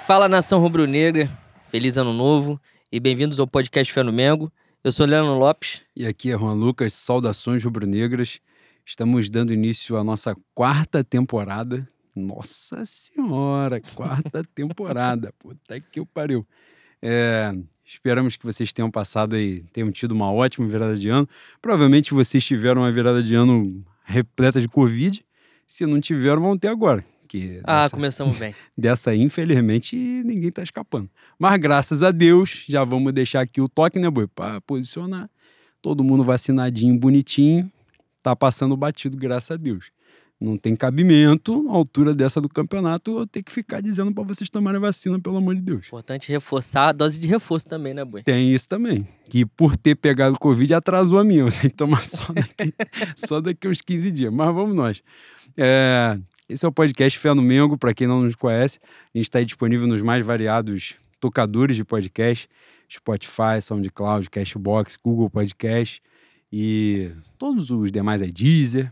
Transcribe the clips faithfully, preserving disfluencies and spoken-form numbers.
Fala, nação rubro-negra, feliz ano novo e bem-vindos ao podcast Fé no Mengo. Eu sou Leandro Lopes. E aqui é Juan Lucas, saudações rubro-negras. Estamos dando início à nossa quarta temporada. Nossa senhora, quarta temporada, puta que eu pariu. É, esperamos que vocês tenham passado aí, tenham tido uma ótima virada de ano. Provavelmente vocês tiveram uma virada de ano repleta de Covid. Se não tiveram, vão ter agora. Que Ah, dessa, começamos bem. Dessa, infelizmente, ninguém tá escapando. Mas graças a Deus, já vamos deixar aqui o toque, né, boi? Para posicionar. Todo mundo vacinadinho, bonitinho. Tá passando batido, graças a Deus. Não tem cabimento, na altura dessa do campeonato, eu ter que ficar dizendo para vocês tomarem vacina, pelo amor de Deus. Importante reforçar a dose de reforço também, né, boi? Tem isso também. Que por ter pegado Covid, atrasou a minha. Eu tenho que tomar só daqui, só daqui uns quinze dias. Mas vamos nós. É... Esse é o podcast Fé no Mengo, para quem não nos conhece. A gente está aí disponível nos mais variados tocadores de podcast, Spotify, SoundCloud, Cashbox, Google Podcast e todos os demais aí, Deezer.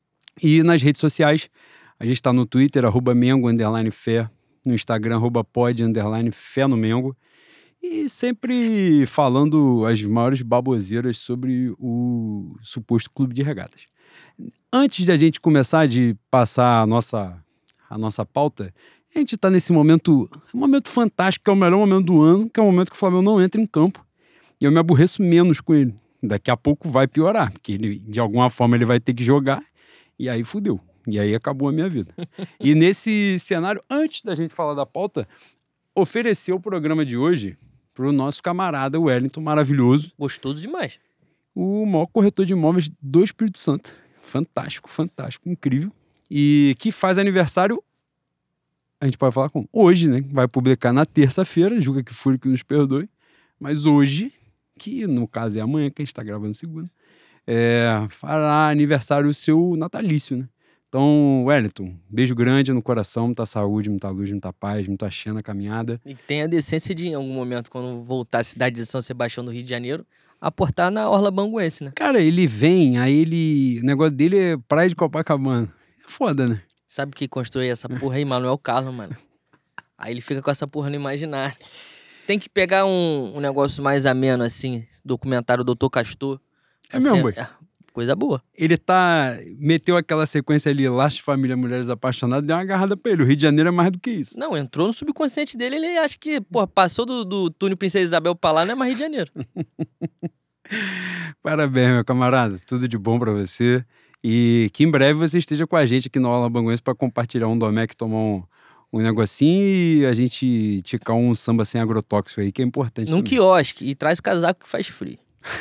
E nas redes sociais, a gente está no Twitter, arroba Mengo, underline Fé, no Instagram, arroba pod, underline Fé no Mengo. E sempre falando as maiores baboseiras sobre o suposto clube de regatas. Antes de a gente começar de passar a nossa, a nossa pauta, a gente está nesse momento, um momento fantástico, que é o melhor momento do ano, que é o momento que o Flamengo não entra em campo. E eu me aborreço menos com ele. Daqui a pouco vai piorar, porque ele, de alguma forma ele vai ter que jogar, e aí fudeu. E aí acabou a minha vida. E nesse cenário, antes da gente falar da pauta, oferecer o programa de hoje para o nosso camarada Wellington, maravilhoso. Gostoso demais. O maior corretor de imóveis do Espírito Santo. Fantástico, fantástico, incrível. E que faz aniversário, a gente pode falar como? Hoje, né? Vai publicar na terça-feira, julga que fure que nos perdoe. Mas hoje, que no caso é amanhã, que a gente está gravando segunda, é, fará aniversário seu natalício, né? Então, Wellington, beijo grande no coração, muita saúde, muita luz, muita paz, muita axé na caminhada. E que tenha a decência de, em algum momento, quando voltar à cidade de São Sebastião do Rio de Janeiro, aportar na Orla Banguense, né? Cara, ele vem, aí ele... O negócio dele é praia de Copacabana. É foda, né? Sabe quem construiu essa porra aí? Manuel Carlos, mano. Aí ele fica com essa porra no imaginário. Tem que pegar um, um negócio mais ameno, assim, documentário doutor Castor. É assim, mesmo, boi? É, coisa boa. Ele tá... Meteu aquela sequência ali, Laços de Família, Mulheres Apaixonadas, deu uma agarrada pra ele. O Rio de Janeiro é mais do que isso. Não, entrou no subconsciente dele, ele acha que, pô, passou do, do túnel Princesa Isabel pra lá, não é mais Rio de Janeiro. Parabéns, meu camarada. Tudo de bom pra você. E que em breve você esteja com a gente aqui no Orla Banguense pra compartilhar um domec, tomar um, um negocinho e a gente ticar um samba sem agrotóxico aí, que é importante Num também. quiosque, e traz casaco que faz frio.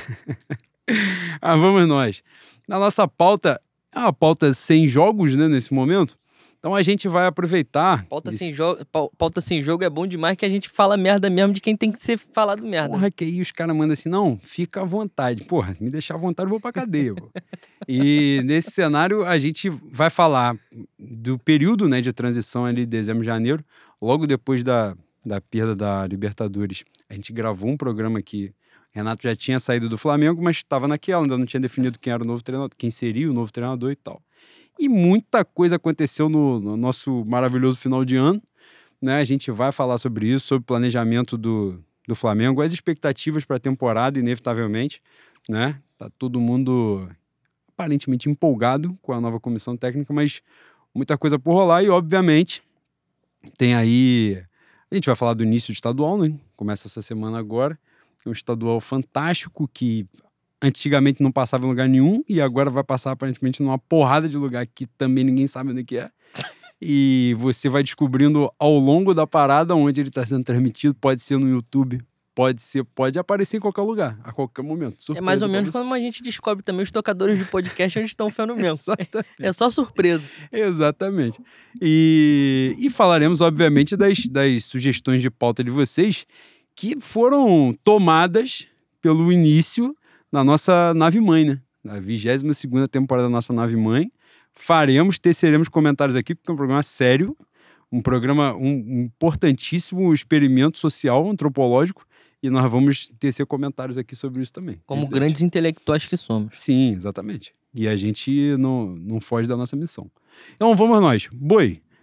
Ah, vamos nós. Na nossa pauta, é uma pauta sem jogos, né, nesse momento. Então a gente vai aproveitar... Pauta, esse... sem, jo... pauta sem jogo é bom demais, que a gente fala merda mesmo de quem tem que ser falado merda. Porra, que aí os caras mandam assim, não, fica à vontade. Porra, me deixar à vontade, eu vou pra cadeia. Pô. E nesse cenário a gente vai falar do período, né, de transição ali de dezembro e janeiro, logo depois da, da perda da Libertadores. A gente gravou um programa aqui. Renato já tinha saído do Flamengo, mas estava naquela, ainda não tinha definido quem era o novo treinador, quem seria o novo treinador e tal. E muita coisa aconteceu no, no nosso maravilhoso final de ano, né? A gente vai falar sobre isso, sobre o planejamento do, do Flamengo, as expectativas para a temporada, inevitavelmente, né? Tá todo mundo aparentemente empolgado com a nova comissão técnica, mas muita coisa por rolar e, obviamente, tem aí... A gente vai falar do início do estadual, né? Começa essa semana agora. É um estadual fantástico que antigamente não passava em lugar nenhum e agora vai passar aparentemente numa porrada de lugar que também ninguém sabe onde que é. E você vai descobrindo ao longo da parada onde ele está sendo transmitido. Pode ser no YouTube, pode ser, pode aparecer em qualquer lugar, a qualquer momento. Surpresa, é mais ou menos como a gente descobre também os tocadores de podcast onde estão o Fé no Mengo. É só surpresa. Exatamente. E, e falaremos, obviamente, das, das sugestões de pauta de vocês que foram tomadas pelo início da nossa nave-mãe, né? Na vigésima segunda temporada da nossa nave-mãe. Faremos, teceremos comentários aqui, porque é um programa sério, um programa, um, um importantíssimo experimento social, antropológico, e nós vamos tecer comentários aqui sobre isso também. Como evidente. Grandes intelectuais que somos. Sim, exatamente. E a gente não, não foge da nossa missão. Então vamos nós. Boi,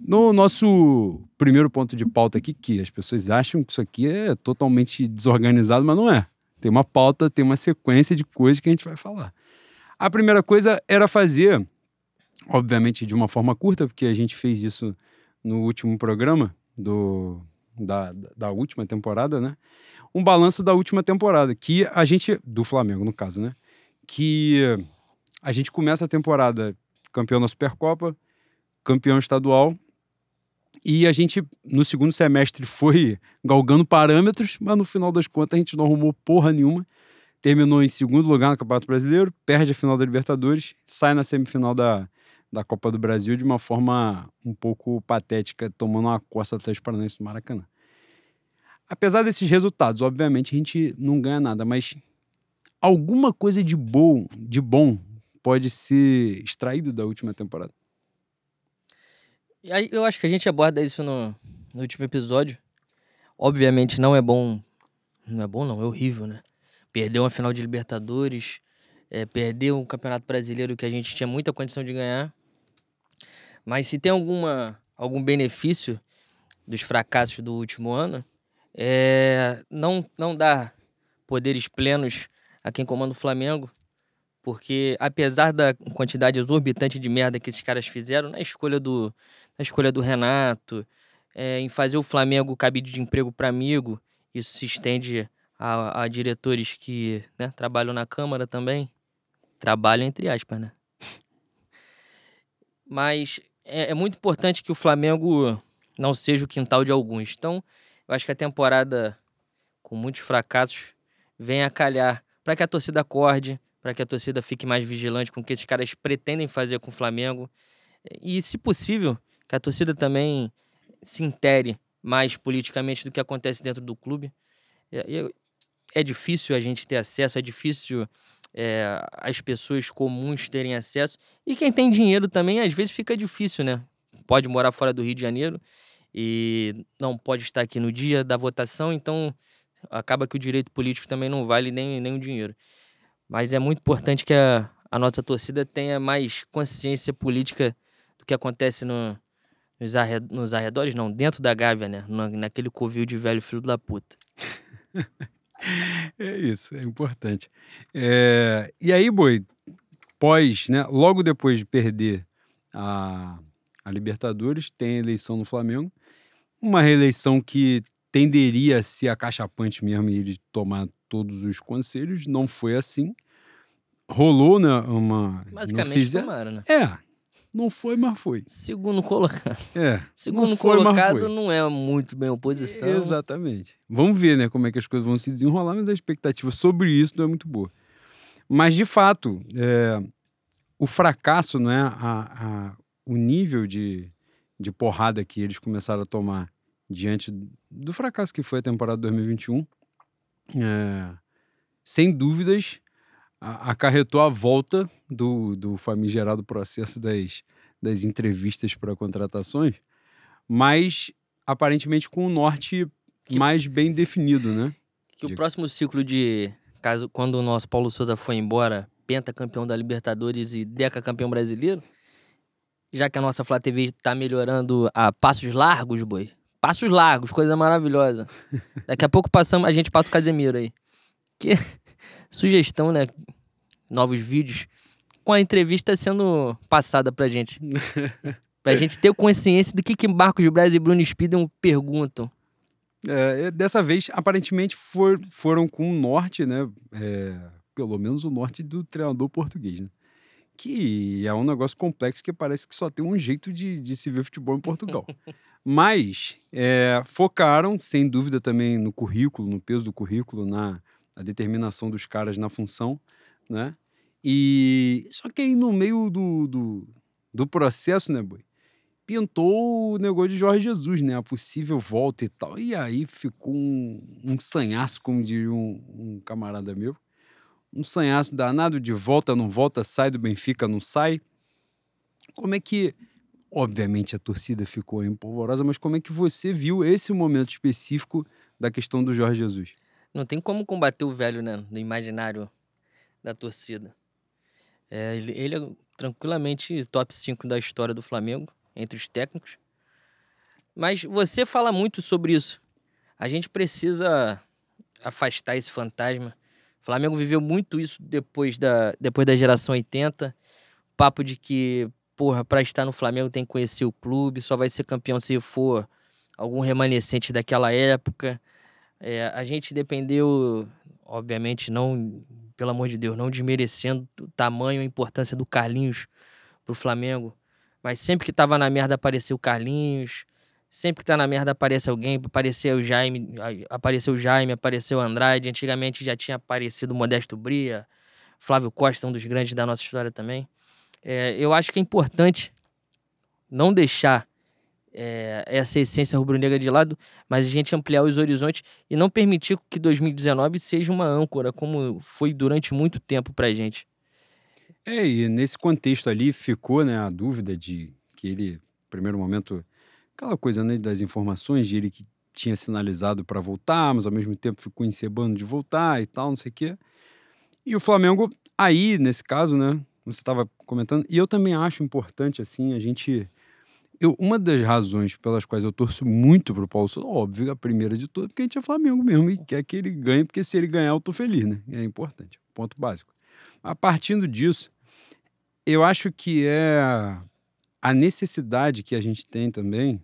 No nosso primeiro ponto de pauta aqui, que as pessoas acham que isso aqui é totalmente desorganizado, mas não é. Tem uma pauta, tem uma sequência de coisas que a gente vai falar. A primeira coisa era fazer, obviamente de uma forma curta, porque a gente fez isso no último programa do, da, da última temporada, né? Um balanço da última temporada, que a gente, do Flamengo no caso, né? Que a gente começa a temporada campeão da Supercopa, campeão estadual, e a gente, no segundo semestre, foi galgando parâmetros, mas no final das contas a gente não arrumou porra nenhuma. Terminou em segundo lugar no Campeonato Brasileiro, perde a final da Libertadores, sai na semifinal da, da Copa do Brasil de uma forma um pouco patética, tomando uma coça Atlético Paranaense do Maracanã. Apesar desses resultados, obviamente a gente não ganha nada, mas alguma coisa de bom, de bom pode ser extraído da última temporada. E aí, eu acho que a gente aborda isso no, no último episódio. Obviamente não é bom, não é bom não, é horrível, né? Perder uma final de Libertadores, é, perder um Campeonato Brasileiro que a gente tinha muita condição de ganhar. Mas se tem alguma, algum benefício dos fracassos do último ano, é não, não dar poderes plenos a quem comanda o Flamengo, porque apesar da quantidade exorbitante de merda que esses caras fizeram na escolha do, na escolha do Renato, é, em fazer o Flamengo cabide de emprego para amigo, isso se estende a, a diretores que, né, trabalham na Câmara também, trabalham entre aspas, né? Mas é, é muito importante que o Flamengo não seja o quintal de alguns. Então, eu acho que a temporada, com muitos fracassos, vem a calhar para que a torcida acorde, para que a torcida fique mais vigilante com o que esses caras pretendem fazer com o Flamengo. E, se possível, que a torcida também se intere mais politicamente do que acontece dentro do clube. É, é difícil a gente ter acesso, é difícil é, as pessoas comuns terem acesso. E quem tem dinheiro também, às vezes, fica difícil, né? Pode morar fora do Rio de Janeiro e não pode estar aqui no dia da votação, então acaba que o direito político também não vale nem, nem o dinheiro. Mas é muito importante que a, a nossa torcida tenha mais consciência política do que acontece no, nos, arred, nos arredores, não, dentro da Gávea, né? Na, naquele covil de velho filho da puta. É isso, é importante. É, e aí, Boi, pós, né, logo depois de perder a, a Libertadores, tem a eleição no Flamengo, uma reeleição que tenderia a ser acachapante mesmo e ele tomar todos os conselhos, não foi assim. Rolou, né, uma... Basicamente fizer... tomaram, né? É, não foi, mas foi. Segundo colocado. É, Segundo não foi, colocado mas foi. não é muito bem oposição. Exatamente. Vamos ver, né, como é que as coisas vão se desenrolar, mas a expectativa sobre isso não é muito boa. Mas, de fato, é, o fracasso, não é, a, a, o nível de, de porrada que eles começaram a tomar diante do fracasso que foi a temporada dois mil e vinte e um, é, sem dúvidas, a, acarretou a volta do, do famigerado processo das, das entrevistas para contratações, mas aparentemente com o norte Que- mais bem definido, né? Que o De- próximo ciclo de... Caso, quando o nosso Paulo Souza foi embora, pentacampeão da Libertadores e decacampeão brasileiro, já que a nossa Flá T V tá melhorando a passos largos, boi. Passos largos, coisa maravilhosa. Daqui a pouco passamos, a gente passa o Casemiro aí. Que sugestão, né? Novos vídeos com a entrevista sendo passada pra gente. Pra gente ter consciência do que, que Marcos Braz e Bruno Spindel perguntam. É, dessa vez, aparentemente, for, foram com o norte, né? É, pelo menos o norte do treinador português, né? Que é um negócio complexo que parece que só tem um jeito de, de se ver futebol em Portugal. Mas é, focaram, sem dúvida, também no currículo, no peso do currículo, na, na determinação dos caras na função, né? E só que aí no meio do, do, do processo, né, Boi? Pintou o negócio de Jorge Jesus, né? A possível volta e tal. E aí ficou um, um sanhaço, como diria um, um camarada meu. Um sanhaço danado de volta, não volta, sai do Benfica, não sai. Como é que... Obviamente a torcida ficou empolvorosa, mas como é que você viu esse momento específico da questão do Jorge Jesus? Não tem como combater o velho, né? No imaginário da torcida. É, ele, ele é tranquilamente top cinco da história do Flamengo, entre os técnicos. Mas você fala muito sobre isso. A gente precisa afastar esse fantasma. O Flamengo viveu muito isso depois da, depois da geração oitenta. Papo de que, porra, pra estar no Flamengo tem que conhecer o clube, só vai ser campeão se for algum remanescente daquela época. É, a gente dependeu, obviamente, não, pelo amor de Deus, não desmerecendo o tamanho e a importância do Carlinhos pro Flamengo, mas sempre que tava na merda apareceu o Carlinhos, sempre que tá na merda aparece alguém, apareceu o Jaime, apareceu o Jaime, apareceu o Andrade, antigamente já tinha aparecido o Modesto Bria, Flávio Costa, um dos grandes da nossa história também. É, eu acho que é importante não deixar é, essa essência rubro-negra de lado, mas a gente ampliar os horizontes e não permitir que dois mil e dezenove seja uma âncora, como foi durante muito tempo pra gente. É, e nesse contexto ali ficou, né, a dúvida de que ele, no primeiro momento, aquela coisa, né, das informações de ele que tinha sinalizado para voltar, mas ao mesmo tempo ficou encebando de voltar e tal, não sei o quê. E o Flamengo, aí, nesse caso, né, você estava comentando, e eu também acho importante, assim, a gente... Eu, uma das razões pelas quais eu torço muito pro Paulo Souza, óbvio, a primeira de todas, porque a gente é Flamengo mesmo e quer que ele ganhe, porque se ele ganhar eu tô feliz, né? É importante, ponto básico. A partindo disso, eu acho que é a necessidade que a gente tem também.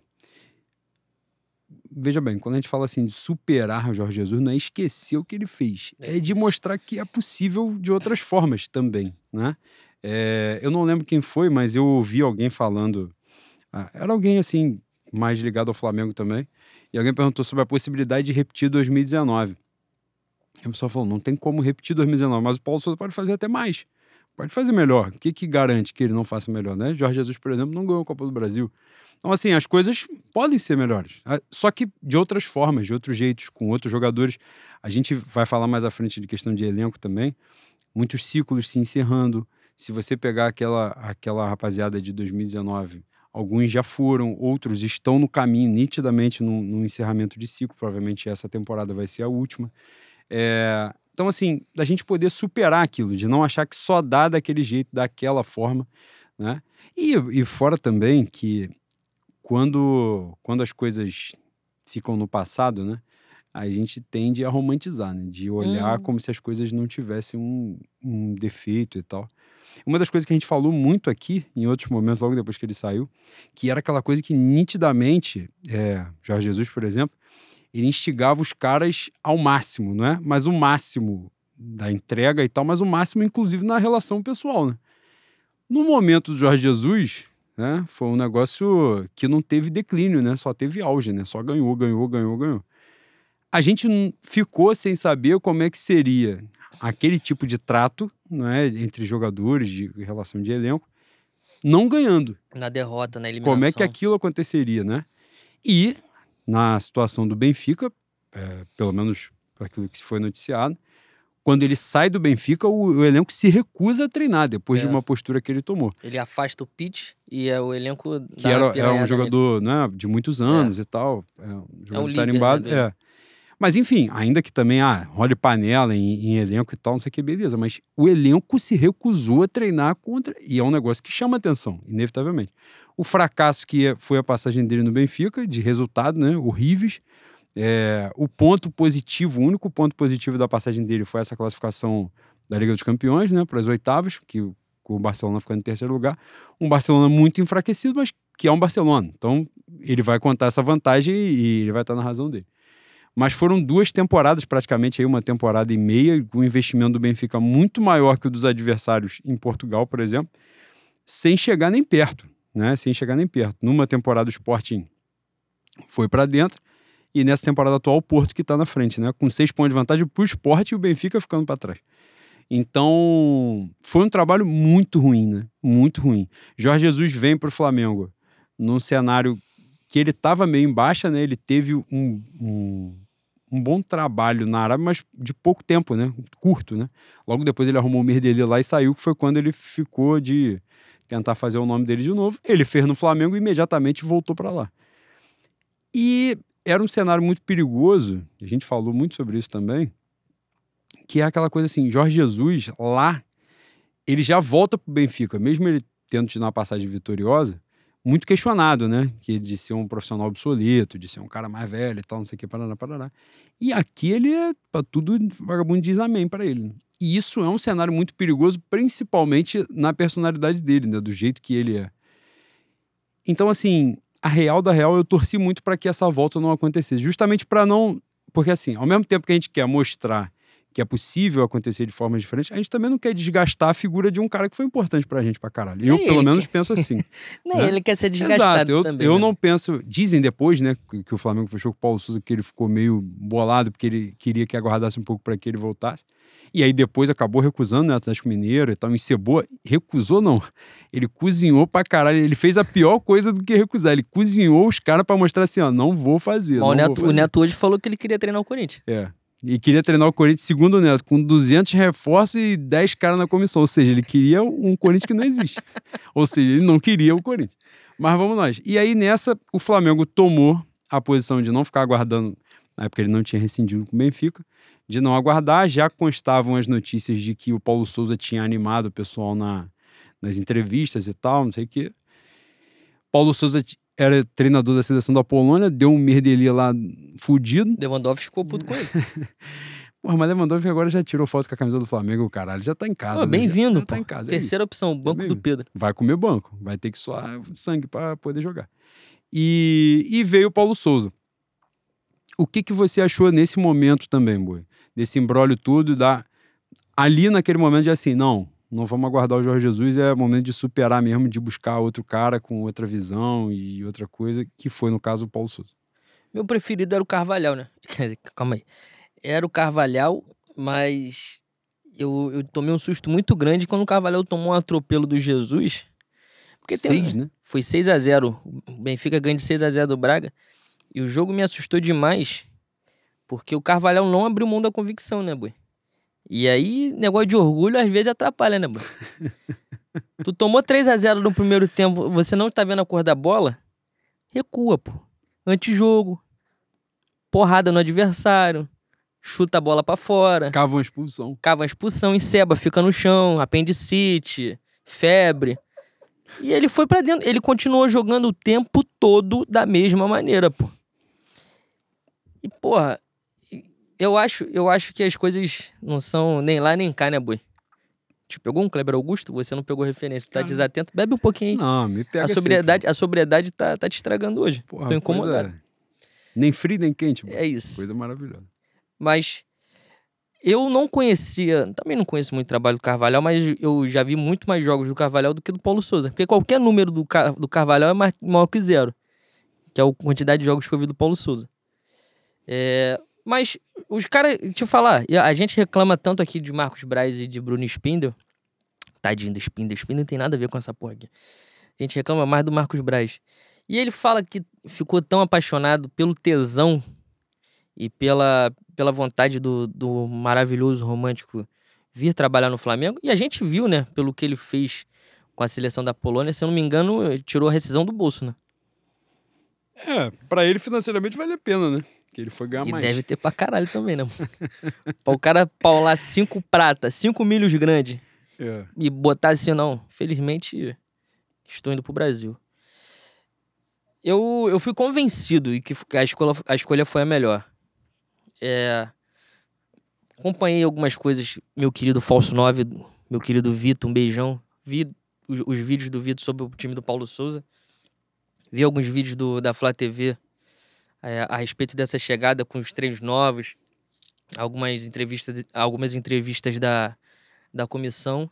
Veja bem, quando a gente fala assim de superar o Jorge Jesus, não é esquecer o que ele fez, é de mostrar que é possível de outras formas também, né? É, eu não lembro quem foi, mas eu ouvi alguém falando, ah, era alguém assim, mais ligado ao Flamengo também, e alguém perguntou sobre a possibilidade de repetir dois mil e dezenove. E o pessoal falou, não tem como repetir dois mil e dezenove, mas o Paulo Souza pode fazer até mais, pode fazer melhor. O que que garante que ele não faça melhor, né? Jorge Jesus, por exemplo, não ganhou a Copa do Brasil. Então, assim, as coisas podem ser melhores, só que de outras formas, de outros jeitos, com outros jogadores. A gente vai falar mais à frente de questão de elenco também, muitos ciclos se encerrando. Se você pegar aquela, aquela rapaziada de dois mil e dezenove, alguns já foram, outros estão no caminho, nitidamente no, no encerramento de ciclo, provavelmente essa temporada vai ser a última. É, então, assim, da gente poder superar aquilo, de não achar que só dá daquele jeito, daquela forma, né? E, e fora também que quando, quando as coisas ficam no passado, né, a gente tende a romantizar, né, de olhar Hum. como se as coisas não tivessem um, um defeito e tal. Uma das coisas que a gente falou muito aqui, em outros momentos, logo depois que ele saiu, que era aquela coisa que nitidamente, é, Jorge Jesus, por exemplo, ele instigava os caras ao máximo, não é? Mas o máximo da entrega e tal, mas o máximo, inclusive, na relação pessoal, né? No momento do Jorge Jesus, né, foi um negócio que não teve declínio, né? Só teve auge, né? Só ganhou, ganhou, ganhou, ganhou. A gente n- ficou sem saber como é que seria aquele tipo de trato, né, entre jogadores, de relação de elenco, não ganhando. Na derrota, na Como é que eliminação. aquilo aconteceria, né? E na situação do Benfica, é, pelo menos para aquilo que foi noticiado, quando ele sai do Benfica, o, o elenco se recusa a treinar depois de É. uma postura que ele tomou. Ele afasta o pitch e é, o elenco Que dá era, uma é um piranhada nele. jogador, né, de muitos anos e tal, é um jogador líder, tarimbado, né, do é. Mas enfim, ainda que também, ah, role panela em, em elenco e tal, não sei o que, beleza, mas o elenco se recusou a treinar contra, e é um negócio que chama atenção, inevitavelmente. O fracasso que é- foi a passagem dele no Benfica, de resultado, né, horríveis, é, o ponto positivo, o único ponto positivo da passagem dele foi essa classificação da Liga dos Campeões, né, para as oitavas, que o, com o Barcelona ficando em terceiro lugar. Um Barcelona muito enfraquecido, mas que é um Barcelona. Então, ele vai contar essa vantagem e, e ele vai estar na razão dele. Mas foram duas temporadas, praticamente aí uma temporada e meia, com um investimento do Benfica muito maior que o dos adversários em Portugal, por exemplo, sem chegar nem perto, né? Sem chegar nem perto. Numa temporada o Sporting foi para dentro, e nessa temporada atual o Porto que está na frente, né? Com seis pontos de vantagem para o Sport e o Benfica ficando para trás. Então, foi um trabalho muito ruim, né? Muito ruim. Jorge Jesus vem para o Flamengo num cenário que ele estava meio em baixa, né? Ele teve um, um, um bom trabalho na Arábia, mas de pouco tempo, né? Curto, né? Logo depois ele arrumou o mir dele lá e saiu, que foi quando ele ficou de tentar fazer o nome dele de novo. Ele fez no Flamengo e imediatamente voltou para lá. E era um cenário muito perigoso, a gente falou muito sobre isso também, que é aquela coisa assim, Jorge Jesus, lá, ele já volta pro Benfica, mesmo ele tendo tido uma passagem vitoriosa, muito questionado, né? Que de ser um profissional obsoleto, de ser um cara mais velho e tal, não sei o que, parará, parará. E aqui ele é, pra tudo, vagabundo diz amém pra ele. E isso é um cenário muito perigoso, principalmente na personalidade dele, né? Do jeito que ele é. Então, assim, a real da real, eu torci muito para que essa volta não acontecesse. Justamente para não... Porque, assim, ao mesmo tempo que a gente quer mostrar que é possível acontecer de formas diferentes, a gente também não quer desgastar a figura de um cara que foi importante pra gente pra caralho. Eu, Nem pelo ele menos, quer. penso assim. Nem né? ele quer ser desgastado Exato. Eu, também. eu né? não penso... Dizem depois, né, que, que o Flamengo fechou com o Paulo Souza, que ele ficou meio bolado, porque ele queria que aguardasse um pouco para que ele voltasse. E aí depois acabou recusando, né, Atlético Mineiro e tal, encebou. Recusou, não. Ele cozinhou pra caralho. Ele fez a pior coisa do que recusar. Ele cozinhou os caras pra mostrar assim, ó, não vou fazer. Mas o não Neto, vou fazer. o Neto hoje falou que ele queria treinar o Corinthians. É. E queria treinar o Corinthians, segundo o Neto, com duzentos reforços e dez caras na comissão. Ou seja, ele queria um Corinthians que não existe. Ou seja, ele não queria o Corinthians. Mas vamos nós. E aí, nessa, o Flamengo tomou a posição de não ficar aguardando, na época ele não tinha rescindido com o Benfica, de não aguardar. Já constavam as notícias de que o Paulo Souza tinha animado o pessoal na, nas entrevistas e tal, não sei o quê. Paulo Souza era treinador da seleção da Polônia, deu um merdelia lá fudido. Lewandowski ficou puto com ele. Porra, mas Lewandowski agora já tirou foto com a camisa do Flamengo, caralho. Já tá em casa. Pô, bem-vindo, pô. Tá em casa, Terceira é opção, banco do Pedro. Vai comer banco. Vai ter que suar sangue pra poder jogar. E, e veio o Paulo Souza. O que que você achou nesse momento também, Boi? Desse imbróglio todo, da... ali naquele momento de assim, não, não vamos aguardar o Jorge Jesus, é momento de superar mesmo, de buscar outro cara com outra visão e outra coisa, que foi, no caso, o Paulo Souza. Meu preferido era o Carvalhal, né? Calma aí. Era o Carvalhal, mas eu, eu tomei um susto muito grande quando o Carvalhal tomou um atropelo do Jesus. Porque Seis, tem, né? Foi seis a zero. O Benfica ganha de seis a zero do Braga. E o jogo me assustou demais, porque o Carvalhal não abriu mão da convicção, né, Boi? E aí, negócio de orgulho às vezes atrapalha, né, Boi? Tu tomou três a zero no primeiro tempo, você não tá vendo a cor da bola? Recua, pô. Antijogo. Porrada no adversário. Chuta a bola pra fora. Cava uma expulsão. Cava uma expulsão, enceba, fica no chão, apendicite, febre. E ele foi pra dentro. Ele continuou jogando o tempo todo da mesma maneira, pô. E, porra, eu acho, eu acho que as coisas não são nem lá nem cá, né, Boi? Te pegou um Kleber Augusto? Você não pegou referência. Tá desatento? Bebe um pouquinho aí. Não, me pega a sobriedade, a sobriedade tá, tá te estragando hoje. Porra, Tô incomodado. coisa... Nem frio, nem quente. Boi. É isso. Coisa maravilhosa. Mas eu não conhecia, também não conheço muito o trabalho do Carvalhal, mas eu já vi muito mais jogos do Carvalhal do que do Paulo Souza. Porque qualquer número do, Car do Carvalhal é mais, maior que zero. Que é a quantidade de jogos que eu vi do Paulo Souza. É, mas os caras, deixa eu falar, a gente reclama tanto aqui de Marcos Braz e de Bruno Spindel. Tadinho do Spindel, Spindel não tem nada a ver com essa porra aqui. A gente reclama mais do Marcos Braz. E ele fala que ficou tão apaixonado pelo tesão e pela, pela vontade do, do maravilhoso romântico vir trabalhar no Flamengo. E a gente viu, né, pelo que ele fez com a seleção da Polônia, se eu não me engano, tirou a rescisão do bolso, né? É, pra ele financeiramente vale a pena, né? Que ele foi ganhar E mais. deve ter pra caralho também, né? Pra o cara paular cinco prata, cinco milhos grande É. e botar assim, não, felizmente estou indo pro Brasil. Eu, eu fui convencido e que a escolha, a escolha foi a melhor. É, acompanhei algumas coisas, meu querido Falso nove, meu querido Vitor, um beijão. Vi os, os vídeos do Vitor sobre o time do Paulo Souza. Vi alguns vídeos do, da Flá T V é, a respeito dessa chegada com os treinos novos. Algumas entrevistas, algumas entrevistas da, da comissão.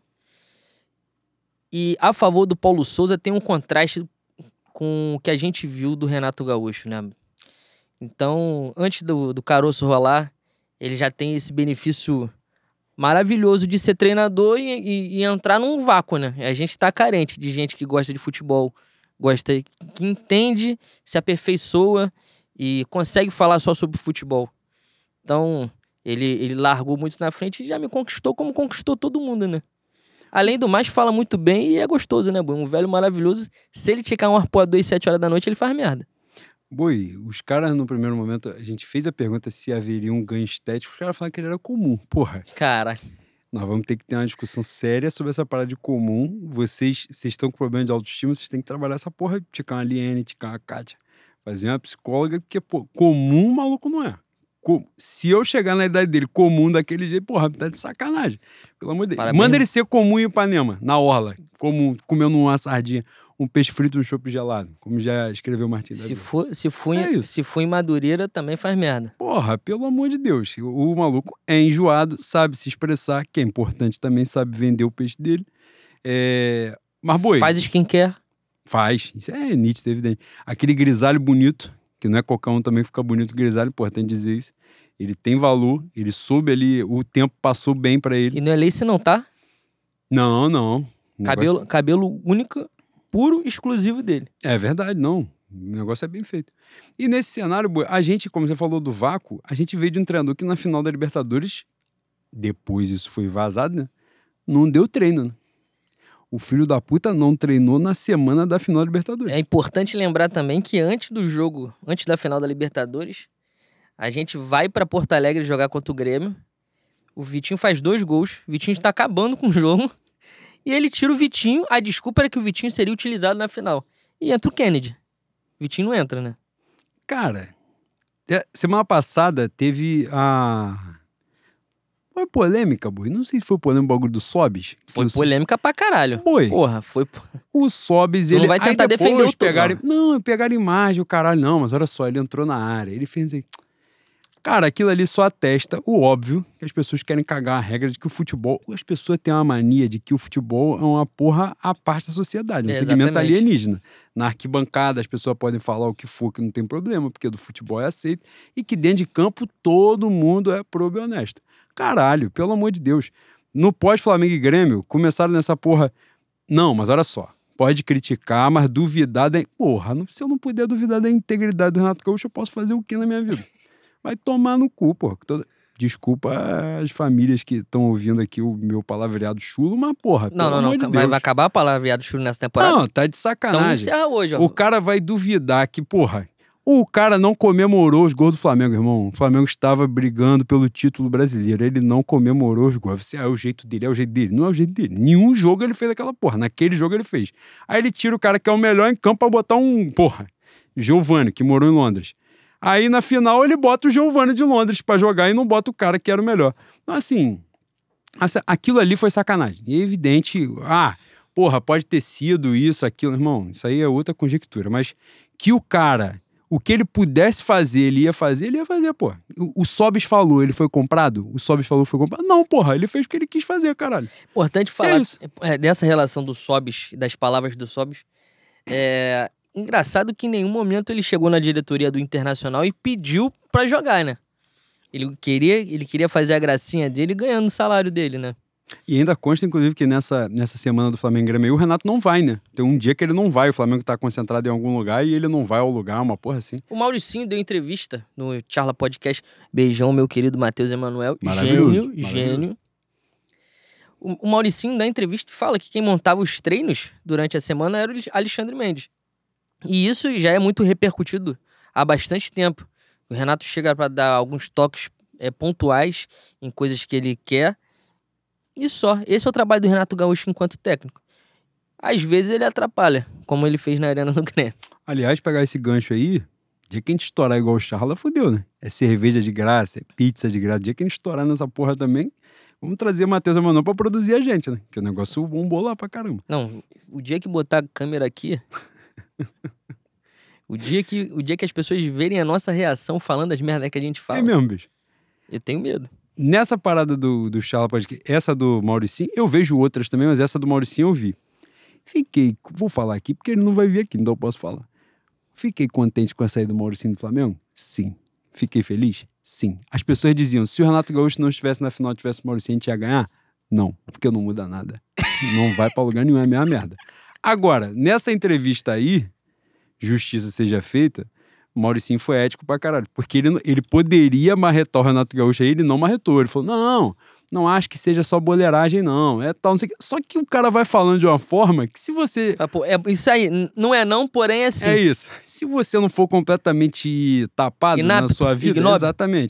E a favor do Paulo Souza tem um contraste com o que a gente viu do Renato Gaúcho, né? Então, antes do, do caroço rolar, ele já tem esse benefício maravilhoso de ser treinador e, e, e entrar num vácuo, né? A gente tá carente de gente que gosta de futebol, gosta, que entende, se aperfeiçoa e consegue falar só sobre futebol. Então, ele, ele largou muito na frente e já me conquistou como conquistou todo mundo, né? Além do mais, fala muito bem e é gostoso, né, Boi? Um velho maravilhoso. Se ele ticar um arpoador às sete horas da noite, ele faz merda. Boi, os caras no primeiro momento, a gente fez a pergunta se haveria um ganho estético, os caras falaram que ele era comum. Porra. Cara. nós vamos ter que ter uma discussão séria sobre essa parada de comum. Vocês vocês estão com problema de autoestima, vocês têm que trabalhar essa porra, ticar uma Liene, ticar uma Kátia, fazer uma psicóloga, porque, pô, comum o maluco não é. Com- Se eu chegar na idade dele comum daquele jeito, porra, tá de sacanagem. Pelo amor de Deus. Parabéns. Manda ele ser comum em Ipanema, na orla, comum, comendo uma sardinha, um peixe frito no chopp gelado, como já escreveu o Martins. Se for, se, for É em, isso. se for em Madureira, também faz merda. Porra, pelo amor de Deus. O, o maluco é enjoado, sabe se expressar, que é importante também, sabe vender o peixe dele. É... Mas, boi, Faz skincare. faz. Isso é nítido, evidente. Aquele grisalho bonito, que não é qualquer um também que fica bonito grisalho, importante dizer isso. Ele tem valor, ele soube ali, o tempo passou bem pra ele. E não é lace não, tá? Não, não. O Cabelo, negócio- cabelo único, puro, exclusivo dele. É verdade, não. O negócio é bem feito. E nesse cenário, boi, a gente, como você falou do vácuo, a gente veio de um treinador que na final da Libertadores, depois isso foi vazado, né? Não deu treino, né? O filho da puta não treinou na semana da final da Libertadores. É importante lembrar também que antes do jogo, antes da final da Libertadores, a gente vai pra Porto Alegre jogar contra o Grêmio. O Vitinho faz dois gols. O Vitinho está acabando com o jogo. E ele tira o Vitinho. A desculpa era que o Vitinho seria utilizado na final. E entra o Kennedy. O Vitinho não entra, né? Cara, é, semana passada teve a... Foi polêmica, boi. Não sei se foi polêmica o bagulho do Sobis. Foi O- polêmica pra caralho. Boi. Porra, foi... O Sobis, Tu não ele... vai aí tentar depois defender o todo, pegaram... Não, pegaram imagem, o caralho. Não, mas olha só, ele entrou na área. Ele fez assim... Cara, aquilo ali só atesta o óbvio que as pessoas querem cagar a regra de que o futebol... As pessoas têm uma mania de que o futebol é uma porra à parte da sociedade, um É, segmento exatamente. alienígena. Na arquibancada as pessoas podem falar o que for, que não tem problema, porque do futebol é aceito. E que dentro de campo todo mundo é probo e honesto. Caralho, pelo amor de Deus. No pós-Flamengo e Grêmio, começaram nessa porra... Não, mas olha só. Pode criticar, mas duvidar da... Porra, não- se eu não puder duvidar da integridade do Renato Gaúcho, eu posso fazer o que na minha vida? Vai tomar no cu, porra. Toda- Desculpa as famílias que estão ouvindo aqui o meu palavreado chulo, mas porra, Não, pelo não, não. amor de vai, Deus. vai acabar a palavra do Churo nessa temporada. Não, tá de então sacanagem. encerra hoje, ó. O cara vai duvidar que, porra, o cara não comemorou os gols do Flamengo, irmão. O Flamengo estava brigando pelo título brasileiro. Ele não comemorou os gols. Você, ah, é o jeito dele, é o jeito dele. Não é o jeito dele. Nenhum jogo ele fez aquela porra. Naquele jogo ele fez. Aí ele tira o cara que é o melhor em campo pra botar um, porra, Giovani, que morou em Londres. Aí na final ele bota o Giovani de Londres pra jogar e não bota o cara que era o melhor. Então, assim, essa- aquilo ali foi sacanagem. E é evidente, ah, porra, pode ter sido isso, aquilo. Irmão, isso aí é outra conjectura. Mas que o cara, o que ele pudesse fazer, ele ia fazer, ele ia fazer, porra. O, o Sobis falou, ele foi comprado? O Sobis falou, foi comprado? Não, porra, ele fez o que ele quis fazer, caralho. Importante falar isso. é, dessa relação do Sobis, das palavras do Sobis. É engraçado que em nenhum momento ele chegou na diretoria do Internacional e pediu pra jogar, né? Ele queria, ele queria fazer a gracinha dele ganhando o salário dele, né? E ainda consta, inclusive, que nessa, nessa semana do Flamengo e Grêmio aí, o Renato não vai, né? Tem um dia que ele não vai, o Flamengo tá concentrado em algum lugar e ele não vai ao lugar, uma porra assim. O Mauricinho deu entrevista no Charla Podcast. Beijão, meu querido Matheus Emanuel. Maravilhoso, Gênio, maravilhoso. gênio. O, o Mauricinho dá entrevista e fala que quem montava os treinos durante a semana era o Alexandre Mendes. E isso já é muito repercutido há bastante tempo. O Renato chega para dar alguns toques é, pontuais em coisas que ele quer. E só. Esse é o trabalho do Renato Gaúcho enquanto técnico. Às vezes ele atrapalha, como ele fez na Arena do Grêmio. Aliás, pegar esse gancho aí, dia que a gente estourar igual o Charla, fodeu, né? É cerveja de graça, é pizza de graça. Dia que a gente estourar nessa porra também, vamos trazer o Matheus Emanuel pra produzir a gente, né? Que o negócio bombou lá pra caramba. Não, o dia que botar a câmera aqui... o, dia que, o dia que as pessoas verem a nossa reação falando as merdas que a gente fala, É mesmo, bicho. eu tenho medo. Nessa parada do, do Charla Podcast, essa do Mauricinho, eu vejo outras também, mas essa do Mauricinho eu vi. Fiquei, vou falar aqui porque ele não vai vir aqui, então eu posso falar. Fiquei contente com a saída do Mauricinho do Flamengo? Sim. Fiquei feliz? Sim. As pessoas diziam, se o Renato Gaúcho não estivesse na final, tivesse o Mauricinho, a gente ia ganhar? Não, porque não muda nada. Não vai pra lugar nenhum, é a mesma merda. Agora, nessa entrevista aí, justiça seja feita, o Mauricinho foi ético pra caralho. Porque ele, ele poderia marretar o Renato Gaúcho aí, ele não marretou. Ele falou, não, não acho que seja só boleiragem, não. É tal, não sei o que. Só que o cara vai falando de uma forma que se você... Ah, pô, é, isso aí, n- não é não, porém é sim. É isso. Se você não for completamente tapado Inapto, na sua vida, ignóbil. exatamente.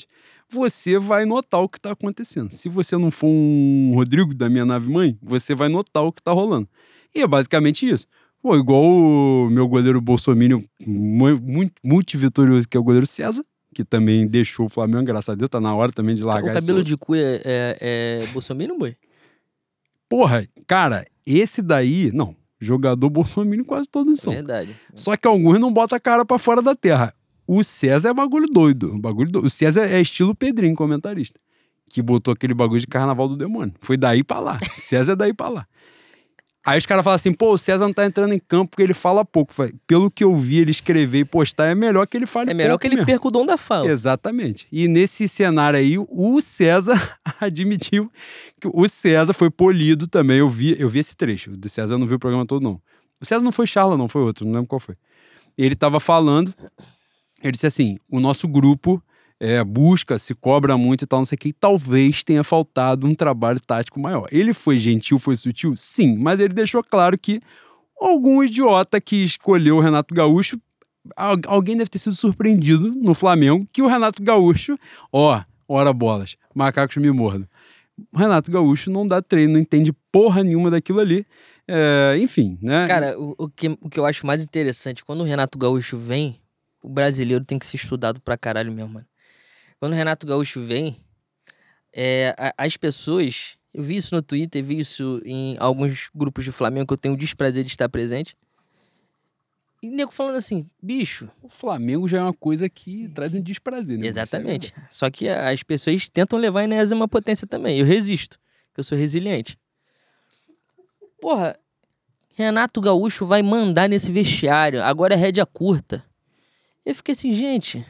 você vai notar o que tá acontecendo. Se você não for um Rodrigo da minha nave-mãe, você vai notar o que tá rolando. E é basicamente isso. Pô, igual o meu goleiro bolsominion muito multivitorioso, que é o goleiro César, que também deixou o Flamengo, graças a Deus, tá na hora também de largar. O cabelo de cu é, é, é bolsominion, boi? Porra, cara, esse daí, não, jogador bolsominion quase todos são. Verdade. Só que alguns não botam a cara pra fora da terra. O César é bagulho doido, bagulho doido. O César é estilo Pedrinho, comentarista, que botou aquele bagulho de carnaval do demônio. Foi daí pra lá. César é daí pra lá. Aí os caras falam assim, pô, o César não tá entrando em campo porque ele fala pouco. Pelo que eu vi ele escrever e postar, é melhor que ele fale pouco. É melhor pouco que ele mesmo. perca o dom da fala. Exatamente. E nesse cenário aí, o César admitiu que o César foi polido também. Eu vi, eu vi esse trecho. O do César eu não vi o programa todo, não. O César não foi Charla, não, foi outro, não lembro qual foi. Ele tava falando, ele disse assim, o nosso grupo é, busca, se cobra muito e tal, não sei o que, e talvez tenha faltado um trabalho tático maior. Ele foi gentil, foi sutil? Sim, mas ele deixou claro que algum idiota que escolheu o Renato Gaúcho, alguém deve ter sido surpreendido no Flamengo que o Renato Gaúcho, ó, ora bolas, macacos me mordam. O Renato Gaúcho não dá treino, não entende porra nenhuma daquilo ali. É, enfim, né? Cara, o, o, que, o que eu acho mais interessante, quando o Renato Gaúcho vem, o brasileiro tem que ser estudado pra caralho mesmo, mano. Quando o Renato Gaúcho vem, é, a, as pessoas... Eu vi isso no Twitter, vi isso em alguns grupos de Flamengo que eu tenho o desprazer de estar presente. E nego falando assim, bicho... O Flamengo já é uma coisa que traz um desprazer, né? Exatamente. Só que as pessoas tentam levar a enésima potência também. Eu resisto, porque eu sou resiliente. Porra, Renato Gaúcho vai mandar nesse vestiário. Agora é rédea curta. Eu fiquei assim, gente...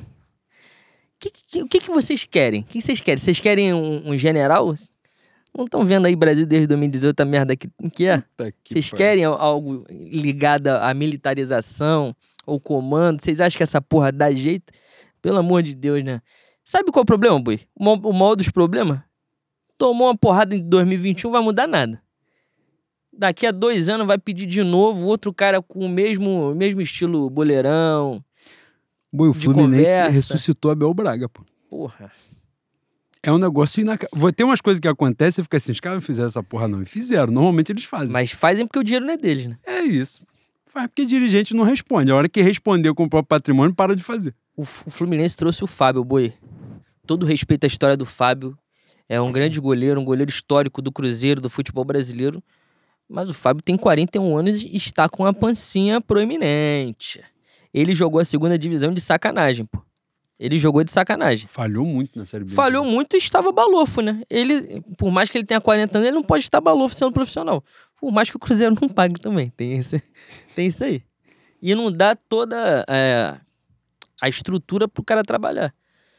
Que, que, o que, que vocês querem? O que vocês querem? Vocês querem um, um general? Não estão vendo aí Brasil desde dois mil e dezoito a merda que, que é? Que vocês pai. querem algo ligado à militarização ou comando? Vocês acham que essa porra dá jeito? Pelo amor de Deus, né? Sabe qual é o problema, boi? O, o maior dos problemas? Tomou uma porrada em dois mil e vinte e um, vai mudar nada. Daqui a dois anos vai pedir de novo outro cara com o mesmo, mesmo estilo boleirão. Boi, o Fluminense conversa. ressuscitou Abel Braga, pô. Porra. É um negócio inacreditável. Tem umas coisas que acontecem e fica assim, os caras não fizeram essa porra não. E fizeram, normalmente eles fazem. Mas fazem porque o dinheiro não é deles, né? É isso. Faz porque dirigente não responde. A hora que respondeu com o próprio patrimônio, para de fazer. O, o Fluminense trouxe o Fábio, boi. Todo respeito à história do Fábio. É um grande goleiro, um goleiro histórico do Cruzeiro, do futebol brasileiro. Mas o Fábio tem quarenta e um anos e está com a pancinha proeminente. Ele jogou a segunda divisão de sacanagem, pô. Ele jogou de sacanagem. Falhou muito na Série B. Falhou muito e estava balofo, né? Ele, por mais que ele tenha quarenta anos, ele não pode estar balofo sendo profissional. Por mais que o Cruzeiro não pague também. Tem, esse, tem isso aí. E não dá toda é, a estrutura pro cara trabalhar.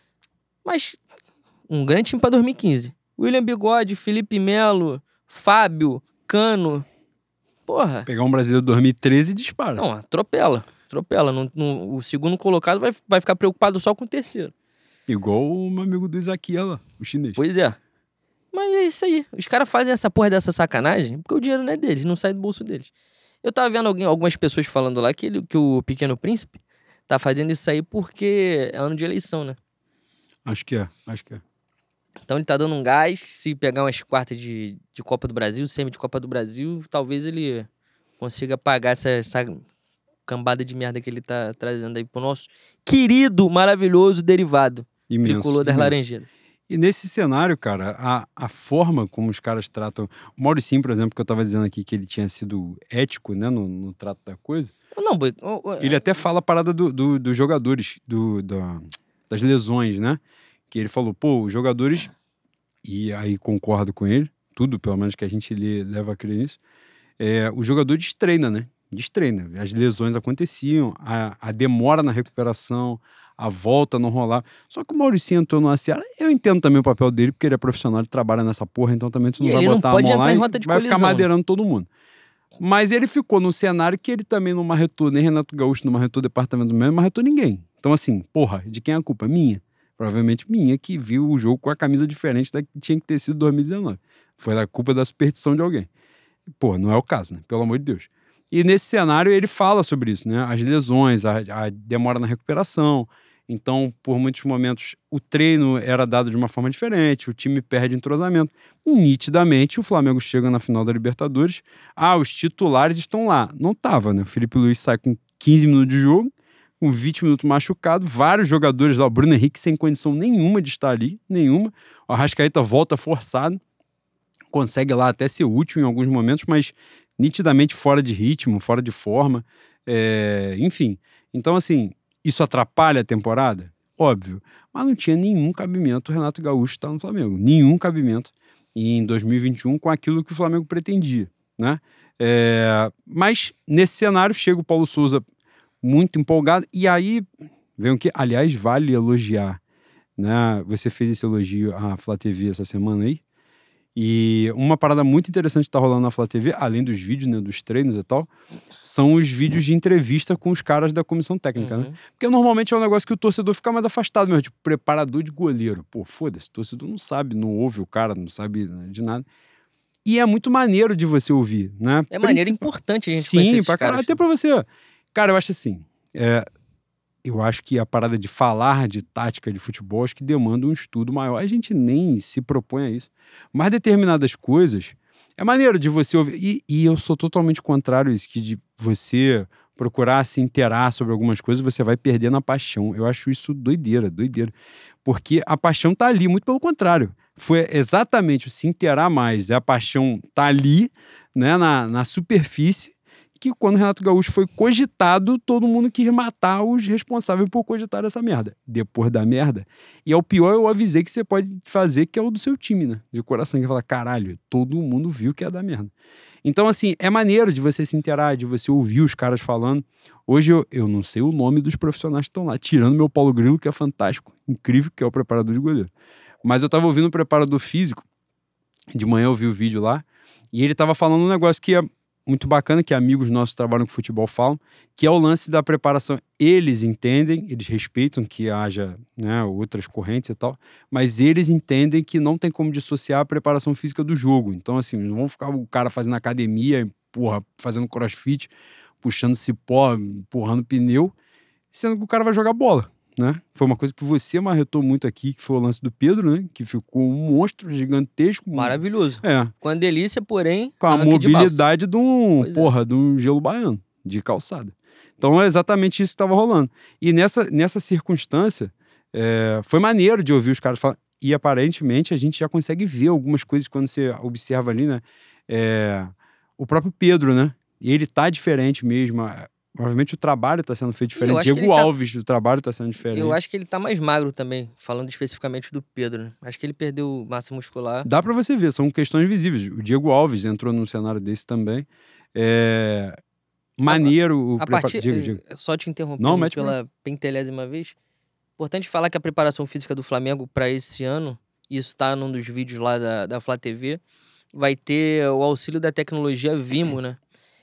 Mas um grande time para dois mil e quinze. William Bigode, Felipe Melo, Fábio, Cano. Porra. Pegar um brasileiro de dois mil e treze e dispara. Não, atropela. Atropela. Não, não, o segundo colocado vai, vai ficar preocupado só com o terceiro. Igual o meu amigo do Isaquias lá, o chinês. Pois é. Mas é isso aí. Os caras fazem essa porra dessa sacanagem porque o dinheiro não é deles, não sai do bolso deles. Eu tava vendo alguém, algumas pessoas falando lá que, ele, que o Pequeno Príncipe tá fazendo isso aí porque é ano de eleição, né? Acho que é, acho que é. Então ele tá dando um gás. Se pegar umas quartas de, de Copa do Brasil, semi de Copa do Brasil, talvez ele consiga pagar essa, essa cambada de merda que ele tá trazendo aí pro nosso querido, maravilhoso derivado. Imenso, tricolor das imenso. Laranjeiras. E nesse cenário, cara, a, a forma como os caras tratam... O Mauricinho, por exemplo, que eu tava dizendo aqui que ele tinha sido ético, né, no, no trato da coisa. Não, boi. Ele até fala a parada do, do, dos jogadores, do, do, das lesões, né? Que ele falou, pô, os jogadores... E aí concordo com ele, tudo, pelo menos que a gente lê, leva a crer nisso. É, o jogador destreina, né? Destreina. As lesões aconteciam, a, a demora na recuperação, a volta não rolar. Só que o Mauricinho entrou numa seara. Eu entendo também o papel dele, porque ele é profissional, ele trabalha nessa porra, então também tu não E vai ele botar não a pode mão entrar lá em e rota de vai colisão. ficar madeirando todo mundo. Mas ele ficou num cenário que ele também não marretou nem Renato Gaúcho, não marretou o departamento do meio, não marretou ninguém. Então assim, porra, de quem é a culpa? Minha. Provavelmente minha, que viu o jogo com a camisa diferente da que tinha que ter sido dois mil e dezenove. Foi a culpa da superstição de alguém. Pô, não é o caso, né? Pelo amor de Deus. E nesse cenário ele fala sobre isso, né? As lesões, a, a demora na recuperação. Então, por muitos momentos, o treino era dado de uma forma diferente, o time perde entrosamento. E, nitidamente, o Flamengo chega na final da Libertadores. Ah, os titulares estão lá. Não estava, né? O Felipe Luiz sai com quinze minutos de jogo, com vinte minutos machucado, vários jogadores lá, o Bruno Henrique sem condição nenhuma de estar ali, nenhuma. O Arrascaeta volta forçado, consegue lá até ser útil em alguns momentos, mas nitidamente fora de ritmo, fora de forma. É... Enfim, então assim... Isso atrapalha a temporada? Óbvio. Mas não tinha nenhum cabimento o Renato Gaúcho estar no Flamengo. Nenhum cabimento em dois mil e vinte e um com aquilo que o Flamengo pretendia, né? É... Mas nesse cenário chega o Paulo Souza muito empolgado. E aí vem o que? Aliás, vale elogiar, né? Você fez esse elogio à Flá T V essa semana aí. E uma parada muito interessante que tá rolando na Flá T V, além dos vídeos, né, dos treinos e tal, são os vídeos de entrevista com os caras da comissão técnica, Uhum. né? Porque normalmente é um negócio que o torcedor fica mais afastado mesmo, tipo, preparador de goleiro. Pô, foda-se, o torcedor não sabe, não ouve o cara, não sabe de nada. E é muito maneiro de você ouvir, né? É maneiro, Princip... importante a gente Sim, conhecer esses pra caralho, caras. até pra você. Cara, eu acho assim, é... eu acho que a parada de falar de tática de futebol, acho que demanda um estudo maior. A gente nem se propõe a isso. Mas determinadas coisas, é maneiro de você ouvir. E, e eu sou totalmente contrário a isso, que de você procurar se inteirar sobre algumas coisas, você vai perdendo a paixão. Eu acho isso doideira, doideira. Porque a paixão tá ali, muito pelo contrário. Foi exatamente o se inteirar mais, a paixão tá ali, né, na, na superfície, que quando o Renato Gaúcho foi cogitado, todo mundo quis matar os responsáveis por cogitar essa merda. Depois da merda. E é o pior, eu avisei que você pode fazer, que é o do seu time, né? De coração, que fala, caralho, todo mundo viu que é da merda. Então, assim, é maneiro de você se inteirar, de você ouvir os caras falando. Hoje eu, eu não sei o nome dos profissionais que estão lá, tirando meu Paulo Grilo, que é fantástico, incrível, que é o preparador de goleiro. Mas eu tava ouvindo o preparador físico, de manhã eu vi o vídeo lá, e ele tava falando um negócio que é muito bacana, que amigos nossos que trabalham com futebol falam, que é o lance da preparação. Eles entendem, eles respeitam que haja, né, outras correntes e tal, mas eles entendem que não tem como dissociar a preparação física do jogo. Então, assim, não vão ficar o cara fazendo academia, porra, fazendo crossfit, puxando cipó, empurrando pneu, sendo que o cara vai jogar bola, né? Foi uma coisa que você marretou muito aqui, que foi o lance do Pedro, né? Que ficou um monstro gigantesco. Maravilhoso. É. Com a delícia, porém, com a arranque de mobilidade de, um, Pois é. porra, de um gelo baiano, de calçada. Então é exatamente isso que estava rolando. E nessa, nessa circunstância, é, foi maneiro de ouvir os caras falar. E aparentemente a gente já consegue ver algumas coisas quando você observa ali, né? É, o próprio Pedro, né? E ele tá diferente mesmo. Obviamente o trabalho está sendo feito diferente. Diego tá... Alves, o trabalho está sendo diferente. Eu acho que ele tá mais magro também, falando especificamente do Pedro, né? Acho que ele perdeu massa muscular. Dá para você ver, são questões visíveis. O Diego Alves entrou num cenário desse também. É... Maneiro. A, o a prepar... partir... diga, diga. Só te interrompendo Não, mete pela pentelésima vez. Importante falar que a preparação física do Flamengo para esse ano, isso tá num dos vídeos lá da, da Flá T V, vai ter o auxílio da tecnologia Vimo, né?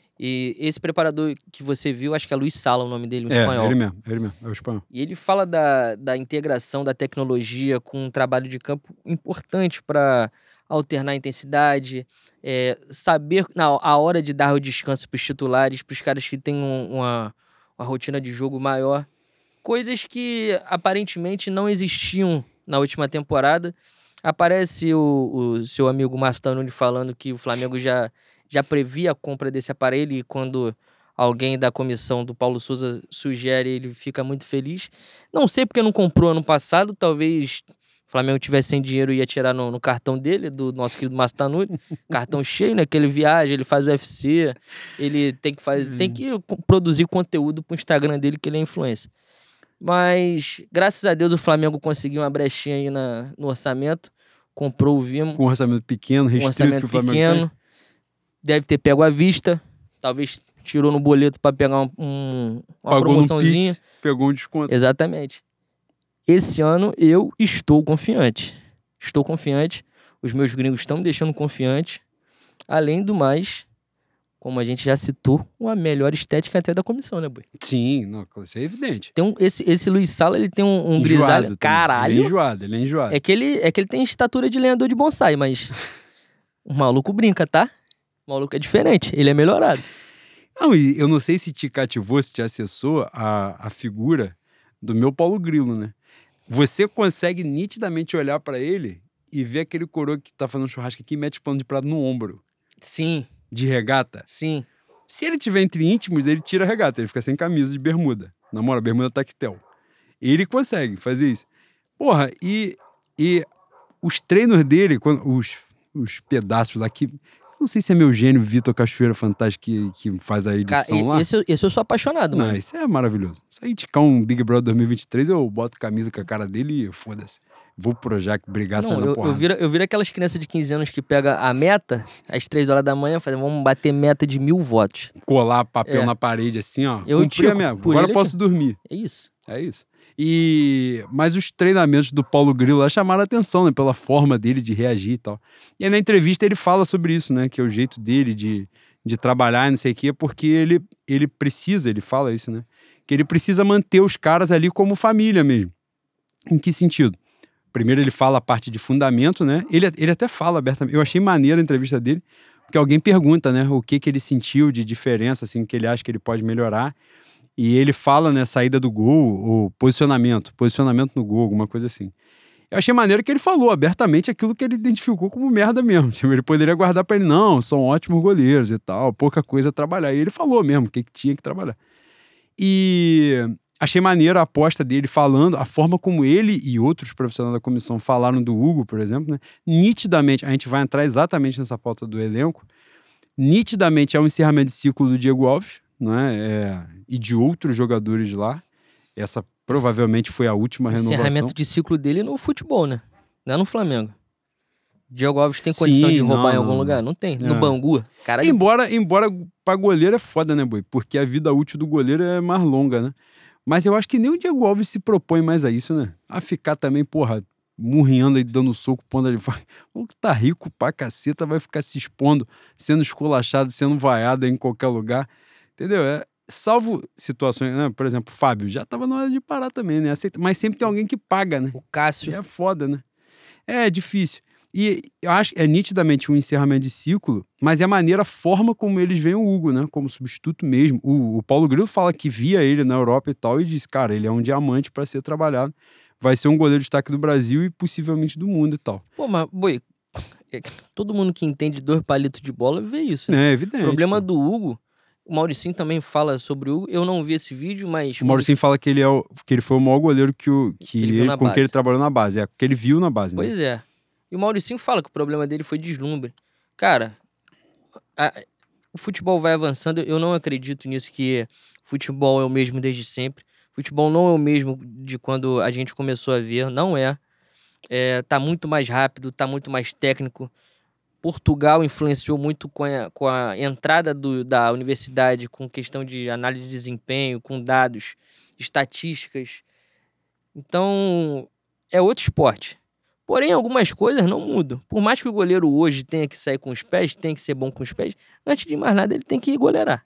E esse preparador que você viu, acho que é Luiz Sala o nome dele, um é, espanhol. É, ele mesmo, ele mesmo, é o espanhol. E ele fala da, da integração da tecnologia com um trabalho de campo importante para alternar a intensidade, é, saber na, a hora de dar o descanso para os titulares, para os caras que têm um, uma, uma rotina de jogo maior. Coisas que aparentemente não existiam na última temporada. Aparece o, o seu amigo Márcio Tanuri falando que o Flamengo já... já previa a compra desse aparelho e quando alguém da comissão do Paulo Souza sugere, ele fica muito feliz. Não sei porque não comprou ano passado, talvez o Flamengo tivesse sem dinheiro e ia tirar no, no cartão dele, do nosso querido Márcio Tanuri. Cartão cheio, né? Que ele viaja, ele faz o U F C, ele tem que, fazer, tem que produzir conteúdo pro Instagram dele, que ele é influencer. Mas, graças a Deus, o Flamengo conseguiu uma brechinha aí na, no orçamento, comprou o Vimo. Com um orçamento pequeno, restrito, um orçamento que o Flamengo pequeno. Tem. Deve ter pego à vista, talvez tirou no boleto para pegar um, um, uma Pagou promoçãozinha. No Pix, pegou um desconto. Exatamente. Esse ano eu estou confiante. Estou confiante. Os meus gringos estão me deixando confiante. Além do mais, como a gente já citou, uma melhor estética até da comissão, né, Boi? Sim, não, isso é evidente. Tem um, esse, esse Luiz Sala, ele tem um, um grisalho. Também. Caralho. Ele é enjoado, ele é enjoado. É que ele, é que ele tem estatura de lenhador de bonsai, mas o maluco brinca, tá? O maluco é diferente, ele é melhorado. Não, e eu não sei se te cativou, se te acessou a, a figura do meu Paulo Grilo, né? Você consegue nitidamente olhar pra ele e ver aquele coroa que tá fazendo churrasco aqui e mete pano de prato no ombro. Sim. De regata. Sim. Se ele tiver entre íntimos, ele tira a regata, ele fica sem camisa de bermuda. Na moral, bermuda tactel. Ele consegue fazer isso. Porra, e, e os treinos dele, quando, os, os pedaços lá que... Não sei se é meu gênio, Vitor Cachoeira Fantástico, que, que faz a edição Cara, lá. esse, esse eu sou apaixonado, Não, mano. isso é maravilhoso. Isso aí, ticar um Big Brother dois mil e vinte e três, eu boto camisa com a cara dele e foda-se. Vou pro Projac brigar, sair Não, na eu, porrada. eu, viro, eu viro aquelas crianças de quinze anos que pega a meta, às três horas da manhã, fazem, vamos bater meta de mil votos. Colar papel É. na parede assim, ó. Eu Cumpri a tico, minha... por Agora ele eu eu posso dormir. É isso. É isso. E... Mas os treinamentos do Paulo Grilo lá chamaram a atenção, né? Pela forma dele de reagir e tal. E aí na entrevista ele fala sobre isso, né? Que é o jeito dele de, de trabalhar e não sei o quê, porque ele, ele precisa, ele fala isso, né? Que ele precisa manter os caras ali como família mesmo. Em que sentido? Primeiro ele fala a parte de fundamento, né? Ele, ele até fala abertamente. Eu achei maneira a entrevista dele, porque alguém pergunta, né? O que que ele sentiu de diferença, assim, que ele acha que ele pode melhorar. E ele fala, né? Saída do gol, ou posicionamento. Posicionamento no gol, alguma coisa assim. Eu achei maneiro que ele falou abertamente aquilo que ele identificou como merda mesmo. Tipo, ele poderia guardar pra ele, não, são ótimos goleiros e tal, pouca coisa a trabalhar. E ele falou mesmo o que, que tinha que trabalhar. E... Achei maneiro a aposta dele falando, a forma como ele e outros profissionais da comissão falaram do Hugo, por exemplo, né? Nitidamente, a gente vai entrar exatamente nessa pauta do elenco, nitidamente é um encerramento de ciclo do Diego Alves, não é? É, e de outros jogadores lá. Essa provavelmente foi a última renovação. Encerramento de ciclo dele no futebol, né? Não é no Flamengo. Diego Alves tem condição Sim, de roubar não, em algum não, lugar? não. Não tem. É. No Bangu, cara de... Embora, embora pra goleiro é foda, né, boi? Porque a vida útil do goleiro é mais longa, né? Mas eu acho que nem o Diego Alves se propõe mais a isso, né? A ficar também, porra, murriando e dando soco, pondo ali. O que tá rico pra caceta vai ficar se expondo, sendo esculachado, sendo vaiado em qualquer lugar. Entendeu? É, salvo situações, né? Por exemplo, o Fábio já tava na hora de parar também, né? Aceita, mas sempre tem alguém que paga, né? O Cássio. E é foda, né? É difícil. E eu acho que é nitidamente um encerramento de ciclo, mas é a maneira, a forma como eles veem o Hugo, né? Como substituto mesmo. O, o Paulo Grilo fala que via ele na Europa e tal, e diz, cara, ele é um diamante para ser trabalhado. Vai ser um goleiro de destaque do Brasil e possivelmente do mundo e tal. Pô, mas, boi, todo mundo que entende dois palitos de bola vê isso, né? É evidente. O problema pô. do Hugo, o Mauricinho também fala sobre o Hugo. Eu não vi esse vídeo, mas... O Mauricinho fala que ele, é o, que ele foi o maior goleiro que o, que Que ele viu ele- na com que ele base. trabalhou na base. É, que ele viu na base, né? Pois é. E o Mauricinho fala que o problema dele foi deslumbre. Cara, a- o futebol vai avançando. Eu não acredito nisso, que futebol é o mesmo desde sempre. Futebol não é o mesmo de quando a gente começou a ver. Não é. É, tá muito mais rápido, tá muito mais técnico. Portugal influenciou muito com a, com a entrada do, da universidade, com questão de análise de desempenho, com dados, estatísticas. Então, é outro esporte. Porém, algumas coisas não mudam. Por mais que o goleiro hoje tenha que sair com os pés, tenha que ser bom com os pés, antes de mais nada ele tem que ir goleirar.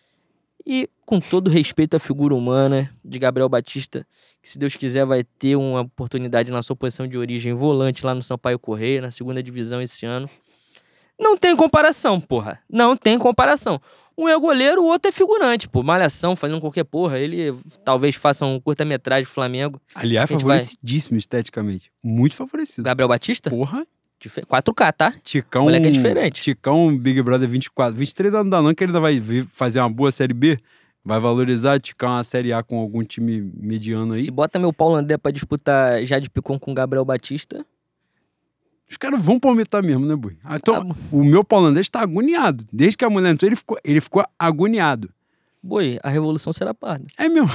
E com todo respeito à figura humana de Gabriel Batista, que se Deus quiser vai ter uma oportunidade na sua posição de origem volante lá no Sampaio Corrêa, na segunda divisão esse ano. Não tem comparação, porra. Não tem comparação. Um é goleiro, o outro é figurante, pô. Malhação, fazendo qualquer porra. Ele talvez faça um curta-metragem do Flamengo. Aliás, A gente vai- favorecidíssimo esteticamente. Muito favorecido. Gabriel Batista? Porra. Dife- quatro K, tá? Ticão, Moleque é diferente. Ticão Big Brother vinte e quatro, vinte e três anos da não, que ele ainda vai vir fazer uma boa Série B, vai valorizar, Ticão uma Série A com algum time mediano aí. Se bota meu Paulo André pra disputar Jade Picon com Gabriel Batista... Os caras vão palmitar mesmo, né, Bui? Ah, Então, Ah, bom. o meu paulandês tá agoniado. Desde que a mulher entrou, ele ficou, ele ficou agoniado. Boi, a revolução será parda. É mesmo.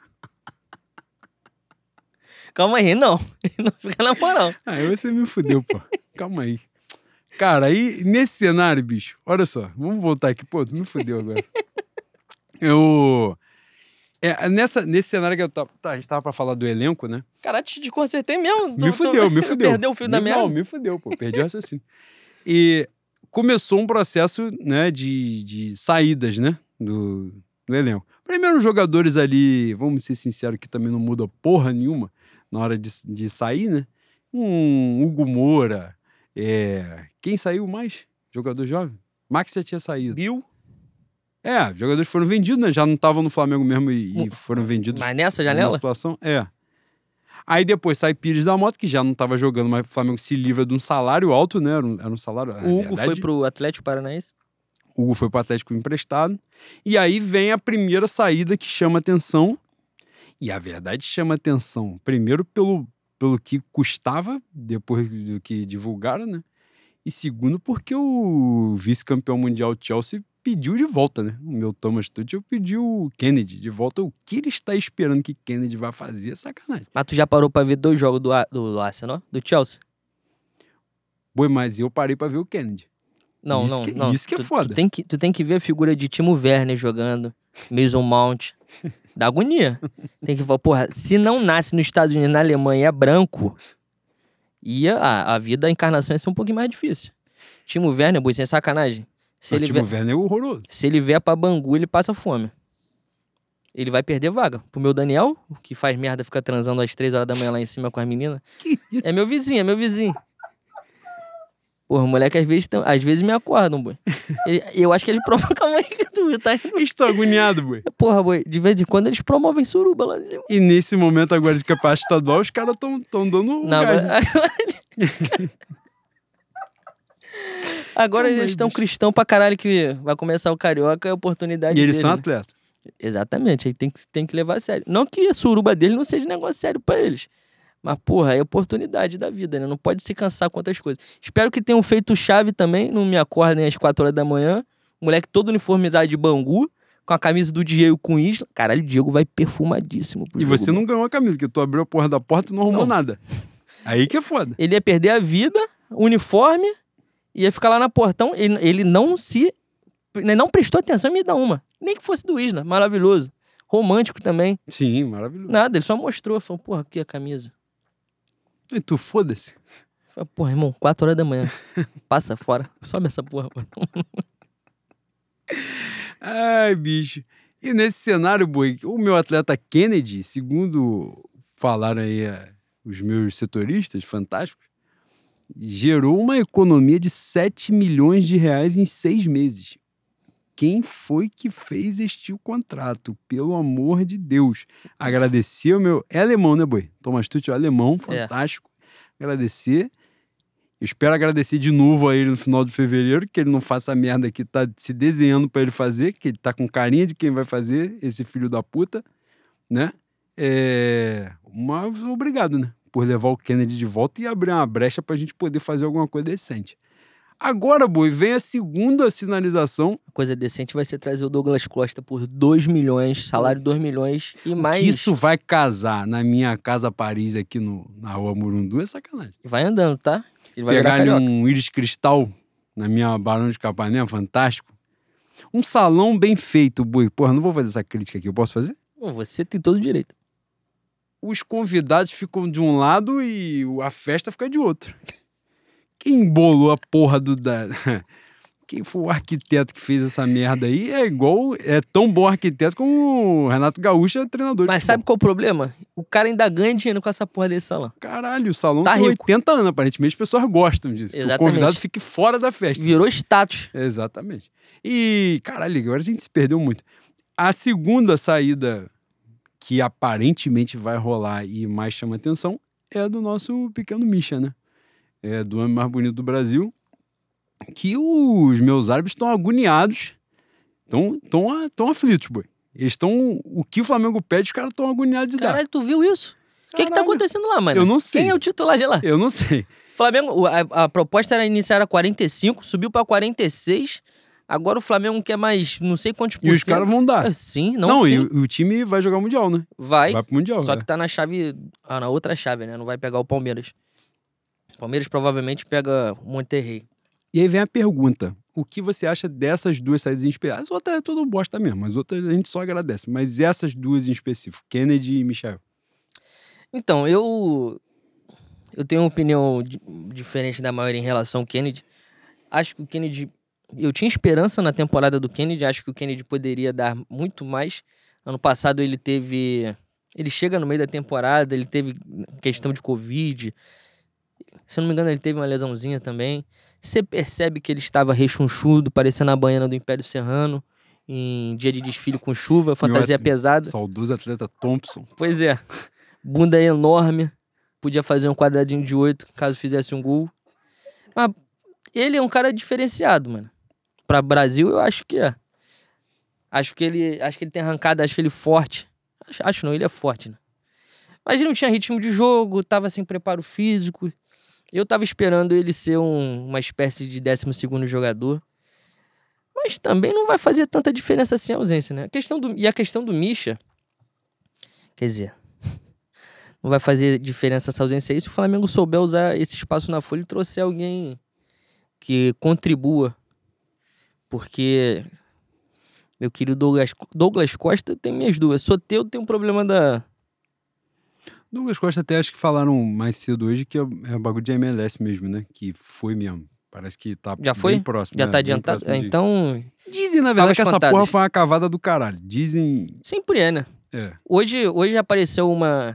Calma aí, não. Não fica na moral. Aí você me fudeu, pô. Calma aí. Cara, aí nesse cenário, bicho, olha só, vamos voltar aqui. Pô, tu me fudeu agora. Eu... É, nessa, nesse cenário que eu tava... Tá, a gente tava pra falar do elenco, né? Cara, te desconcertei mesmo. Me fudeu, me fudeu. Perdeu o fio da Me- merda. Não, me fudeu, pô. Perdi o raciocínio. E começou um processo, né, de, de saídas, né, do, do elenco. Primeiro, os jogadores ali, vamos ser sinceros, que também não muda porra nenhuma na hora de, de sair, né? Um Hugo Moura. É... Quem saiu mais? Jogador jovem? Max já tinha saído. Bill. É, os jogadores foram vendidos, né? Já não estavam no Flamengo mesmo e, e foram vendidos. Mas nessa numa janela? situação, é. Aí depois sai Pires da Mota, que já não estava jogando, mas o Flamengo se livra de um salário alto, né? Era um, era um salário... O Hugo verdade, foi pro Atlético Paranaense? O Hugo foi pro Atlético emprestado. E aí vem a primeira saída que chama atenção. E a verdade chama atenção. Primeiro pelo, pelo que custava, depois do que divulgaram, né? E segundo porque o vice-campeão mundial Chelsea pediu de volta, né? O meu Thomas Tuchel pediu o Kennedy de volta. O que ele está esperando que Kennedy vai fazer é sacanagem. Mas tu já parou pra ver dois jogos do, do, do Arsenal? Do Chelsea? Boi, mas eu parei pra ver o Kennedy. Não, isso não, que, não. Isso que é tu, foda. Tu tem que, tu tem que ver a figura de Timo Werner jogando, Mason Mount. Dá agonia. Tem que falar, porra, se não nasce nos Estados Unidos, na Alemanha, é branco, ia, a, a vida, a encarnação ia ser um pouquinho mais difícil. Timo Werner, boi, sem sacanagem. Se o ele Timo vier, Werner é horroroso. Se ele vier pra Bangu, ele passa fome. Ele vai perder vaga. Pro meu Daniel, que faz merda, fica transando às três horas da manhã lá em cima com as meninas. Que isso? É meu vizinho, é meu vizinho. Porra, o moleque às vezes, tão, às vezes me acordam, boi. Ele, eu acho que eles provocam a mãe que tu tá indo. Estou agoniado, boi. Porra, boi, de vez em quando eles promovem suruba lá em cima. E nesse momento agora de campeonato estadual, os caras estão dando Não, gás, agora... né? Agora eles estão cristão pra caralho que vai começar o Carioca, é a oportunidade E eles dele, são né? atletas. Exatamente, aí tem que, tem que levar a sério. Não que a suruba deles não seja negócio sério pra eles. Mas, porra, é oportunidade da vida, né? Não pode se cansar com outras coisas. Espero que tenham feito chave também, não me acordem às quatro horas da manhã. O moleque todo uniformizado de Bangu, com a camisa do Diego com Isla. Caralho, o Diego vai perfumadíssimo pro E jogo, você não ganhou a camisa, que tu abriu a porra da porta e não arrumou Não. nada. Aí que é foda. Ele ia perder a vida, uniforme, ia ficar lá na portão. Ele, ele não se... Ele não prestou atenção em me dar uma. Nem que fosse do Isla, maravilhoso. Romântico também. Sim, maravilhoso. Nada, ele só mostrou. Falou, porra, aqui a camisa. E tu, foda-se. Falei, porra, irmão, quatro horas da manhã. Passa fora. Sobe essa porra, mano. Ai, bicho. E nesse cenário, boi, o meu atleta Kennedy, segundo falaram aí é, os meus setoristas fantásticos, gerou uma economia de sete milhões de reais em seis meses. Quem foi que fez este contrato? Pelo amor de Deus. Agradecer o meu... É alemão, né, boi? Thomas Tuchel é alemão, fantástico. É. Agradecer. Eu espero agradecer de novo a ele no final de fevereiro, que ele não faça a merda que tá se desenhando pra ele fazer, que ele tá com carinha de quem vai fazer, esse filho da puta, né? É... Mas obrigado, né? Por levar o Kennedy de volta e abrir uma brecha pra gente poder fazer alguma coisa decente. Agora, boi, vem a segunda sinalização. A coisa decente vai ser trazer o Douglas Costa por dois milhões, salário dois milhões e mais... Que isso vai casar na minha casa Paris aqui no, na rua Murundu é sacanagem. Vai andando, tá? Ele vai Pegar ali virar um íris cristal na minha Barão de Capanema, fantástico. Um salão bem feito, boi. Porra, não vou fazer essa crítica aqui, eu posso fazer? Pô, você tem todo o direito. Os convidados ficam de um lado e a festa fica de outro. Quem embolou a porra do... Da... Quem foi o arquiteto que fez essa merda aí é igual... É tão bom arquiteto como o Renato Gaúcho é treinador. Mas sabe qual é o problema? O cara ainda ganha dinheiro com essa porra desse salão. Caralho, o salão Tá tem rico. oitenta anos, aparentemente as pessoas gostam disso. Que o Exatamente. convidado fique fora da festa. Virou status. Exatamente. E, caralho, agora a gente se perdeu muito. A segunda saída que aparentemente vai rolar e mais chama atenção é do nosso pequeno Misha, né? É do homem mais bonito do Brasil, que os meus árbitros estão agoniados, estão aflitos, boi. Eles estão... O que o Flamengo pede, os caras estão agoniados de Caralho, dar. tu viu isso? O que que tá acontecendo lá, mano? Eu não sei. Quem é o titular de lá? Eu não sei. Flamengo, a, a proposta era iniciar era quarenta e cinco, subiu pra quarenta e seis. Agora o Flamengo quer mais não sei quantos por E os cento. caras vão dar. Ah, sim, não, Não, sim. e o, o time vai jogar o Mundial, né? Vai, Vai pro Mundial. só é. que tá na chave... Ah, na outra chave, né? Não vai pegar o Palmeiras. O Palmeiras provavelmente pega o Monterrey. E aí vem a pergunta. O que você acha dessas duas saídas em específico? As outras é tudo bosta mesmo, as outras a gente só agradece. Mas essas duas em específico, Kennedy e Michel. Então, eu... Eu tenho uma opinião di- diferente da maioria em relação ao Kennedy. Acho que o Kennedy... Eu tinha esperança na temporada do Kennedy. Acho que o Kennedy poderia dar muito mais. Ano passado ele teve... Ele chega no meio da temporada, ele teve questão de Covid. Se eu não me engano, ele teve uma lesãozinha também. Você percebe que ele estava rechonchudo, parecendo a baiana do Império Serrano. em dia de desfile com chuva, fantasia at- pesada. Saudoso atleta Thompson. Pois é, bunda enorme, podia fazer um quadradinho de oito caso fizesse um gol. Mas ele é um cara diferenciado, mano. Pra Brasil, eu acho que é. Acho que ele, acho que ele tem arrancada, acho ele forte. Acho, acho não, ele é forte, né? Mas ele não tinha ritmo de jogo, tava sem preparo físico. Eu tava esperando ele ser um, uma espécie de décimo segundo jogador. Mas também não vai fazer tanta diferença assim a ausência, né? A questão do, e a questão do Mischa, quer dizer, não vai fazer diferença essa ausência aí se o Flamengo souber usar esse espaço na folha e trouxer alguém que contribua. Porque meu querido Douglas, Douglas Costa tem minhas dúvidas. Soteldo tem um problema da... Douglas Costa até acho que falaram mais cedo hoje que é, é bagulho de M L S mesmo, né? Que foi mesmo. Parece que tá Já foi? bem próximo. Já né? tá Bem adiantado? próximo É, de- então, Dizem, na verdade, Favas que essa contadas. porra foi uma cavada do caralho. Dizem... sempre é, né? É. Hoje, hoje apareceu uma...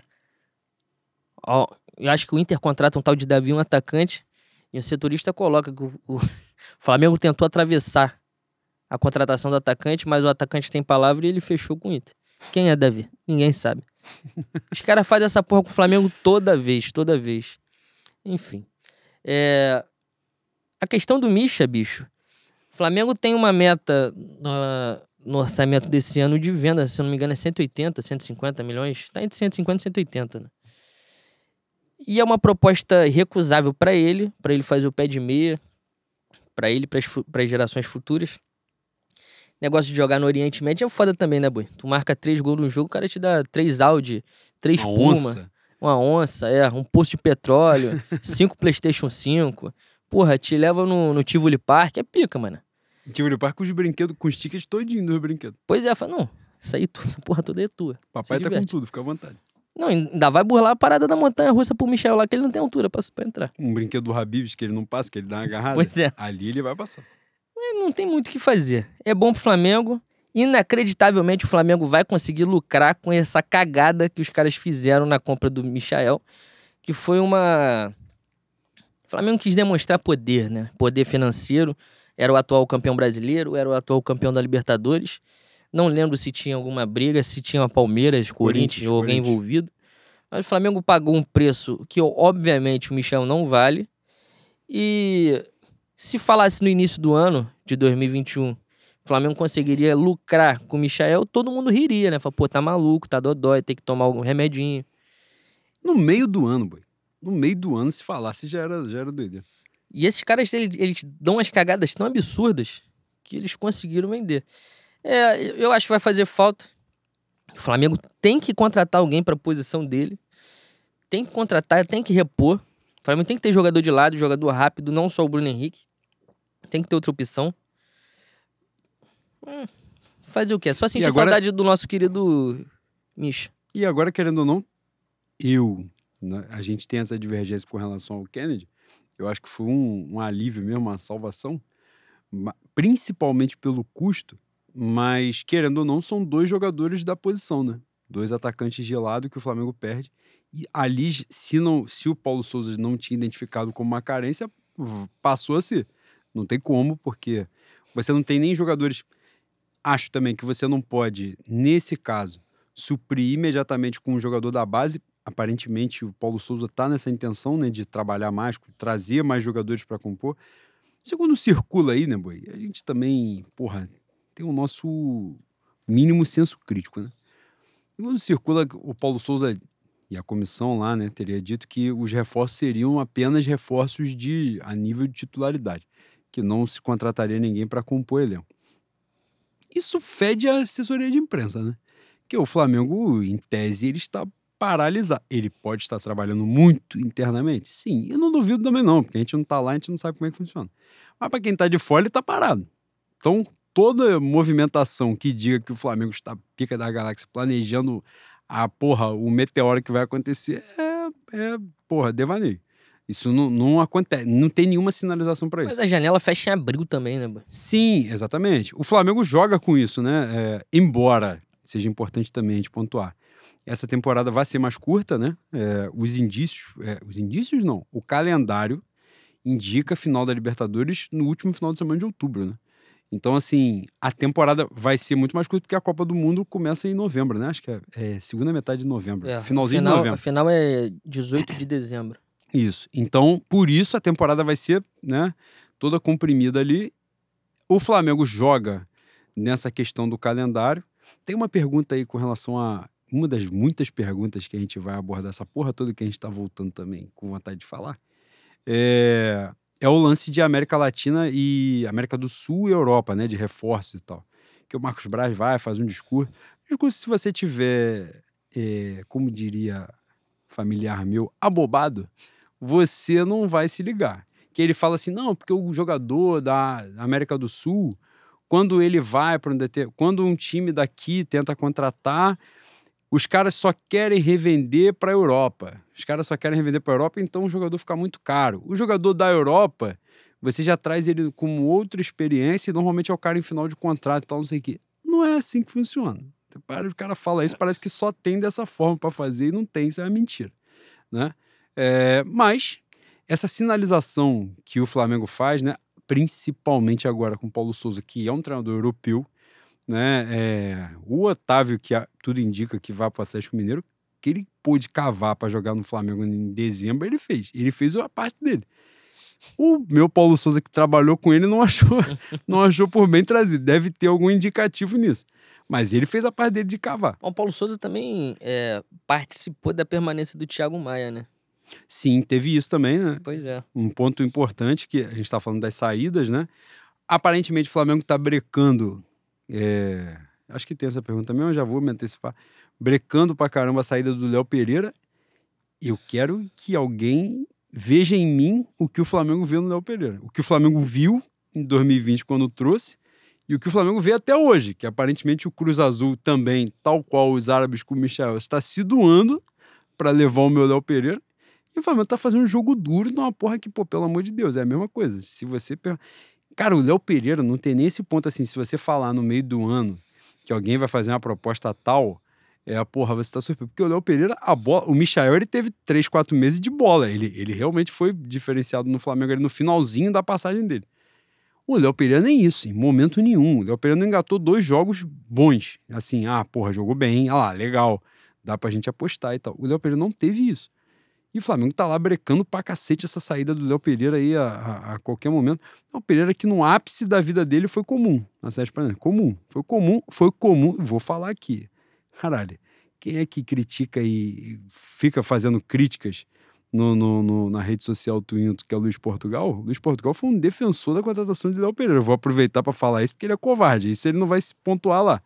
Ó, eu acho que o Inter contrata um tal de Davi, um atacante, e o setorista coloca que o, o Flamengo tentou atravessar a contratação do atacante, mas o atacante tem palavra e ele fechou com o Inter. Quem é Davi? Ninguém sabe. Os caras fazem essa porra com o Flamengo toda vez, toda vez. Enfim. É... A questão do Mischa, bicho. O Flamengo tem uma meta no, no orçamento desse ano de venda, se eu não me engano é cento e oitenta, cento e cinquenta milhões. Tá entre cento e cinquenta e cento e oitenta, né? E é uma proposta recusável pra ele, pra ele fazer o pé de meia, pra ele, pras, fu- pras gerações futuras. Negócio de jogar no Oriente Médio é foda também, né, boi? Tu marca três gols no jogo, o cara te dá três Audi, três Uma Puma, onça. uma onça, é, um poço de petróleo, cinco PlayStation cinco. Porra, te leva no, no Tivoli Park, é pica, mano. Tivoli Park com os brinquedos, com os tickets todinho dos brinquedos. Pois é, fala, não, isso aí, tu- essa porra toda é tua. Papai Se tá com diverte. tudo, fica à vontade. Não, ainda vai burlar a parada da montanha-russa pro Michel lá, que ele não tem altura pra, pra entrar. Um brinquedo do Habibs que ele não passa, que ele dá uma agarrada. Pois é. Ali ele vai passar. Não tem muito o que fazer. É bom pro Flamengo. Inacreditavelmente, o Flamengo vai conseguir lucrar com essa cagada que os caras fizeram na compra do Michael, que foi uma... O Flamengo quis demonstrar poder, né? Poder financeiro. Era o atual campeão brasileiro, era o atual campeão da Libertadores. Não lembro se tinha alguma briga, se tinha Palmeiras, Corinthians, Corinthians, ou alguém Corinthians. envolvido. Mas o Flamengo pagou um preço que, obviamente, o Michel não vale. E se falasse no início do ano, de dois mil e vinte e um, o Flamengo conseguiria lucrar com o Michael, todo mundo riria, né? Fala, pô, tá maluco, tá dodói, tem que tomar algum remedinho. No meio do ano, boy. No meio do ano, se falasse, já era, já era doideira. E esses caras, eles, eles dão umas cagadas tão absurdas que eles conseguiram vender. É, eu acho que vai fazer falta. O Flamengo tem que contratar alguém pra posição dele. Tem que contratar, tem que repor. O Flamengo tem que ter jogador de lado, jogador rápido, não só o Bruno Henrique. Tem que ter outra opção. Hum, fazer o quê? Só sentir agora- saudade do nosso querido Misha. E agora, querendo ou não, eu, né, a gente tem essa divergência com relação ao Kennedy. Eu acho que foi um, um alívio mesmo, uma salvação, ma- principalmente pelo custo, mas, querendo ou não, são dois jogadores da posição, né? Dois atacantes de lado que o Flamengo perde. E ali, se, não, se o Paulo Souza não tinha identificado como uma carência, v- passou a ser. Não tem como, porque você não tem nem jogadores... Acho também que você não pode, nesse caso, suprir imediatamente com um jogador da base. Aparentemente, o Paulo Souza está nessa intenção, né, de trabalhar mais, trazer mais jogadores para compor. Segundo circula aí, né, boy? A gente também, porra, tem o nosso mínimo senso crítico, né? Segundo circula, o Paulo Souza e a comissão lá, né, teria dito que os reforços seriam apenas reforços de, a nível de titularidade, que não se contrataria ninguém para compor elenco. Isso fede a assessoria de imprensa, né? Que o Flamengo, em tese, ele está paralisado. Ele pode estar trabalhando muito internamente? Sim, eu não duvido também não, porque a gente não está lá, a gente não sabe como é que funciona. Mas para quem está de fora, ele está parado. Então, toda movimentação que diga que o Flamengo está pica da galáxia planejando a porra, o meteoro que vai acontecer, é, é porra, devaneio. Isso não, não acontece, não tem nenhuma sinalização para isso. Mas a janela fecha em abril também, né, boy? Sim, exatamente. O Flamengo joga com isso, né? É, embora seja importante também a gente pontuar. Essa temporada vai ser mais curta, né? É, os indícios... É, os indícios não. O calendário indica a final da Libertadores no último final de semana de outubro, né? Então, assim, a temporada vai ser muito mais curta porque a Copa do Mundo começa em novembro, né? Acho que é, é segunda metade de novembro. É, Finalzinho final, de novembro. A final é dezoito de dezembro. Isso. Então, por isso a temporada vai ser, né, toda comprimida ali. O Flamengo joga nessa questão do calendário. Tem uma pergunta aí com relação a uma das muitas perguntas que a gente vai abordar, essa porra toda que a gente tá voltando também com vontade de falar. É, é o lance de América Latina e América do Sul e Europa, né, de reforços e tal. Que o Marcos Braz vai, faz um discurso. Discurso, se você tiver, é, como diria familiar meu, abobado, você não vai se ligar. Que ele fala assim, não, porque o jogador da América do Sul, quando ele vai para um deter... quando um time daqui tenta contratar, os caras só querem revender para a Europa. Os caras só querem revender para a Europa, então o jogador fica muito caro. O jogador da Europa, você já traz ele com outra experiência e normalmente é o cara em final de contrato e tal, não sei o quê. Não é assim que funciona. O cara fala isso, parece que só tem dessa forma para fazer e não tem, isso é uma mentira, né? É, mas essa sinalização que o Flamengo faz, né, principalmente agora com o Paulo Souza, que é um treinador europeu, né, é, o Otávio, que a, tudo indica que vai para o Atlético Mineiro, que ele pôde cavar para jogar no Flamengo em dezembro, ele fez. Ele fez a parte dele. O meu Paulo Souza, que trabalhou com ele, não achou, não achou por bem trazido. Deve ter algum indicativo nisso. Mas ele fez a parte dele de cavar. O Paulo Souza também é, participou da permanência do Thiago Maia, né? Sim, teve isso também, né? Pois é. Um ponto importante, que a gente está falando das saídas, né? Aparentemente o Flamengo está brecando, é... acho que tem essa pergunta mesmo, eu já vou me antecipar, brecando pra caramba a saída do Léo Pereira. Eu quero que alguém veja em mim o que o Flamengo viu no Léo Pereira. O que o Flamengo viu em dois mil e vinte quando trouxe e o que o Flamengo vê até hoje, que aparentemente o Cruz Azul também, tal qual os árabes com o Michel, está se doando para levar o meu Léo Pereira. E o Flamengo tá fazendo um jogo duro numa porra que, pô, pelo amor de Deus, é a mesma coisa. Se você... Cara, o Léo Pereira não tem nem esse ponto assim, se você falar no meio do ano que alguém vai fazer uma proposta tal, é a porra, você tá surpreso. Porque o Léo Pereira, a bola... O Michael, ele teve três, quatro meses de bola. Ele, ele realmente foi diferenciado no Flamengo ali no finalzinho da passagem dele. O Léo Pereira nem isso, em momento nenhum. O Léo Pereira não engatou dois jogos bons. Assim, ah, porra, jogou bem, ah lá, legal. Dá pra gente apostar e tal. O Léo Pereira não teve isso. E o Flamengo tá lá brecando pra cacete essa saída do Léo Pereira aí a, a, a qualquer momento. O Léo Pereira que no ápice da vida dele foi comum. Na Atlético Paranaense. Comum. Foi comum, foi comum. Vou falar aqui. Caralho, quem é que critica e fica fazendo críticas no, no, no, na rede social Twinto, que é o Luiz Portugal? O Luiz Portugal foi um defensor da contratação de Léo Pereira. Eu vou aproveitar pra falar isso porque ele é covarde. Isso ele não vai se pontuar lá.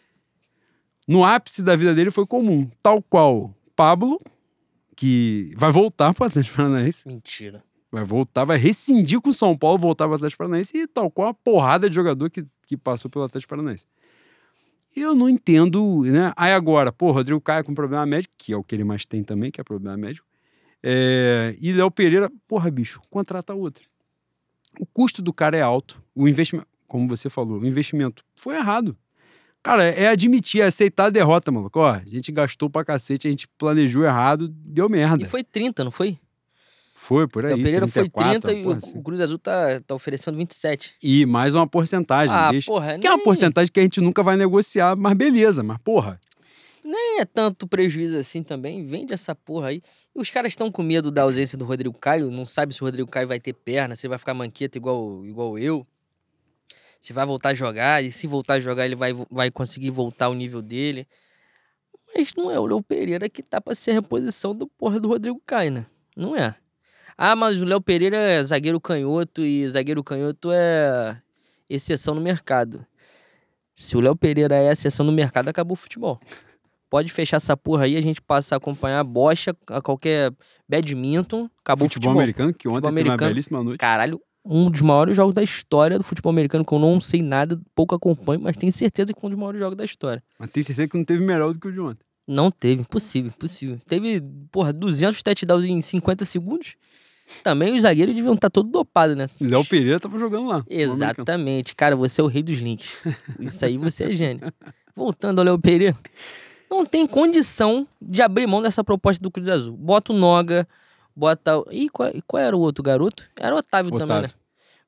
No ápice da vida dele foi comum. Tal qual Pablo, que vai voltar para o Atlético Paranaense. Mentira. Vai voltar, vai rescindir com o São Paulo, voltar para o Atlético Paranaense e tal qual a porrada de jogador que, que passou pelo Atlético Paranaense. Eu não entendo, né? Aí agora, pô, Rodrigo Caio com problema médico, que é o que ele mais tem também, que é problema médico. É... E Léo Pereira, porra, bicho, contrata outro. O custo do cara é alto. O investimento, como você falou, o investimento foi errado. Cara, é admitir, é aceitar a derrota, maluco. Ó, a gente gastou pra cacete, a gente planejou errado, deu merda. E foi trinta, não foi? Foi, por aí. O Pereira trinta e quatro, foi trinta e o, assim. o Cruz Azul tá, tá oferecendo vinte e sete. E mais uma porcentagem. Ah, deixa. porra, Que é uma nem- porcentagem que a gente nunca vai negociar, mas beleza, mas porra. Nem é tanto prejuízo assim também. Vende essa porra aí. E os caras estão com medo da ausência do Rodrigo Caio. Não sabe se o Rodrigo Caio vai ter perna, se ele vai ficar manqueta igual, igual eu. Se vai voltar a jogar. E se voltar a jogar, ele vai, vai conseguir voltar ao nível dele. Mas não é o Léo Pereira que tá pra ser a reposição do porra do Rodrigo Caio, né? Não é. Ah, mas o Léo Pereira é zagueiro canhoto e zagueiro canhoto é exceção no mercado. Se o Léo Pereira é exceção no mercado, acabou o futebol. Pode fechar essa porra aí, a gente passa a acompanhar a bocha, a qualquer badminton, acabou Futebol o futebol. americano, que ontem Futebol teve uma americano. belíssima noite. Caralho, um dos maiores jogos da história do futebol americano, que eu não sei nada, pouco acompanho, mas tenho certeza que foi um dos maiores jogos da história. Mas tem certeza que não teve melhor do que o de ontem. Não teve, impossível, impossível. Teve, porra, duzentos touchdowns em cinquenta segundos. Também os zagueiros deviam estar todos dopados, né? Léo Pereira tava jogando lá. Exatamente. Cara, você é o rei dos links. Isso aí você é gênio. Voltando ao Léo Pereira. Não tem condição de abrir mão dessa proposta do Cruz Azul. Bota o Noga, bota... Ih, qual, qual era o outro garoto? Era o Otávio, Otávio. também, né?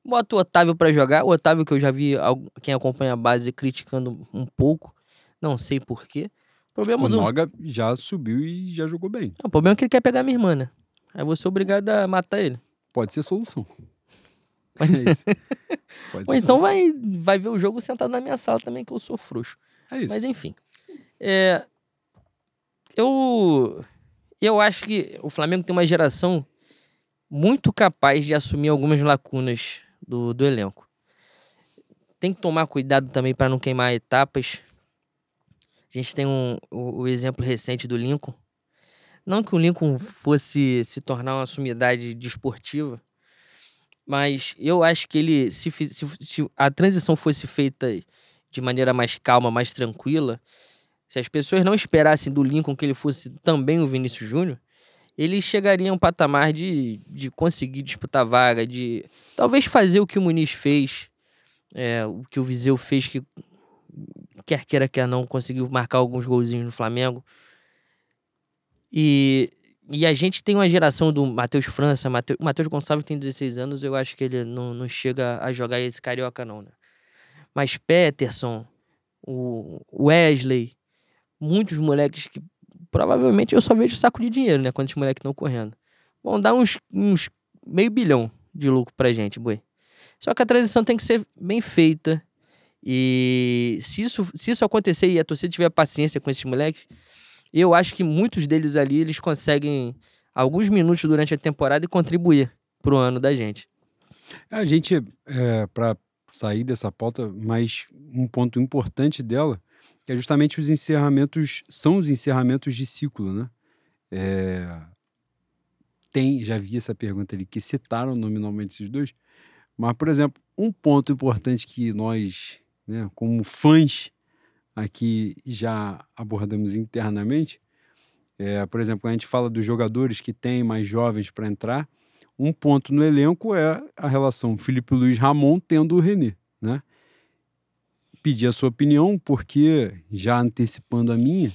Bota o Otávio pra jogar. O Otávio que eu já vi algu- quem acompanha a base criticando um pouco. Não sei porquê. O problema O do... Noga já subiu e já jogou bem. O problema é que ele quer pegar minha irmã, né? Aí eu vou ser obrigado a matar ele. Pode ser solução. Mas... É isso. Pode Ou ser então solução. vai, vai ver o jogo sentado na minha sala também, que eu sou frouxo. É isso. Mas enfim. É, eu, eu acho que o Flamengo tem uma geração muito capaz de assumir algumas lacunas do, do elenco. Tem que tomar cuidado também para não queimar etapas. A gente tem um, o, o exemplo recente do Lincoln. Não que o Lincoln fosse se tornar uma sumidade desportiva, mas eu acho que ele, se, fi- se, se a transição fosse feita de maneira mais calma, mais tranquila, se as pessoas não esperassem do Lincoln que ele fosse também o Vinícius Júnior, ele chegaria a um patamar de, de conseguir disputar vaga, de talvez fazer o que o Muniz fez, é, o que o Viseu fez, que quer queira, quer não, conseguiu marcar alguns golzinhos no Flamengo. E, e a gente tem uma geração do Matheus França, Mateu, o Matheus Gonçalves tem dezesseis anos, eu acho que ele não, não chega a jogar esse carioca não, né? Mas Peterson, o Wesley, muitos moleques que provavelmente eu só vejo saco de dinheiro, né? Quando os moleques estão correndo. Vão dar uns, uns meio bilhão de lucro pra gente, boi. Só que a transição tem que ser bem feita. E se isso, se isso acontecer e a torcida tiver paciência com esses moleques, eu acho que muitos deles ali, eles conseguem alguns minutos durante a temporada e contribuir pro ano da gente. A gente, é, para sair dessa pauta, mas um ponto importante dela é justamente os encerramentos, são os encerramentos de ciclo, né? É, tem, já vi essa pergunta ali, que citaram nominalmente esses dois, mas, por exemplo, um ponto importante que nós, né, como fãs aqui já abordamos internamente, é, por exemplo, quando a gente fala dos jogadores que têm mais jovens para entrar, um ponto no elenco é a relação Felipe Luiz Ramon tendo o René, né? Pedi a sua opinião, porque, já antecipando a minha,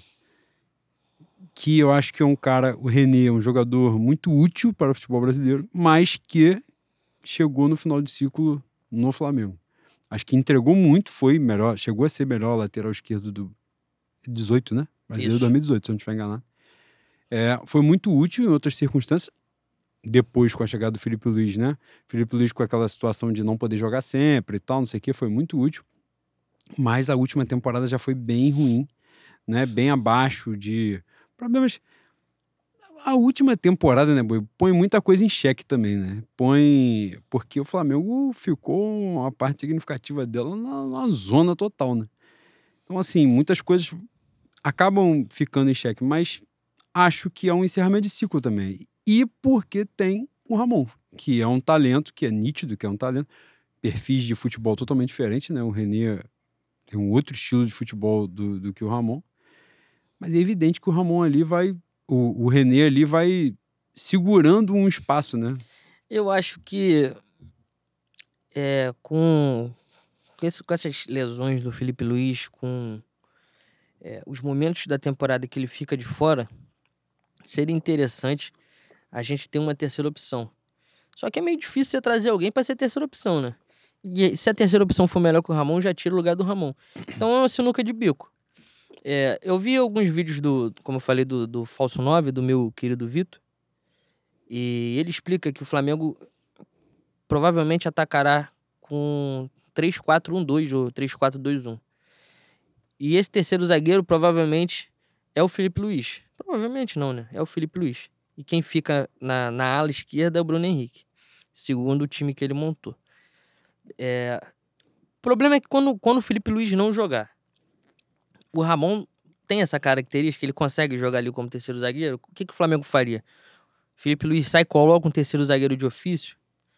que eu acho que é um cara, o René é um jogador muito útil para o futebol brasileiro, mas que chegou no final de ciclo no Flamengo. Acho que entregou muito, foi melhor, chegou a ser melhor lateral esquerdo do dezoito, né? Brasileiro Isso. dois mil e dezoito, se eu não estiver enganado. É, foi muito útil em outras circunstâncias, depois com a chegada do Felipe Luiz, né? Felipe Luiz com aquela situação de não poder jogar sempre e tal, não sei o que, foi muito útil. Mas a última temporada já foi bem ruim, né? Bem abaixo de problemas. A última temporada, né, Boi, põe muita coisa em xeque também, né? Põe... Porque o Flamengo ficou uma parte significativa dela na, na zona total, né? Então, assim, muitas coisas acabam ficando em xeque, mas acho que é um encerramento de ciclo também. E porque tem o Ramon, que é um talento, que é nítido, que é um talento. Perfis de futebol totalmente diferente, né? O René tem um outro estilo de futebol do, do que o Ramon. Mas é evidente que o Ramon ali vai... O, o René ali vai segurando um espaço, né? Eu acho que é, com, com, esse, com essas lesões do Felipe Luiz, com é, os momentos da temporada que ele fica de fora, seria interessante a gente ter uma terceira opção. Só que é meio difícil você trazer alguém para ser terceira opção, né? E se a terceira opção for melhor que o Ramon, já tira o lugar do Ramon. Então é uma sinuca de bico. É, eu vi alguns vídeos do, como eu falei, do, do Falso nove, do meu querido Vitor, e ele explica que o Flamengo provavelmente atacará com três quatro um dois ou três quatro dois um. E esse terceiro zagueiro provavelmente é o Felipe Luiz. Provavelmente não, né? É o Felipe Luiz. E quem fica na, na ala esquerda é o Bruno Henrique, segundo o time que ele montou. É... O problema é que quando, quando o Felipe Luiz não jogar, o Ramon tem essa característica, ele consegue jogar ali como terceiro zagueiro. O que, que o Flamengo faria? Felipe Luiz sai e coloca um terceiro zagueiro de ofício.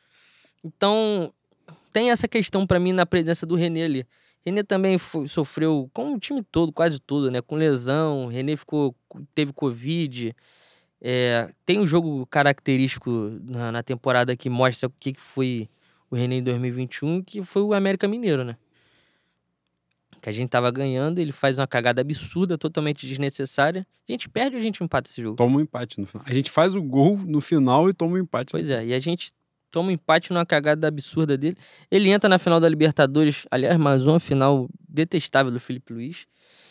Então, tem essa questão pra mim na presença do René ali. René também foi, sofreu, com o time todo, quase todo, né? Com lesão, René ficou, teve Covid. É, tem um jogo característico na, na temporada que mostra o que, que foi o René em dois mil e vinte e um, que foi o América Mineiro, né? Que a gente tava ganhando, ele faz uma cagada absurda, totalmente desnecessária. A gente perde ou a gente empata esse jogo? Toma um empate no final. A gente faz o gol no final e toma um empate. Pois é, e a gente toma um empate numa cagada absurda dele. Ele entra na final da Libertadores, aliás, mais uma final detestável do Felipe Luiz.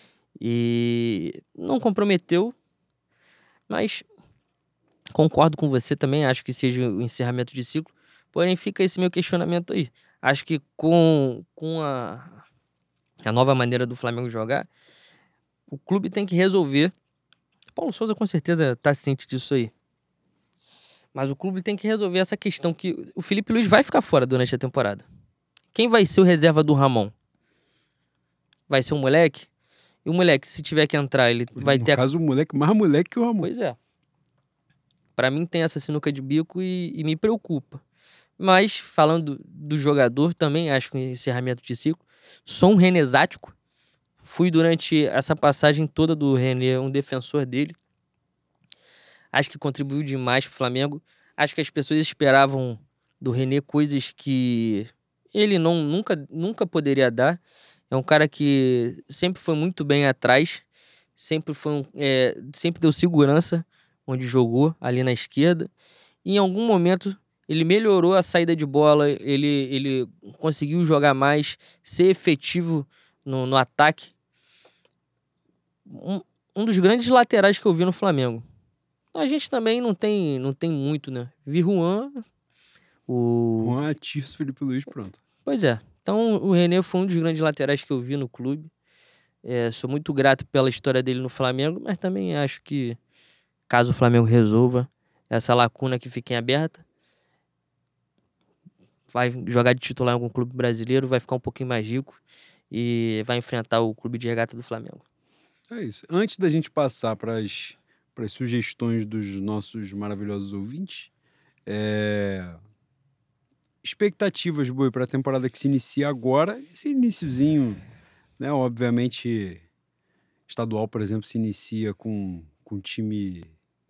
E não comprometeu, mas concordo com você também, acho que seja o encerramento de ciclo. Porém, fica esse meu questionamento aí. Acho que com, com a, a nova maneira do Flamengo jogar, o clube tem que resolver. Paulo Souza com certeza tá ciente disso aí. Mas o clube tem que resolver essa questão que o Felipe Luiz vai ficar fora durante a temporada. Quem vai ser o reserva do Ramon? Vai ser um moleque? E o moleque, se tiver que entrar, ele vai no ter... No caso, o moleque mais moleque que o Ramon. Pois é. Pra mim tem essa sinuca de bico e, e me preocupa. Mas, falando do, do jogador, também acho que encerramento de ciclo. Sou um renesático. Fui durante essa passagem toda do René um defensor dele. Acho que contribuiu demais pro Flamengo. Acho que as pessoas esperavam do René coisas que ele não, nunca, nunca poderia dar. É um cara que sempre foi muito bem atrás. Sempre, foi um, é, sempre deu segurança onde jogou, ali na esquerda. E em algum momento ele melhorou a saída de bola. Ele, ele conseguiu jogar mais, ser efetivo no, no ataque. Um, um dos grandes laterais que eu vi no Flamengo. A gente também não tem, não tem muito, né? Vi Juan, o... Juan, Atirso, Felipe Luiz, pronto. Pois é. Então o René foi um dos grandes laterais que eu vi no clube. É, sou muito grato pela história dele no Flamengo, mas também acho que, caso o Flamengo resolva essa lacuna que fica em aberta, vai jogar de titular em algum clube brasileiro, vai ficar um pouquinho mais rico e vai enfrentar o clube de regata do Flamengo. É isso. Antes da gente passar para as para as sugestões dos nossos maravilhosos ouvintes, é... expectativas, Boi, para a temporada que se inicia agora, esse iniciozinho, né? Obviamente, estadual, por exemplo, se inicia com, com time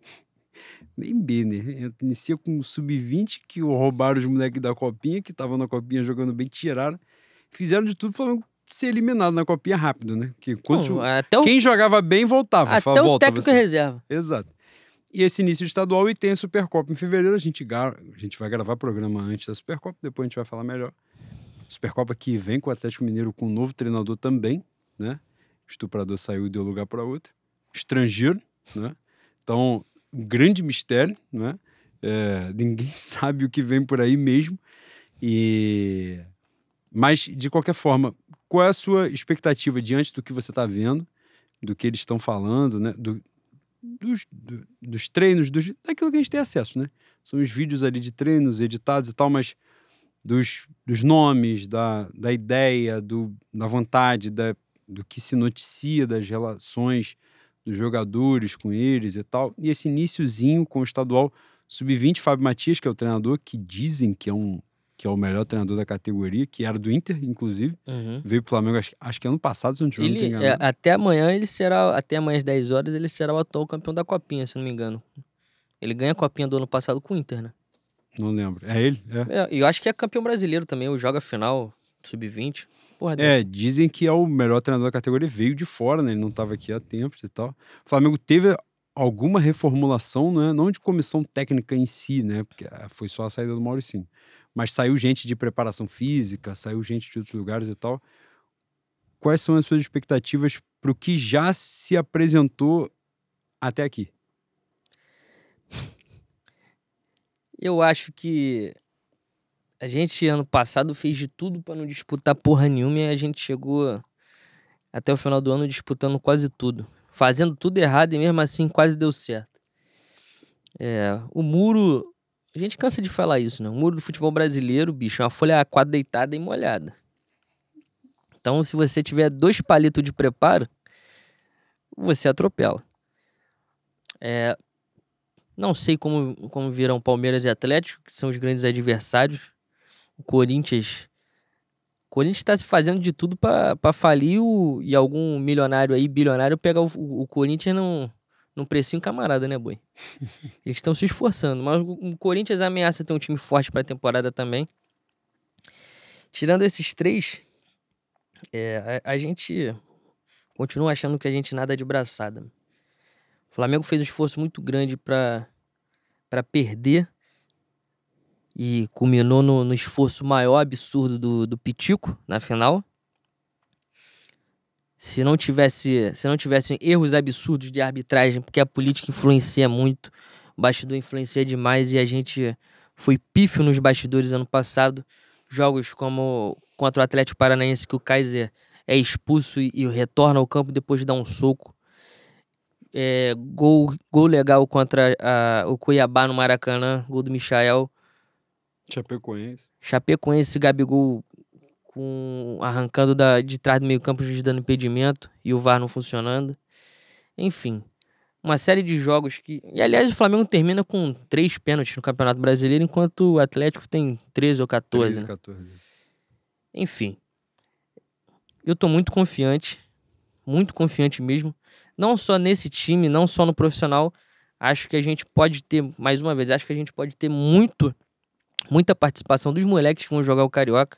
nem B, né? Inicia com o sub vinte, que roubaram os moleques da Copinha, que estavam na Copinha jogando bem, tiraram. Fizeram de tudo para o Flamengo ser eliminado na Copinha rápido, né? Que quando... Não, até o... Quem jogava bem voltava. Até Fala, o volta técnico você. reserva. Exato. E esse início de estadual e tem a Supercopa em fevereiro. A gente, gar... a gente vai gravar programa antes da Supercopa, depois a gente vai falar melhor. Supercopa que vem com o Atlético Mineiro com um novo treinador também, né? O estuprador saiu e deu lugar para outro. Estrangeiro, né? Então, um grande mistério, né? É, ninguém sabe o que vem por aí mesmo. E... Mas, de qualquer forma, qual é a sua expectativa diante do que você está vendo, do que eles estão falando, né? Do, dos, do, dos treinos, dos, daquilo que a gente tem acesso, né? São os vídeos ali de treinos editados e tal, mas dos, dos nomes, da, da ideia, do, da vontade, da, do que se noticia das relações dos jogadores com eles e tal. E esse iniciozinho com o estadual sub vinte, Fábio Matias, que é o treinador, que dizem que é um que é o melhor treinador da categoria, que era do Inter, inclusive. Uhum. Veio pro Flamengo, acho, acho que ano passado, se não tiver, ele, não tem enganado. É, até amanhã, ele será, até amanhã às dez horas, ele será o atual campeão da Copinha, se não me engano. Ele ganha a Copinha do ano passado com o Inter, né? Não lembro. É ele? É. É, e eu acho que é campeão brasileiro também, o joga final, sub vinte. Porra, é, dessa. Dizem que é o melhor treinador da categoria, veio de fora, né? Ele não estava aqui há tempos e tal. O Flamengo teve alguma reformulação, né? Não de comissão técnica em si, né? Porque foi só a saída do Mauricinho. Mas saiu gente de preparação física, saiu gente de outros lugares e tal. Quais são as suas expectativas para o que já se apresentou até aqui? Eu acho que a gente, ano passado, fez de tudo para não disputar porra nenhuma e a gente chegou até o final do ano disputando quase tudo. Fazendo tudo errado e mesmo assim quase deu certo. É, o muro... A gente cansa de falar isso, né? O muro do futebol brasileiro, bicho, é uma folha A quatro deitada e molhada. Então, se você tiver dois palitos de preparo, você atropela. É, não sei como, como virão Palmeiras e Atlético, que são os grandes adversários. O Corinthians... O Corinthians está se fazendo de tudo para falir o, e algum milionário aí, bilionário, pegar o, o, o Corinthians num, num precinho camarada, né, boi? Eles estão se esforçando, mas o, o Corinthians ameaça ter um time forte para a temporada também. Tirando esses três, é, a, a gente continua achando que a gente nada de braçada. O Flamengo fez um esforço muito grande para para perder e culminou no, no esforço maior absurdo do, do Pitico na final. Se não tivesse, se não tivessem erros absurdos de arbitragem, porque a política influencia muito, o bastidor influencia demais e a gente foi pífio nos bastidores ano passado. Jogos como contra o Atlético Paranaense, que o Kaiser é expulso e, e retorna ao campo depois de dar um soco. É, gol, gol legal contra a, o Cuiabá no Maracanã, gol do Michael. Chapecoense. Chapecoense, Gabigol com, arrancando da, de trás do meio campo, juiz dando impedimento e o V A R não funcionando. Enfim, uma série de jogos que... E, aliás, o Flamengo termina com três pênaltis no Campeonato Brasileiro, enquanto o Atlético tem treze ou quatorze. treze, quatorze. Né? Enfim, eu tô muito confiante, muito confiante mesmo. Não só nesse time, não só no profissional. Acho que a gente pode ter, mais uma vez, acho que a gente pode ter muito, muita participação dos moleques que vão jogar o Carioca.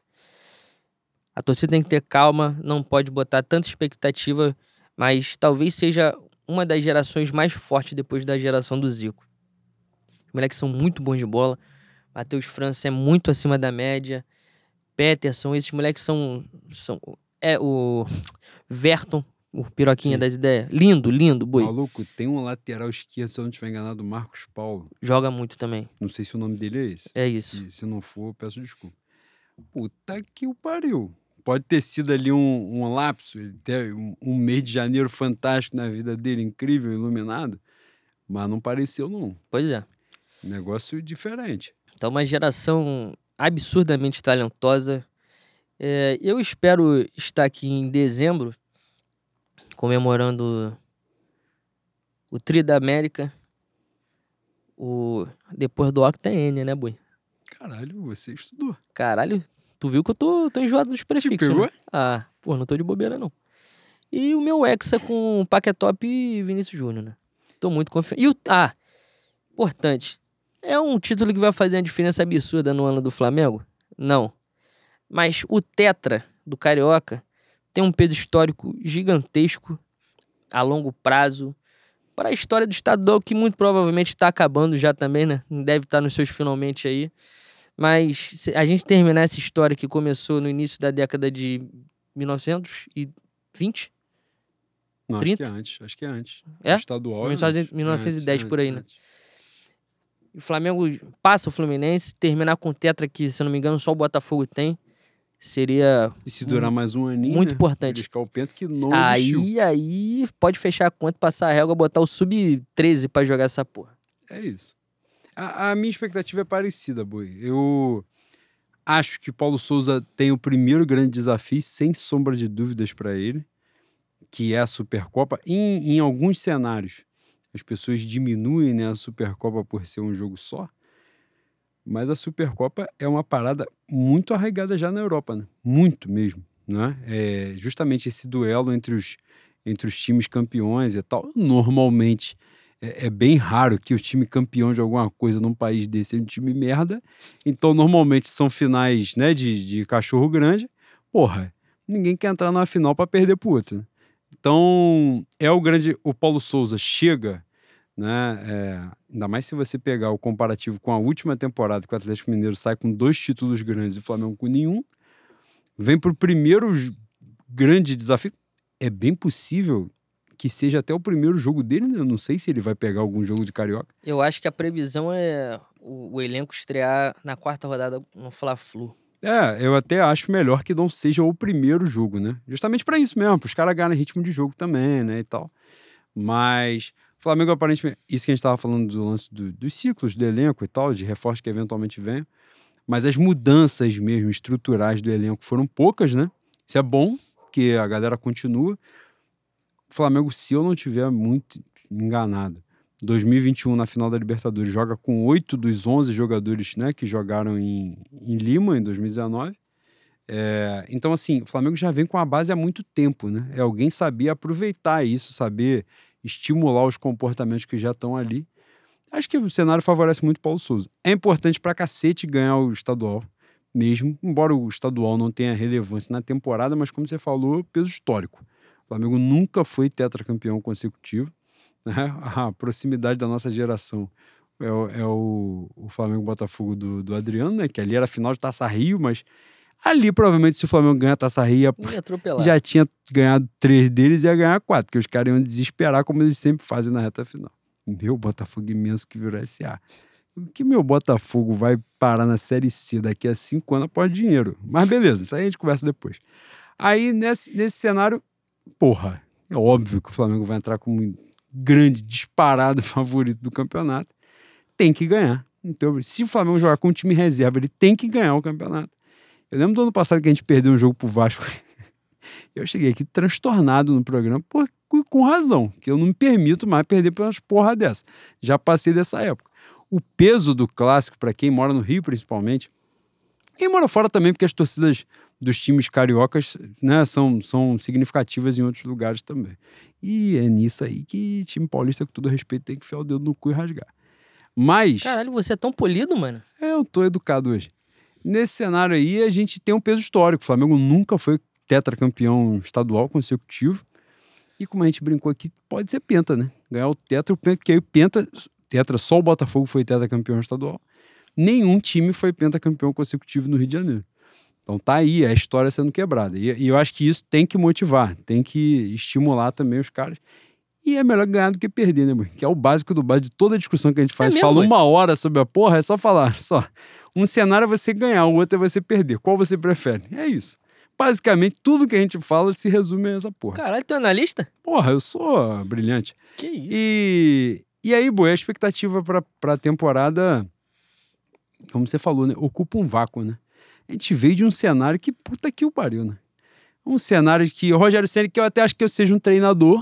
A torcida tem que ter calma, não pode botar tanta expectativa, mas talvez seja uma das gerações mais fortes depois da geração do Zico. Os moleques são muito bons de bola. Matheus França é muito acima da média. Peterson, esses moleques são... são é o Verton, o piroquinha Sim. das ideias. Lindo, lindo, boi. Maluco, tem um lateral esquerdo, se eu não estiver enganado, Marcos Paulo. Joga muito também. Não sei se o nome dele é esse. É isso. E se não for, eu peço desculpa. Puta que o pariu. Pode ter sido ali um, um lapso, ele ter um, um mês de janeiro fantástico na vida dele, incrível, iluminado, mas não pareceu, não. Pois é. Negócio diferente. Então, uma geração absurdamente talentosa. É, eu espero estar aqui em dezembro, comemorando o Tri da América. O... Depois do Octa N, né, boi? Caralho, você estudou. Caralho, tu viu que eu tô, tô enjoado dos prefixos, pegou? né? Ah, pô, não tô de bobeira, não. E o meu Hexa com Paquetop e Vinícius Júnior, né? Tô muito confiante. E o... Ah, importante. É um título que vai fazer uma diferença absurda no ano do Flamengo? Não. Mas o Tetra do Carioca tem um peso histórico gigantesco a longo prazo para a história do estadual, que muito provavelmente está acabando já também, né? Deve estar nos seus finalmente aí. Mas se a gente terminar essa história que começou no início da década de mil novecentos e vinte? Não, trinta? acho que é antes. Acho que é antes. É? O estadual é antes. mil novecentos e dez, É por antes, aí, né? antes. O Flamengo passa o Fluminense, terminar com o Tetra, que, se eu não me engano, só o Botafogo tem. Seria E se durar mais um aninho, muito né? importante. Beliscar o pento que não existiu. Aí, aí pode fechar a conta, passar a régua, botar o sub treze pra jogar essa porra. É isso. A, a minha expectativa é parecida, Boi. Eu acho que o Paulo Souza tem o primeiro grande desafio, sem sombra de dúvidas para ele, que é a Supercopa. Em, em alguns cenários, as pessoas diminuem, né, a Supercopa por ser um jogo só, mas a Supercopa é uma parada muito arraigada já na Europa, né? Muito mesmo, né? É justamente esse duelo entre os, entre os times campeões e tal. Normalmente é, é bem raro que o time campeão de alguma coisa num país desse seja um time merda. Então, normalmente são finais, né, de, de cachorro grande. Porra, ninguém quer entrar numa final para perder pro outro, né? Então, é o grande... O Paulo Souza chega... Né? É, ainda mais se você pegar o comparativo com a última temporada, que o Atlético Mineiro sai com dois títulos grandes e o Flamengo com nenhum, vem para o primeiro grande desafio. É bem possível que seja até o primeiro jogo dele, né? Eu não sei se ele vai pegar algum jogo de Carioca. Eu acho que a previsão é o, o elenco estrear na quarta rodada no Fla-Flu. É, eu até acho melhor que não seja o primeiro jogo, né? Justamente para isso mesmo, para os caras ganharem ritmo de jogo também, né, e tal. Mas o Flamengo, aparentemente, isso que a gente estava falando do lance do, dos ciclos do elenco e tal, de reforço que eventualmente vem, mas as mudanças mesmo estruturais do elenco foram poucas, né? Isso é bom, que a galera continua. O Flamengo, se eu não tiver muito enganado, dois mil e vinte e um na final da Libertadores joga com oito dos onze jogadores, né, que jogaram em, em Lima em dois mil e dezenove. É, então, assim, o Flamengo já vem com a base há muito tempo, né? É alguém saber aproveitar isso, saber estimular os comportamentos que já estão ali. Acho que o cenário favorece muito o Paulo Souza. É importante pra cacete ganhar o estadual, mesmo, embora o estadual não tenha relevância na temporada, mas como você falou, peso histórico. O Flamengo nunca foi tetracampeão consecutivo, né? A proximidade da nossa geração É o, é o, o Flamengo-Botafogo do, do Adriano, né? Que ali era final de Taça Rio, mas ali provavelmente se o Flamengo ganha a Taça Rio, Ia atropelar. já tinha ganhado três deles e ia ganhar quatro, porque os caras iam desesperar como eles sempre fazem na reta final. Meu Botafogo imenso que virou S A. O que meu Botafogo vai parar na Série C daqui a cinco anos após dinheiro? Mas beleza, isso aí a gente conversa depois. Aí, nesse, nesse cenário, porra, é óbvio que o Flamengo vai entrar como um grande, disparado favorito do campeonato. Tem que ganhar. Então, se o Flamengo jogar com um time reserva, ele tem que ganhar o campeonato. Eu lembro do ano passado que a gente perdeu um jogo pro Vasco. Eu cheguei aqui transtornado no programa, por, com razão, que eu não me permito mais perder por umas porra dessa. Já passei dessa época. O peso do clássico, para quem mora no Rio principalmente, quem mora fora também, porque as torcidas dos times cariocas, né, são, são significativas em outros lugares também. E é nisso aí que time paulista, com todo respeito, tem que enfiar o dedo no cu e rasgar. Mas... Caralho, você é tão polido, mano. É, eu tô educado hoje. Nesse cenário aí, a gente tem um peso histórico. O Flamengo nunca foi tetracampeão estadual consecutivo. E como a gente brincou aqui, pode ser penta, né? Ganhar o tetra, porque aí o penta... Tetra, só o Botafogo foi tetracampeão estadual. Nenhum time foi pentacampeão consecutivo no Rio de Janeiro. Então tá aí a história sendo quebrada. E, e eu acho que isso tem que motivar, tem que estimular também os caras. E é melhor ganhar do que perder, né, mãe? Que é o básico do básico de toda a discussão que a gente faz. É mesmo, Fala mãe? uma hora sobre a porra, é só falar. Só. Um cenário é você ganhar, o outro é você perder. Qual você prefere? É isso. Basicamente, tudo que a gente fala se resume a essa porra. Caralho, tu é analista? Porra, eu sou brilhante. Que isso? E, e aí, boa, a expectativa pra, pra temporada, como você falou, né? Ocupa um vácuo, né? A gente veio de um cenário que puta que o pariu, né? Um cenário que o Rogério Ceni, que eu até acho que eu seja um treinador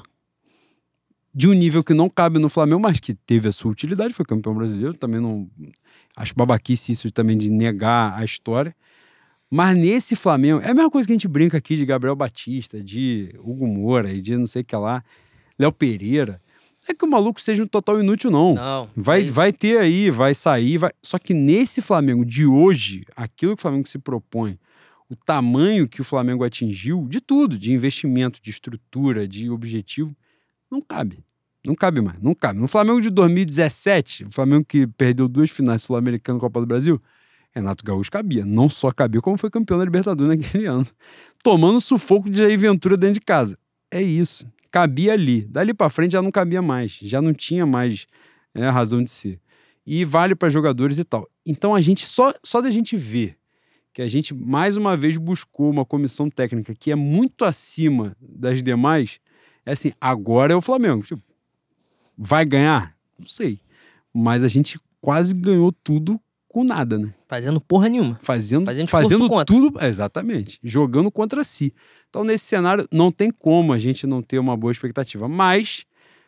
de um nível que não cabe no Flamengo, mas que teve a sua utilidade, foi campeão brasileiro, também não... Acho babaquice isso também de negar a história. Mas nesse Flamengo, é a mesma coisa que a gente brinca aqui de Gabriel Batista, de Hugo Moura e de não sei o que lá, Léo Pereira. Não é que o maluco seja um total inútil, não. Não. Vai, é isso. vai ter aí, vai sair, vai... Só que nesse Flamengo de hoje, aquilo que o Flamengo se propõe, o tamanho que o Flamengo atingiu, de tudo, de investimento, de estrutura, de objetivo, não cabe. Não cabe mais, não cabe. No Flamengo de dois mil e dezessete, o Flamengo que perdeu duas finais sul-americanas na Copa do Brasil, Renato Gaúcho cabia. Não só cabia, como foi campeão da Libertadores naquele ano. Tomando sufoco de Jair Ventura dentro de casa. É isso. Cabia ali. Dali pra frente já não cabia mais. Já não tinha mais é, razão de ser. E vale para jogadores e tal. Então a gente, só, só da gente ver que a gente mais uma vez buscou uma comissão técnica que é muito acima das demais, é assim, agora é o Flamengo. Tipo, vai ganhar? Não sei. Mas a gente quase ganhou tudo com nada, né? Fazendo porra nenhuma. Fazendo, Fazendo esforço fazendo contra. tudo, exatamente, jogando contra si. Então, nesse cenário, não tem como a gente não ter uma boa expectativa. Mas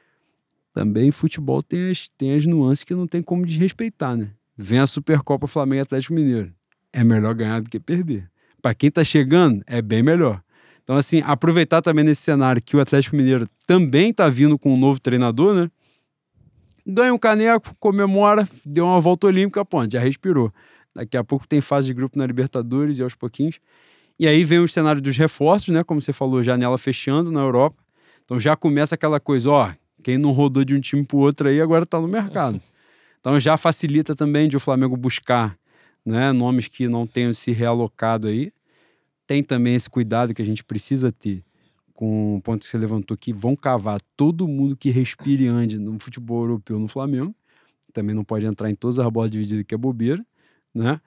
também futebol tem as, tem as nuances que não tem como desrespeitar, né? Vem a Supercopa Flamengo e Atlético Mineiro. É melhor ganhar do que perder. Para quem tá chegando, é bem melhor. Então, assim, aproveitar também nesse cenário que o Atlético Mineiro também tá vindo com um novo treinador, né? Ganha um caneco, comemora, deu uma volta olímpica, pô, já respirou. Daqui a pouco tem fase de grupo na Libertadores e aos pouquinhos. E aí vem o cenário dos reforços, né? Como você falou, janela fechando na Europa. Então já começa aquela coisa, ó, quem não rodou de um time pro outro aí agora tá no mercado. Então já facilita também de o Flamengo buscar, né, nomes que não tenham se realocado aí. Tem também esse cuidado que a gente precisa ter com o ponto que você levantou, que vão cavar todo mundo que respire e ande no futebol europeu no Flamengo. Também não pode entrar em todas as bolas divididas, que é bobeira, né?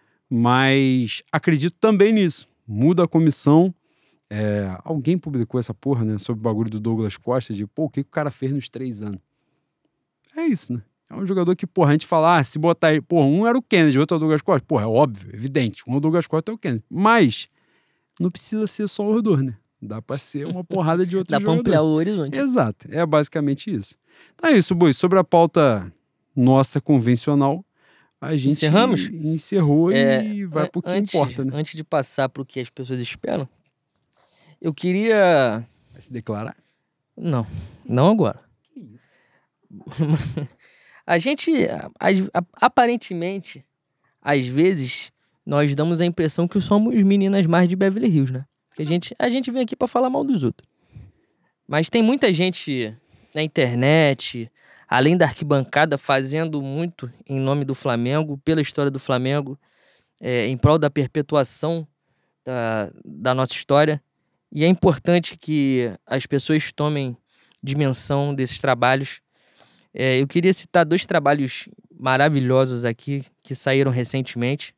Mas acredito também nisso. Muda a comissão. É, alguém publicou essa porra, né? Sobre o bagulho do Douglas Costa, de, pô, o que, que o cara fez nos três anos? É isso, né? É um jogador que, porra, a gente fala, ah, se botar ele... Porra, um era o Kennedy, outro é o Douglas Costa. Porra, é óbvio, evidente. Um é o Douglas Costa, é o Kennedy. Mas não precisa ser só os dois, né? Dá pra ser uma porrada de outros Dá pra jogadores. ampliar o horizonte. Exato, é basicamente isso. Então é isso, Boi. Sobre a pauta nossa convencional, a gente Encerramos? encerrou É, e vai an- pro que antes, importa, né? Antes de passar pro que as pessoas esperam, eu queria... Vai se declarar? Não, não agora. Que isso? A gente, a- a- aparentemente, às vezes, nós damos a impressão que somos meninas mais de Beverly Hills, né? Que a gente, a gente vem aqui pra falar mal dos outros. Mas tem muita gente na internet, além da arquibancada, fazendo muito em nome do Flamengo, pela história do Flamengo, é, em prol da perpetuação da, da nossa história. E é importante que as pessoas tomem dimensão desses trabalhos. É, eu queria citar dois trabalhos maravilhosos aqui que saíram recentemente.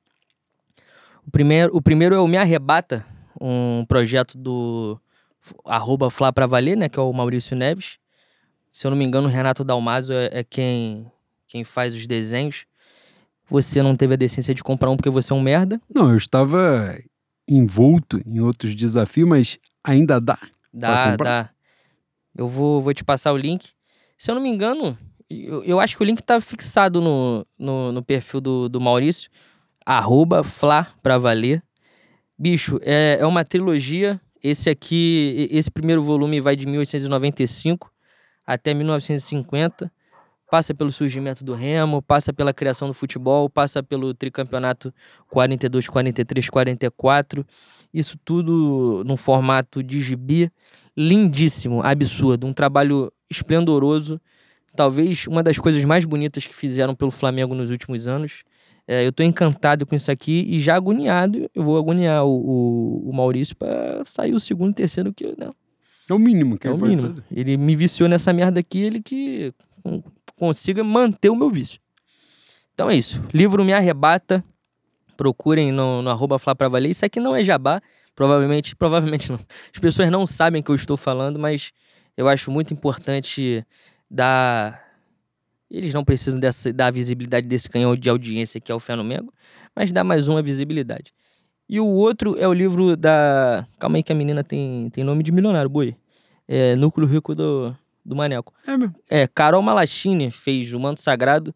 O primeiro, o primeiro é o Me Arrebata, um projeto do arroba Flá Pra Valer, né, que é o Maurício Neves. Se eu não me engano, o Renato Dalmaso é, é quem, quem faz os desenhos. Você não teve a decência de comprar um porque você é um merda. Não, eu estava envolto em outros desafios, mas ainda dá? Dá, dá. Eu vou, vou te passar o link. Se eu não me engano, eu, eu acho que o link tá fixado no, no, no perfil do, do Maurício, arroba Flá Pra Valer. Bicho, é, é uma trilogia. Esse aqui, esse primeiro volume vai de mil oitocentos e noventa e cinco até mil novecentos e cinquenta. Passa pelo surgimento do Remo, passa pela criação do futebol, passa pelo tricampeonato quarenta e dois, quarenta e três, quarenta e quatro. Isso tudo num formato de gibi, lindíssimo, absurdo. Um trabalho esplendoroso. Talvez uma das coisas mais bonitas que fizeram pelo Flamengo nos últimos anos. É, eu tô encantado com isso aqui e já agoniado. Eu vou agoniar o, o, o Maurício pra sair o segundo e terceiro. Que, né? É o mínimo que é ele o pode mínimo. fazer. Ele me viciou nessa merda aqui, ele que consiga manter o meu vício. Então é isso. Livro Me Arrebata. Procurem no, no arroba Flá Pra Valer. Isso aqui não é jabá. Provavelmente, provavelmente não. As pessoas não sabem que eu estou falando, mas eu acho muito importante dar... Eles não precisam dessa, dar visibilidade desse canhão de audiência que é o Flamengo, mas dá mais uma visibilidade. E o outro é o livro da... Calma aí que a menina tem, tem nome de milionário, boi. É Núcleo Rico do, do Maneco. É mesmo. É, Carol Malachini fez O Manto Sagrado,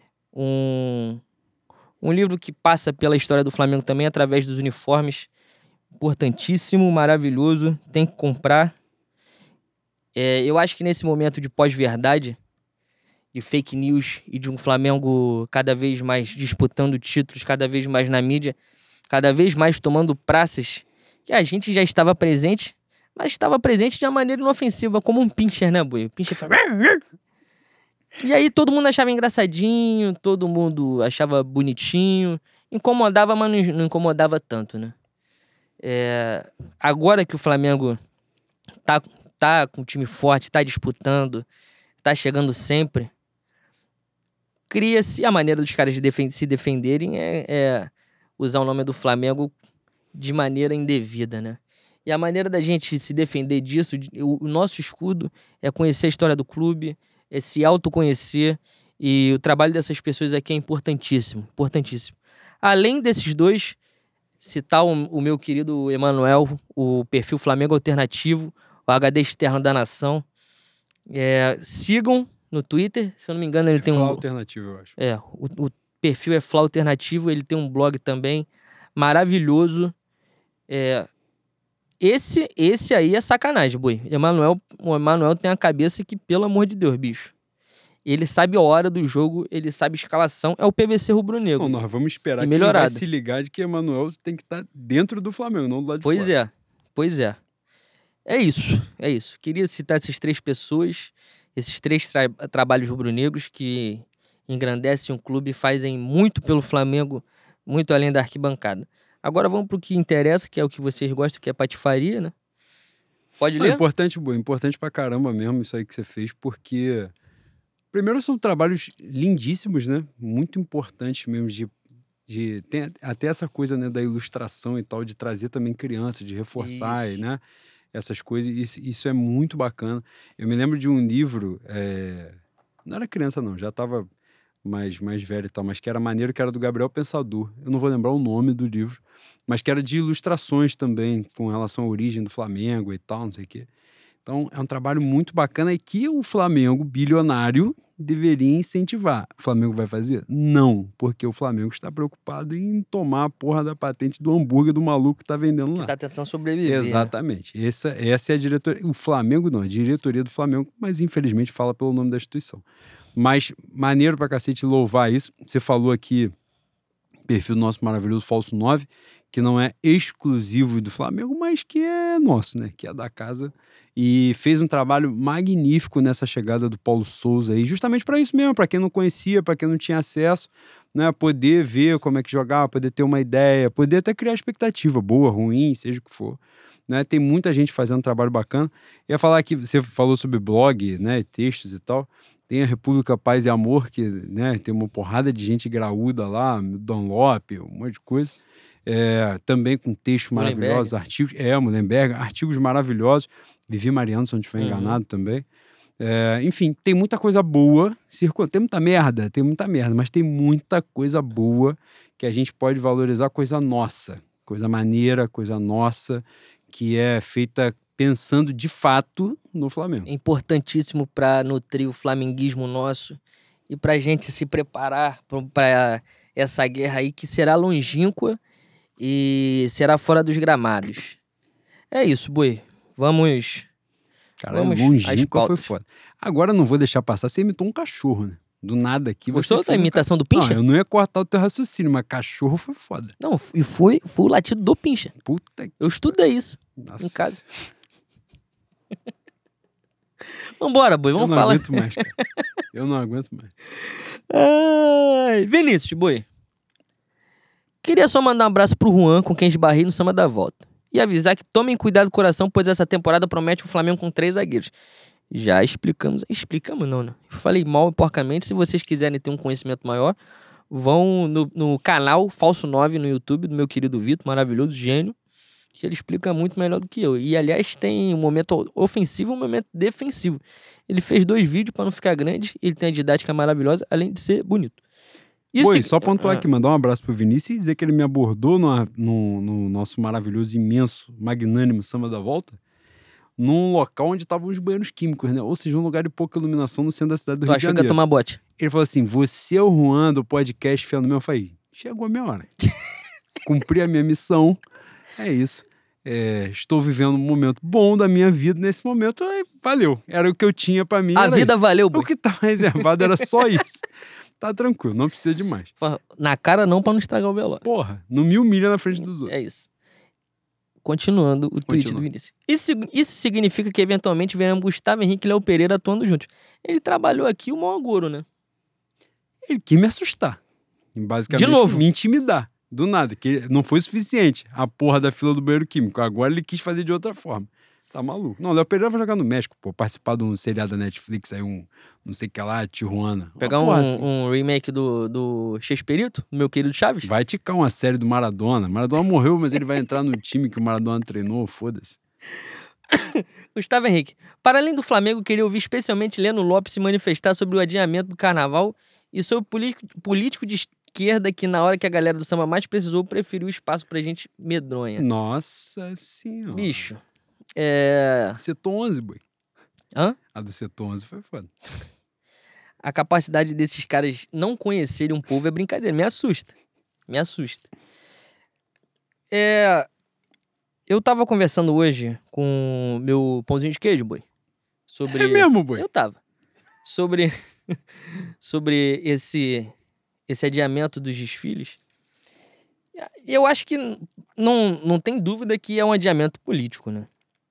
um, um livro que passa pela história do Flamengo também através dos uniformes. Importantíssimo, maravilhoso, tem que comprar. É, eu acho que nesse momento de pós-verdade, de fake news e de um Flamengo cada vez mais disputando títulos, cada vez mais na mídia, cada vez mais tomando praças que a gente já estava presente, mas estava presente de uma maneira inofensiva, como um pincher, né, boi? O pincher fala... E aí todo mundo achava engraçadinho, todo mundo achava bonitinho, incomodava, mas não, não incomodava tanto, né? É... Agora que o Flamengo tá, tá com um time forte, tá disputando, tá chegando sempre, cria-se a maneira dos caras de defen- se defenderem é, é usar o nome do Flamengo de maneira indevida, né? E a maneira da gente se defender disso, o, o nosso escudo é conhecer a história do clube, é se autoconhecer, e o trabalho dessas pessoas aqui é importantíssimo, importantíssimo. Além desses dois, citar o, o meu querido Emanuel, o perfil Flamengo Alternativo, o H D Externo da Nação. É, sigam no Twitter, se eu não me engano ele tem Flá um... Alternativo, eu acho. É, o, o perfil é Flá Alternativo, ele tem um blog também maravilhoso. É, esse, esse aí é sacanagem, boi. Emanuel, o Emanuel tem a cabeça que, pelo amor de Deus, bicho. Ele sabe a hora do jogo, ele sabe a escalação. É o P V C rubro-negro. Não, nós vamos esperar E que ele vai melhorado. se ligar de que Emanuel tem que estar dentro do Flamengo, não do lado de Pois fora. é, pois é. É isso, é isso. Queria citar essas três pessoas, esses três tra- trabalhos rubro-negros que engrandecem o clube e fazem muito pelo Flamengo, muito além da arquibancada. Agora vamos pro que interessa, que é o que vocês gostam, que é patifaria, né? Pode Não, é ler? importante, boa, importante pra caramba mesmo isso aí que você fez, porque primeiro são trabalhos lindíssimos, né? Muito importantes mesmo de, de tem até essa coisa, né, da ilustração e tal, de trazer também criança, de reforçar, Isso. né? Essas coisas, isso, isso é muito bacana. Eu me lembro de um livro, é... não era criança não, já estava mais, mais velho e tal, mas que era maneiro, que era do Gabriel Pensador. Eu não vou lembrar o nome do livro, mas que era de ilustrações também, com relação à origem do Flamengo e tal, não sei o quê. Então, é um trabalho muito bacana e que o Flamengo, bilionário, deveria incentivar. O Flamengo vai fazer? Não, porque o Flamengo está preocupado em tomar a porra da patente do hambúrguer do maluco que está vendendo lá. Que tá tentando sobreviver. Exatamente. Né? Essa, essa é a diretoria. O Flamengo não, a diretoria do Flamengo, mas infelizmente fala pelo nome da instituição. Mas maneiro pra cacete louvar isso. Você falou aqui perfil do nosso maravilhoso Falso nove, que não é exclusivo do Flamengo, mas que é nosso, né? Que é da casa. E fez um trabalho magnífico nessa chegada do Paulo Souza aí, justamente para isso mesmo, para quem não conhecia, para quem não tinha acesso, né? Poder ver como é que jogava, poder ter uma ideia, poder até criar expectativa, boa, ruim, seja o que for. Né? Tem muita gente fazendo um trabalho bacana. Ia falar que você falou sobre blog, né? Textos e tal. Tem a República Paz e Amor, que, né, tem uma porrada de gente graúda lá, Dunlop, um monte de coisa. É, também com textos maravilhosos, artigos. É, Mullenberg, artigos maravilhosos. Vivi Mariano, se eu não estiver uhum. enganado também. É, enfim, tem muita coisa boa. Circula, tem muita merda, tem muita merda, mas tem muita coisa boa que a gente pode valorizar, coisa nossa, coisa maneira, coisa nossa, que é feita pensando de fato no Flamengo. É importantíssimo para nutrir o flamenguismo nosso e para a gente se preparar para essa guerra aí que será longínqua e será fora dos gramados. É isso, Boi. Vamos. Caralho, vamos longínqua foi foda. Agora não vou deixar passar. Você imitou um cachorro, né? Do nada aqui. Gostou da imitação um ca... do Pincha? Não, eu não ia cortar o teu raciocínio, mas cachorro foi foda. Não, e foi, foi o latido do Pincha. Puta que... Eu estudei isso. Nossa. Em casa. Vambora, Boi, vamos falar. Eu não falar. aguento mais, cara. Eu não aguento mais. Ai, Vinícius, Boi. Queria só mandar um abraço pro Juan, com quem esbarrei no Samba da Volta. E avisar que tomem cuidado do coração, pois essa temporada promete um Flamengo com três zagueiros. Já explicamos. Explicamos não, né? Eu falei mal e porcamente. Se vocês quiserem ter um conhecimento maior, vão no, no canal Falso nove no YouTube, do meu querido Vitor, maravilhoso, gênio, que ele explica muito melhor do que eu. E, aliás, tem um momento ofensivo e um momento defensivo. Ele fez dois vídeos para não ficar grande, ele tem a didática maravilhosa, além de ser bonito. Isso Oi, só pontuar ah. aqui, mandar um abraço pro Vinícius e dizer que ele me abordou no, no, no nosso maravilhoso, imenso, magnânimo Samba da Volta, num local onde estavam os banheiros químicos, né? Ou seja, um lugar de pouca iluminação no centro da cidade do tu Rio de Janeiro. Tu achou que ia tomar bote? Ele falou assim, você é o Juan do podcast Fé no Meu. Eu falei, chegou a minha hora. Cumpri a minha missão, é isso. É, estou vivendo um momento bom da minha vida nesse momento, valeu. Era o que eu tinha pra mim. A vida isso. valeu, Boi. O que tava reservado era só isso. Tá tranquilo, não precisa de mais. Na cara não, pra não estragar o velório. Porra, não me humilha na frente dos outros. É isso. Continuando o tweet Continua. do Vinícius. Isso, isso significa que eventualmente veremos Gustavo Henrique e Léo Pereira atuando juntos. Ele trabalhou aqui o maior agouro, né? Ele quis me assustar. Basicamente, de novo. me intimidar. Do nada, que não foi suficiente a porra da fila do banheiro químico. Agora ele quis fazer de outra forma. Tá maluco. Não, o Léo Pereira vai jogar no México, pô. Participar de um seriado da Netflix aí, um não sei o que lá, Tijuana. Pegar um, assim. um remake do, do Chespirito, do meu querido Chaves. Vai ticar uma série do Maradona. Maradona morreu, mas ele vai entrar no time que o Maradona treinou, foda-se. Gustavo Henrique. Para além do Flamengo, queria ouvir especialmente Leno Lopes se manifestar sobre o adiamento do Carnaval e sobre o político, político de esquerda que, na hora que a galera do samba mais precisou, preferiu espaço pra gente medronha. Nossa senhora. Bicho. É... Setor onze, boi. Hã? A do Setor onze foi foda. A capacidade desses caras não conhecerem um povo é brincadeira. Me assusta. Me assusta. É... Eu tava conversando hoje com meu pãozinho de queijo, boi. Sobre... É mesmo, boi? Eu tava. Sobre... sobre esse... esse adiamento dos desfiles. Eu acho que não, não tem dúvida que é um adiamento político, né?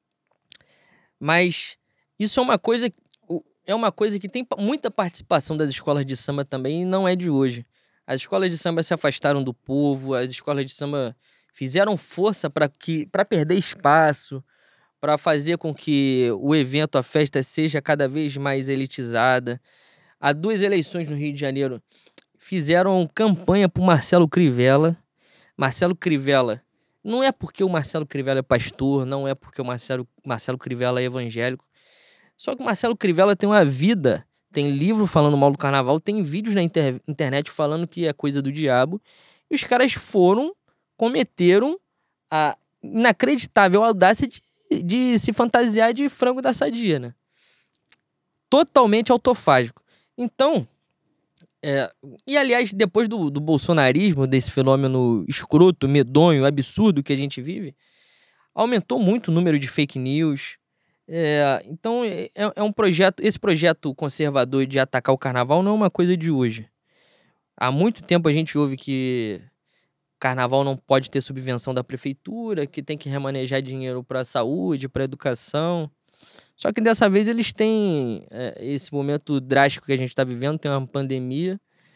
Mas isso é uma coisa, é uma coisa que tem muita participação das escolas de samba também e não é de hoje. As escolas de samba se afastaram do povo, as escolas de samba fizeram força para que para perder espaço, para fazer com que o evento, a festa, seja cada vez mais elitizada. Há duas eleições no Rio de Janeiro fizeram campanha para o Marcelo Crivella. Marcelo Crivella, não é porque o Marcelo Crivella é pastor, não é porque o Marcelo, Marcelo Crivella é evangélico. Só que o Marcelo Crivella tem uma vida, tem livro falando mal do carnaval, tem vídeos na inter, internet falando que é coisa do diabo. E os caras foram, cometeram a inacreditável audácia de, de se fantasiar de frango da Sadia, né? Totalmente autofágico. Então... É, e, aliás, depois do, do bolsonarismo, desse fenômeno escroto, medonho, absurdo que a gente vive, aumentou muito o número de fake news. É, então, é, é um projeto... Esse projeto conservador de atacar o carnaval não é uma coisa de hoje. Há muito tempo a gente ouve que carnaval não pode ter subvenção da prefeitura, que tem que remanejar dinheiro para a saúde, para a educação. Só que dessa vez eles têm é, esse momento drástico que a gente está vivendo, tem uma pandemia.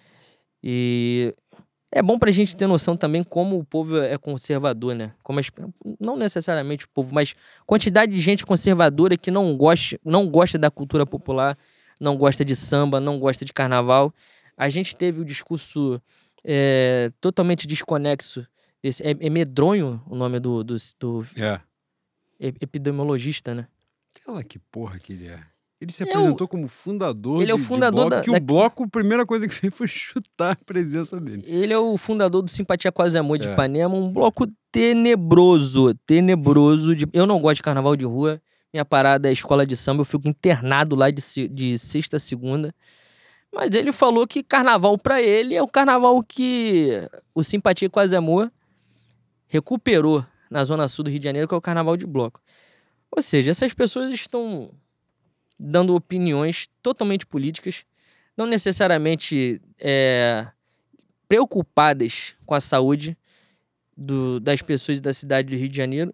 E é bom pra gente ter noção também como o povo é conservador, né? Como as, não necessariamente o povo, mas quantidade de gente conservadora que não gosta, não gosta da cultura popular, não gosta de samba, não gosta de carnaval. A gente teve o discurso é, totalmente desconexo. Esse, é, é medronho o nome do, do, do É. epidemiologista, né? Sei lá que porra que ele é. Ele se É apresentou o- como fundador ele é o de, de fundador bloco, da- que da- o bloco, a primeira coisa que fez foi chutar a presença dele. Ele é o fundador do Simpatia Quase Amor de É. Ipanema, um bloco tenebroso, tenebroso. De... Eu não gosto de carnaval de rua, minha parada é escola de samba, eu fico internado lá de, se- de sexta a segunda. Mas ele falou que carnaval pra ele é o carnaval que o Simpatia Quase Amor recuperou na zona sul do Rio de Janeiro, que é o carnaval de bloco. Ou seja, essas pessoas estão dando opiniões totalmente políticas, não necessariamente é, preocupadas com a saúde do- das pessoas da cidade do Rio de Janeiro.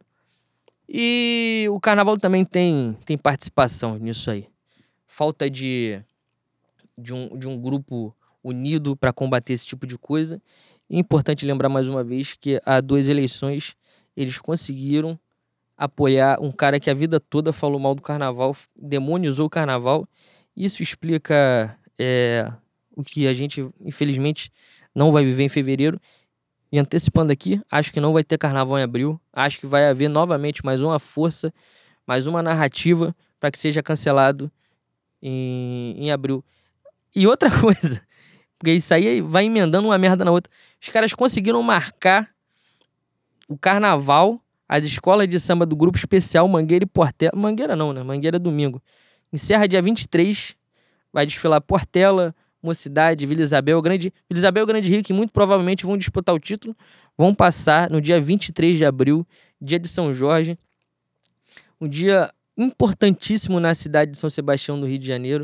E o carnaval também tem, tem participação nisso aí. Falta de, de, um, de um grupo unido para combater esse tipo de coisa. E é importante lembrar mais uma vez que há duas eleições eles conseguiram apoiar um cara que a vida toda falou mal do carnaval, demonizou o carnaval. Isso explica é, o que a gente, infelizmente, não vai viver em fevereiro. E antecipando aqui, acho que não vai ter carnaval em abril. Acho que vai haver novamente mais uma força, mais uma narrativa para que seja cancelado em, em abril. E outra coisa, porque isso aí vai emendando uma merda na outra. Os caras conseguiram marcar o carnaval, as escolas de samba do Grupo Especial Mangueira e Portela. Mangueira não, né? Mangueira é domingo. Encerra dia vinte e três, vai desfilar Portela, Mocidade, Vila Isabel, Grande, Vila Isabel e Grande Rio, que muito provavelmente vão disputar o título, vão passar no dia vinte e três de abril, dia de São Jorge, um dia importantíssimo na cidade de São Sebastião do Rio de Janeiro.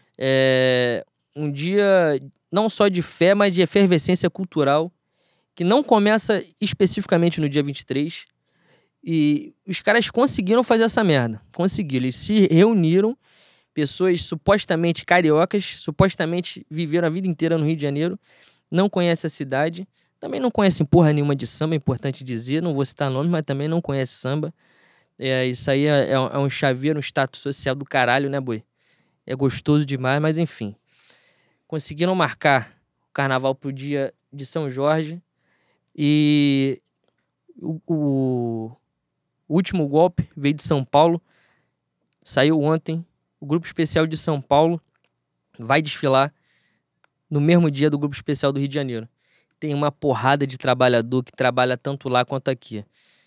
É um dia não só de fé, mas de efervescência cultural, que não começa especificamente no dia vinte e três. E os caras conseguiram fazer essa merda. Conseguiram. Eles se reuniram, pessoas supostamente cariocas, supostamente viveram a vida inteira no Rio de Janeiro, não conhecem a cidade, também não conhecem porra nenhuma de samba, é importante dizer, não vou citar nomes, mas também não conhecem samba. É, isso aí é, é um chaveiro, um status social do caralho, né, boi? É gostoso demais, mas enfim. Conseguiram marcar o carnaval pro dia de São Jorge e o, o, o último golpe veio de São Paulo, saiu ontem. O Grupo Especial de São Paulo vai desfilar no mesmo dia do Grupo Especial do Rio de Janeiro. Tem uma porrada de trabalhador que trabalha tanto lá quanto aqui.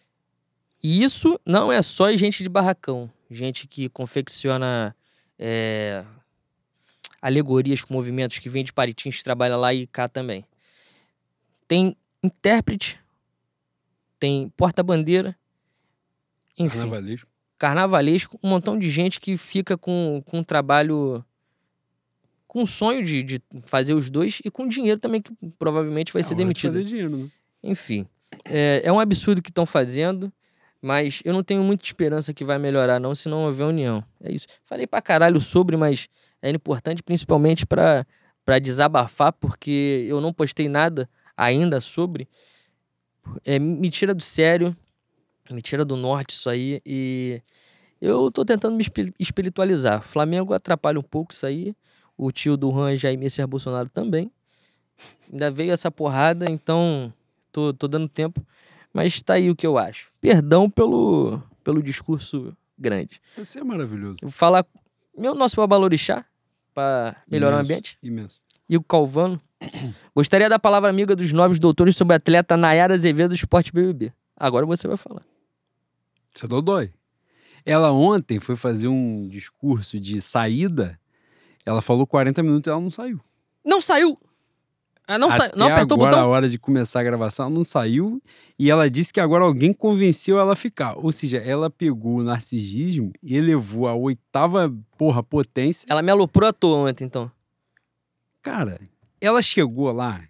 E isso não é só gente de barracão. Gente que confecciona é, alegorias com movimentos, que vem de Paritins, trabalha lá e cá também. Tem intérprete, tem porta-bandeira, enfim. Carnavalesco. Carnavalesco, um montão de gente que fica com, com um trabalho, com o sonho de, de fazer os dois e com dinheiro também, que provavelmente vai É ser hora de demitido. fazer dinheiro, né? Enfim, é, é um absurdo o que estão fazendo, mas eu não tenho muita esperança que vai melhorar não, se não houver união. É isso. Falei pra caralho sobre, mas é importante principalmente pra, pra desabafar, porque eu não postei nada ainda sobre. É, me tira do sério, me tira do norte isso aí, e eu tô tentando me espi- espiritualizar. Flamengo atrapalha um pouco isso aí, o tio do Juan Jair Messias Bolsonaro também. Ainda veio essa porrada, então tô, tô dando tempo, mas tá aí o que eu acho. Perdão pelo, pelo discurso grande. Você é maravilhoso. Eu vou falar meu nosso babalorixá, pra melhorar Imenso, o ambiente, Imenso. e o Calvano. Gostaria da palavra amiga dos nobres doutores sobre a atleta Nayara Azevedo do Esporte B B B. Agora você vai falar. Você é dodói. Ela ontem foi fazer um discurso de saída. Ela falou quarenta minutos e ela não saiu. Não saiu! Ah, não, sa... Até não apertou o agora, a botão? hora de começar a gravação, ela não saiu. E ela disse que agora alguém convenceu ela a ficar. Ou seja, ela pegou o narcisismo e elevou a oitava, porra, potência. Ela me aloprou à toa ontem, então. Cara, ela chegou lá.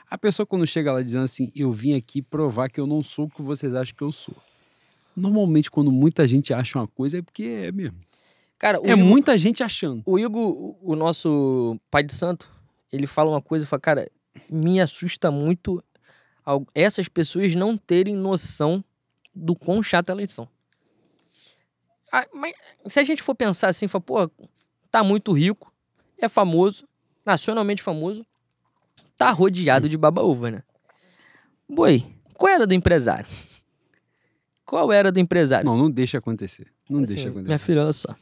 A pessoa quando chega lá dizendo assim, eu vim aqui provar que eu não sou o que vocês acham que eu sou. Normalmente, quando muita gente acha uma coisa, é porque é mesmo. Cara, o É Igor, muita gente achando. o Igor, o- o nosso pai de santo, ele fala uma coisa, fala, cara, me assusta muito al- essas pessoas não terem noção do quão chata é a eleição. Ah, mas se a gente for pensar assim, fala, pô, tá muito rico, é famoso, nacionalmente famoso, tá rodeado de baba-uva, né? Boi, qual era do empresário? Qual era do empresário? Não, não deixa acontecer. Não Assim, deixa acontecer. minha filha, olha só.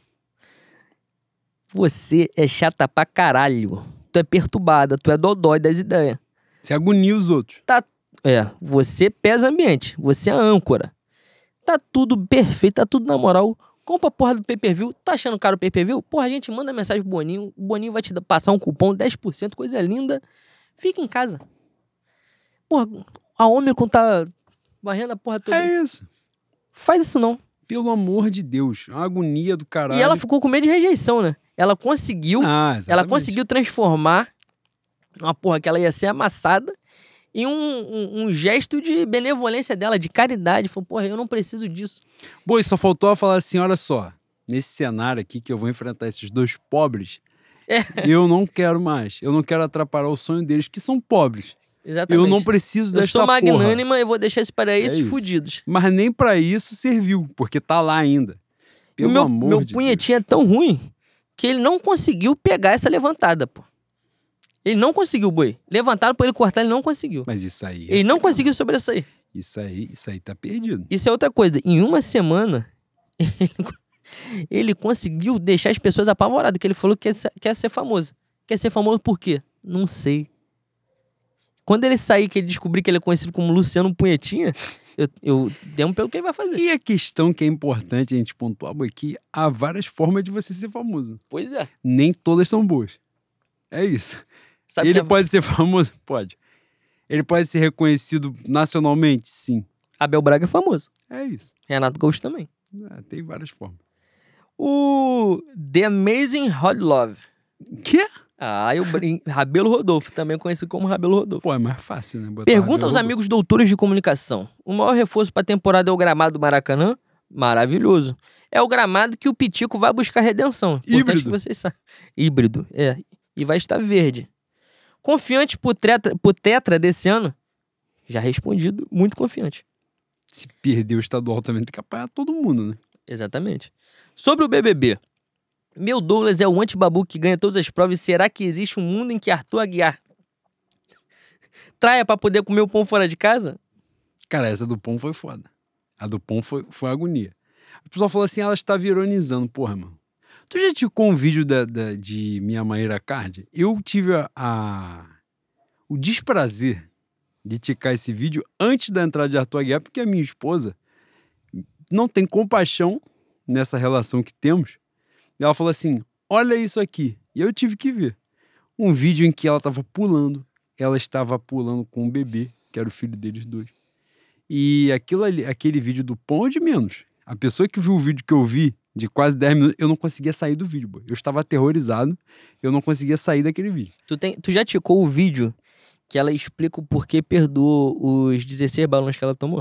Você é chata pra caralho. Tu é perturbada, tu é dodói das ideias. Você agonia os outros. Tá, é, você pesa ambiente, você é a âncora. Tá tudo perfeito, tá tudo na moral. Compra a porra do pay-per-view. Tá achando caro o pay-per-view? Porra, a gente manda mensagem pro Boninho. O Boninho vai te dar- passar um cupom, dez por cento, coisa linda. Fica em casa. Porra, a Omicron tá varrendo a porra toda. É isso. Faz isso não. Pelo amor de Deus. A agonia do caralho. E ela ficou com medo de rejeição, né? Ela conseguiu, Ah, ela exatamente. conseguiu transformar uma porra que ela ia ser amassada em um, um, um gesto de benevolência dela, de caridade. Falou, porra, eu não preciso disso. Bom, e só faltou ela falar assim, olha só, nesse cenário aqui que eu vou enfrentar esses dois pobres, É. eu não quero mais. Eu não quero atrapalhar o sonho deles, que são pobres. Exatamente. Eu não preciso Eu desta sou porra. magnânima e vou deixar isso para esses É isso. fudidos. Mas nem pra isso serviu, porque tá lá ainda. E Pelo o meu, amor meu de punhetinho é tão ruim que ele não conseguiu pegar essa levantada, pô. Ele não conseguiu, boi. Levantaram pra ele cortar, ele não conseguiu. Deus. Mas isso aí... é Ele não sacanagem. conseguiu sobressair. Isso aí, isso aí tá perdido. Isso é outra coisa. Em uma semana, ele, ele conseguiu deixar as pessoas apavoradas, que ele falou que quer ser, quer ser famoso. Quer ser famoso por quê? Não sei. Quando ele sair, que ele descobrir que ele é conhecido como Luciano Punhetinha, eu, eu demo pelo que ele vai fazer. E a questão que é importante a gente pontuar é que há várias formas de você ser famoso. Pois é. Nem todas são boas. É isso. Sabe Ele que a- pode ser famoso? Pode. Ele pode ser reconhecido nacionalmente? Sim. Abel Braga é famoso. É isso. Renato Gaúcho também. É, tem várias formas. O The Amazing Hot Love. Que? Ah, eu brin... Rabelo Rodolfo, também conhecido como Rabelo Rodolfo. Pô, é mais fácil, né? Botar Pergunta aos Rabelo amigos doutores de comunicação. O maior reforço para a temporada é o gramado do Maracanã? Maravilhoso. É o gramado que o Pitico vai buscar redenção. Importante Híbrido. que vocês saibam. Híbrido, é. E vai estar verde. Confiante pro, treta, pro tetra desse ano? Já respondido, muito confiante. Se perder o estadual também tem que apanhar todo mundo, né? Exatamente. Sobre o B B B. Meu Douglas é o antibabu que ganha todas as provas. Será que existe um mundo em que Arthur Aguiar traia pra poder comer o pão fora de casa? Cara, essa do pão foi foda. A do pão foi, foi agonia. O pessoal falou assim, ela estava ironizando. Porra, mano. Tu já ticou um vídeo da, da- de Minha Maíra Card? Eu tive a, a- o desprazer de ticar esse vídeo antes da entrada de Arthur Aguiar, porque a minha esposa não tem compaixão nessa relação que temos. E ela falou assim, olha isso aqui. E eu tive que ver. Um vídeo em que ela estava pulando. Ela estava pulando com um bebê, que era o filho deles dois. E aquilo ali, aquele vídeo do pão é de menos. A pessoa que viu o vídeo que eu vi, de quase dez minutos, eu não conseguia sair do vídeo, boy. Eu estava aterrorizado, eu não conseguia sair daquele vídeo. Tu, tem, tu já ticou o vídeo que ela explica o porquê perdoou os dezesseis balões que ela tomou?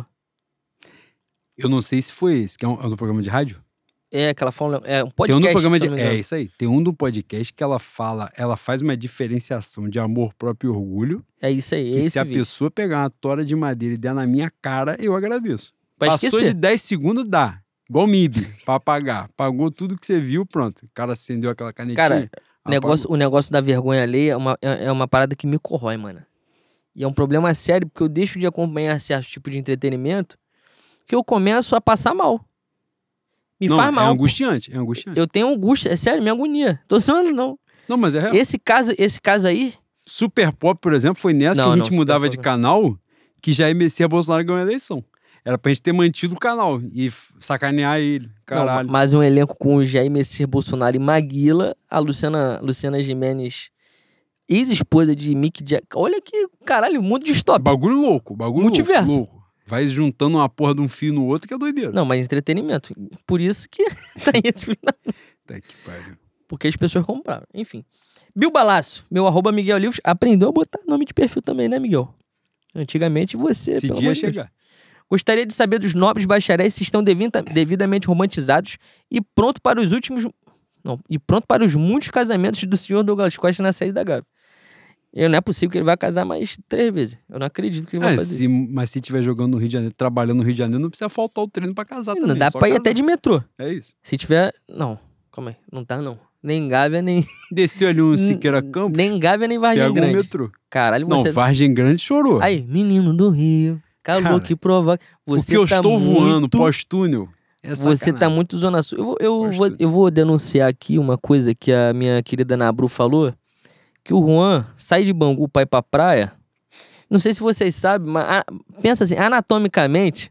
Eu não sei se foi esse, que é um, é um programa de rádio. É, que ela fala... É um Tem podcast, um do programa se de... eu não me É engano. isso aí. Tem um do podcast que ela fala, ela faz uma diferenciação de amor próprio e orgulho, É isso aí, é que esse se a vídeo. pessoa pegar uma tora de madeira e der na minha cara, eu agradeço. Vai Passou esquecer. de dez segundos, dá. Igual M I B, pra apagar. Pagou tudo que você viu, pronto. O cara acendeu aquela canetinha. Cara, O apagou. negócio, o negócio da vergonha alheia é uma, é é uma parada que me corrói, mano. E é um problema sério, porque eu deixo de acompanhar certo tipo de entretenimento que eu começo a passar mal. Me Não, faz mal. é pô. angustiante, é angustiante. Eu tenho angústia, é sério, minha agonia. Tô zoando, não. Não, mas é real. Esse caso, esse caso aí, Super Pop, por exemplo, foi nessa Não, que a não, gente Super mudava Pop de não. canal que Jair Messias Bolsonaro ganhou a eleição. Era pra gente ter mantido o canal e f- sacanear ele. Caralho. não, mas um elenco com o Jair Messias Bolsonaro e Maguila, a Luciana, Luciana Gimenez, ex-esposa de Mick Jagger. Olha que, caralho, mundo distópico. Bagulho louco, bagulho Multiverso. louco, louco. Vai juntando uma porra de um fio no outro que é doideira. Não, mas entretenimento. Por isso que tem esse filme da Até que pariu. porque as pessoas compraram. Enfim. Bill Balácio, meu arroba Miguel Livros, aprendeu a botar nome de perfil também, né, Miguel? Antigamente você... Esse pelo dia amor de Deus. chegar. Gostaria de saber dos nobres bacharéis se estão devinda- devidamente romantizados e pronto para os últimos... Não, e pronto para os muitos casamentos do senhor Douglas Costa na série da Gávea. Eu, não é possível que ele vai casar mais três vezes. Eu não acredito que ele vai É, fazer se, isso. mas se estiver jogando no Rio de Janeiro, trabalhando no Rio de Janeiro, não precisa faltar o treino pra casar Não também. dá só pra ir casar. até de metrô. É isso. Se tiver... Não, calma aí. Não tá, não. Nem Gávea, nem... Desceu ali um Siqueira Campos, Nem Gávea, nem Vargem pega um Grande. metrô. Caralho, Não, você... Vargem Grande chorou. Aí, menino do Rio, calor Cara, que provoca. Você Porque eu tá estou voando muito... pós-túnel. É Você tá sacanagem. muito Zona Sul. Eu, vou, eu, Gosto vou, tudo. eu vou denunciar aqui uma coisa que a minha querida Nabru falou, que o Juan sai de Bangu pra ir pra praia. Não sei se vocês sabem, mas ah, pensa assim, anatomicamente,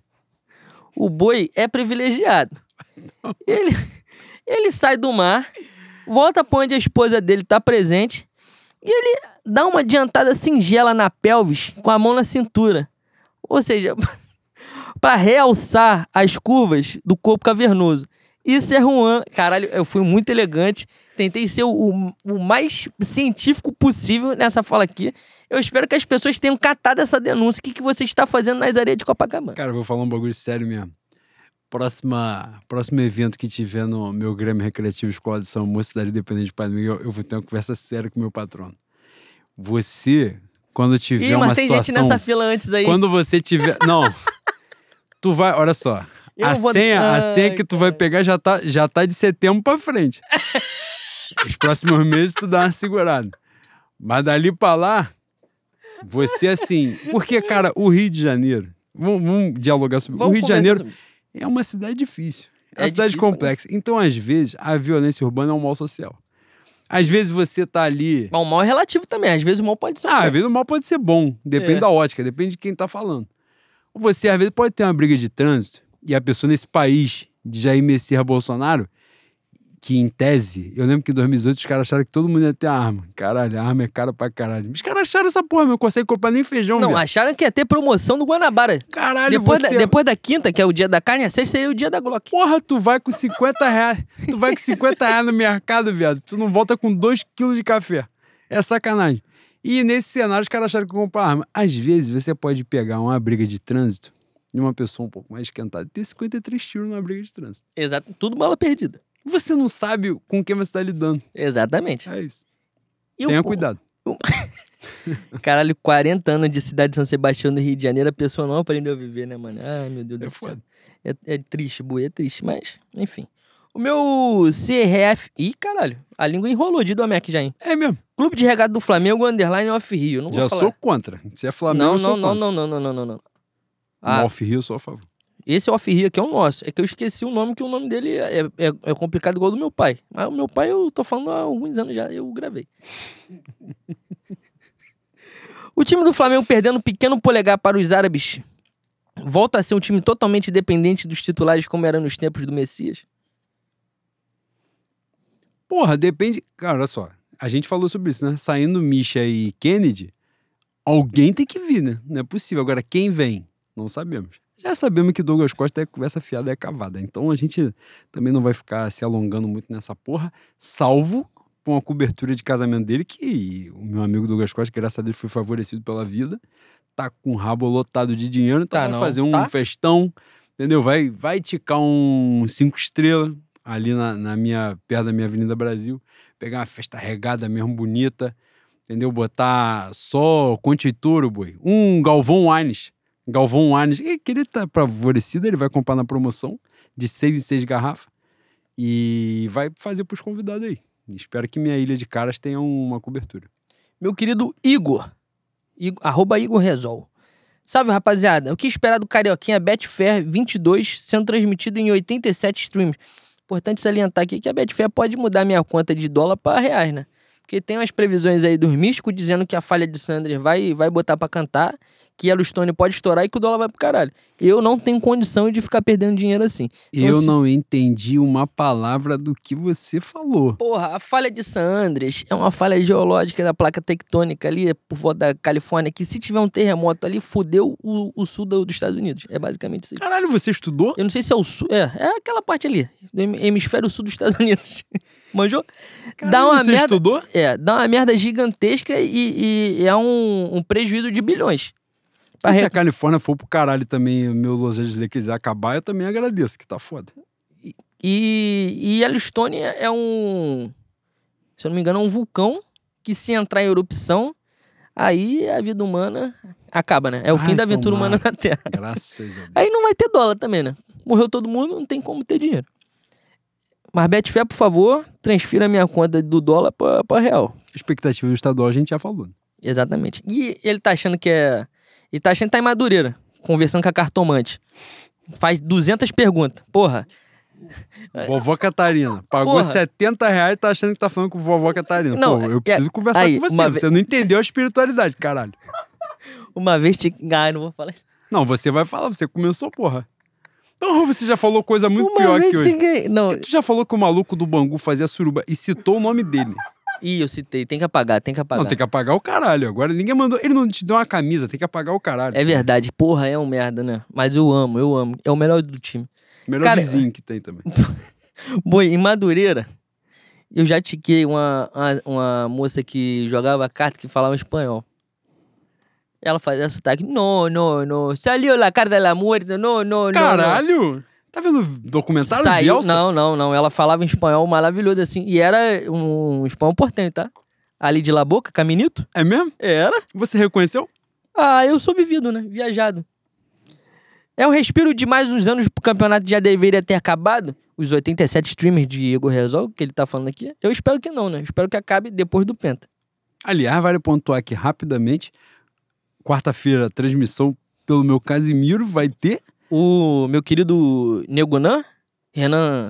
o boi é privilegiado. Ele, ele sai do mar, volta pra onde a esposa dele tá presente, e ele dá uma adiantada singela na pelvis com a mão na cintura. Ou seja... pra realçar as curvas do corpo cavernoso. Isso é Juan. Caralho, eu fui muito elegante. Tentei ser o, o, o mais científico possível nessa fala aqui. Eu espero que as pessoas tenham catado essa denúncia. O que, que você está fazendo nas areias de Copacabana? Cara, eu vou falar um bagulho sério mesmo. Próxima, próximo evento que tiver no meu Grêmio Recreativo Escola de São Mocidade Independente de Padre Miguel, eu vou ter uma conversa séria com o meu patrono. Você, quando tiver Ih, uma mas tem situação... gente nessa fila antes aí. Quando você tiver... Não... Tu vai, olha só, Eu a não vou- senha, a Ai, senha que tu vai cara. pegar já tá, já tá de setembro pra frente. Os próximos meses tu dá uma segurada. Mas dali pra lá, você assim... Porque, cara, o Rio de Janeiro... Vamos, vamos dialogar sobre... Vamos o Rio de conversar Janeiro sobre isso. é uma cidade difícil. É É uma cidade difícil, complexa. Então, às vezes, a violência urbana é um mal social. Às vezes você tá ali... Mas o mal é relativo também. Às vezes o mal pode ser... um Ah, bem. às vezes o mal pode ser bom. Depende É. da ótica, depende de quem tá falando. Ou você, às vezes, pode ter uma briga de trânsito e a pessoa nesse país de Jair Messias Bolsonaro, que em tese, eu lembro que em dois mil e dezoito os caras acharam que todo mundo ia ter arma. Caralho, a arma é cara pra caralho. Os caras acharam essa porra, não consegue comprar nem feijão, Não, velho. acharam que ia ter promoção do Guanabara. Caralho, Depois, você... da, depois da quinta, que é o dia da carne, a sexta seria o dia da Glock. Porra, tu vai com cinquenta reais. Tu vai com cinquenta reais no mercado, viado. Tu não volta com dois quilos de café. É sacanagem. E nesse cenário, os caras acharam que comprar arma. Às vezes, você pode pegar uma briga de trânsito de uma pessoa um pouco mais esquentada e ter cinquenta e três tiros numa briga de trânsito. Exato. Tudo bala perdida. Você não sabe com quem você tá lidando. Exatamente. É isso. E Tenha o- cuidado. Caralho, quarenta anos de cidade de São Sebastião do Rio de Janeiro, a pessoa não aprendeu a viver, né, mano? Ai, meu Deus É do céu. foda. É, é triste, boi, é triste, mas, enfim. O meu C R F... Ih, caralho, a língua enrolou de Domecq já, hein? É mesmo. Clube de Regata do Flamengo, underline off Rio. Não vou Já falar. sou contra. Se é Flamengo, Não, eu sou não, não, contra. não, não, não, não, não, não. No Ah, Off Rio, eu sou a favor. esse off Rio aqui é o nosso. É que eu esqueci o nome, que o nome dele é, é, é complicado igual ao do meu pai. Mas o meu pai, eu tô falando há alguns anos já, eu gravei. O time do Flamengo perdendo um pequeno polegar para os árabes volta a ser um time totalmente dependente dos titulares como era nos tempos do Messias? Porra, depende... Cara, olha só. A gente falou sobre isso, né? Saindo Misha e Kennedy, alguém tem que vir, né? Não é possível. Agora, quem vem? Não sabemos. Já sabemos que Douglas Costa é conversa fiada, é cavada. Então, a gente também não vai ficar se alongando muito nessa porra, salvo com a cobertura de casamento dele, que o meu amigo Douglas Costa, graças a Deus, foi favorecido pela vida. Tá com o rabo lotado de dinheiro, então Tá, vai não. fazer um Tá? festão, entendeu? Vai, vai ticar um cinco estrelas ali na, na minha, perto da minha Avenida Brasil, pegar uma festa regada mesmo, bonita, entendeu? Botar só Conte e Toro, boi. Um Galvão Wines. Galvão Wines, que ele tá favorecido, ele vai comprar na promoção de seis em seis garrafas e vai fazer pros convidados aí. Espero que minha ilha de caras tenha uma cobertura. Meu querido Igor, Igor arroba Igor Resol. Salve, rapaziada. O que esperar do Carioquinha Betfair vinte e dois sendo transmitido em oitenta e sete streams? Importante salientar aqui que a Betfair pode mudar minha conta de dólar para reais, né? Porque tem umas previsões aí dos místicos dizendo que a falha de Sanders vai, vai botar pra cantar, que Yellowstone pode estourar e que o dólar vai pro caralho. Eu não tenho condição de ficar perdendo dinheiro assim. Então, Eu se- não entendi uma palavra do que você falou. Porra, a falha de Sanders é uma falha geológica da placa tectônica ali por volta da Califórnia, que se tiver um terremoto ali, fudeu o, o sul do- dos Estados Unidos. É basicamente isso aí. Caralho, você estudou? Eu não sei se é o sul. É, é aquela parte ali, do hem- hemisfério sul dos Estados Unidos. Manjou? Caralho, dá uma você merda. estudou? É, dá uma merda gigantesca e, e é um, um prejuízo de bilhões. Pra se re... a Califórnia for pro caralho também, o meu Los Angeles Lakers acabar, eu também agradeço, que tá foda. E, e Yellowstone é um, se eu não me engano, é um vulcão que se entrar em erupção, aí a vida humana acaba, né? É o Ai, fim da aventura tomar. humana na Terra. Graças a Deus. Aí não vai ter dólar também, né? Morreu todo mundo, não tem como ter dinheiro. Mas Betfair, por favor, transfira a minha conta do dólar pra, pra real. Expectativa do estadual a gente já falou. Exatamente. E ele tá achando que é... Ele tá achando que tá em Madureira, conversando com a cartomante. Faz duzentas perguntas. Porra... Vovó Catarina. Pagou Porra. setenta reais e tá achando que tá falando com vovó Catarina. Não, Pô, eu preciso é, conversar aí, com você. Você ve... não entendeu a espiritualidade, caralho. Uma vez tinha que... Ah, eu não vou falar isso. Não, você vai falar. Você começou, porra. Não, você já falou coisa muito Uma pior que hoje. Ninguém... Não. Tu já falou que o maluco do Bangu fazia suruba e citou o nome dele. Ih, eu citei. Tem que apagar, tem que apagar. Não, tem que apagar o caralho. Agora ninguém mandou... Ele não te deu uma camisa, tem que apagar o caralho. É verdade. Porra, é um merda, né? Mas eu amo, eu amo. É o melhor do time. Melhor Cara, vizinho que tem também. Boi, em Madureira, eu já tiquei uma, uma, uma moça que jogava carta que falava espanhol. Ela fazia sotaque. No, no, no. Saiu la carta de la muerte. No, no, Caralho! no. Tá vendo documentário Saiu, Bielsa? Não, não, não. Ela falava em espanhol maravilhoso assim. E era um espanhol importante, tá? Ali de La Boca, Caminito. É mesmo? Era. Você reconheceu? Ah, eu sou vivido, né? Viajado. É um respiro de mais uns anos pro campeonato já deveria ter acabado. Os oitenta e sete streamers de Igor Resolve, que ele tá falando aqui. Eu espero que não, né? Eu espero que acabe depois do Penta. Aliás, vale pontuar aqui rapidamente. Quarta-feira, transmissão pelo meu Casimiro vai ter... O meu querido Negunan, Renan...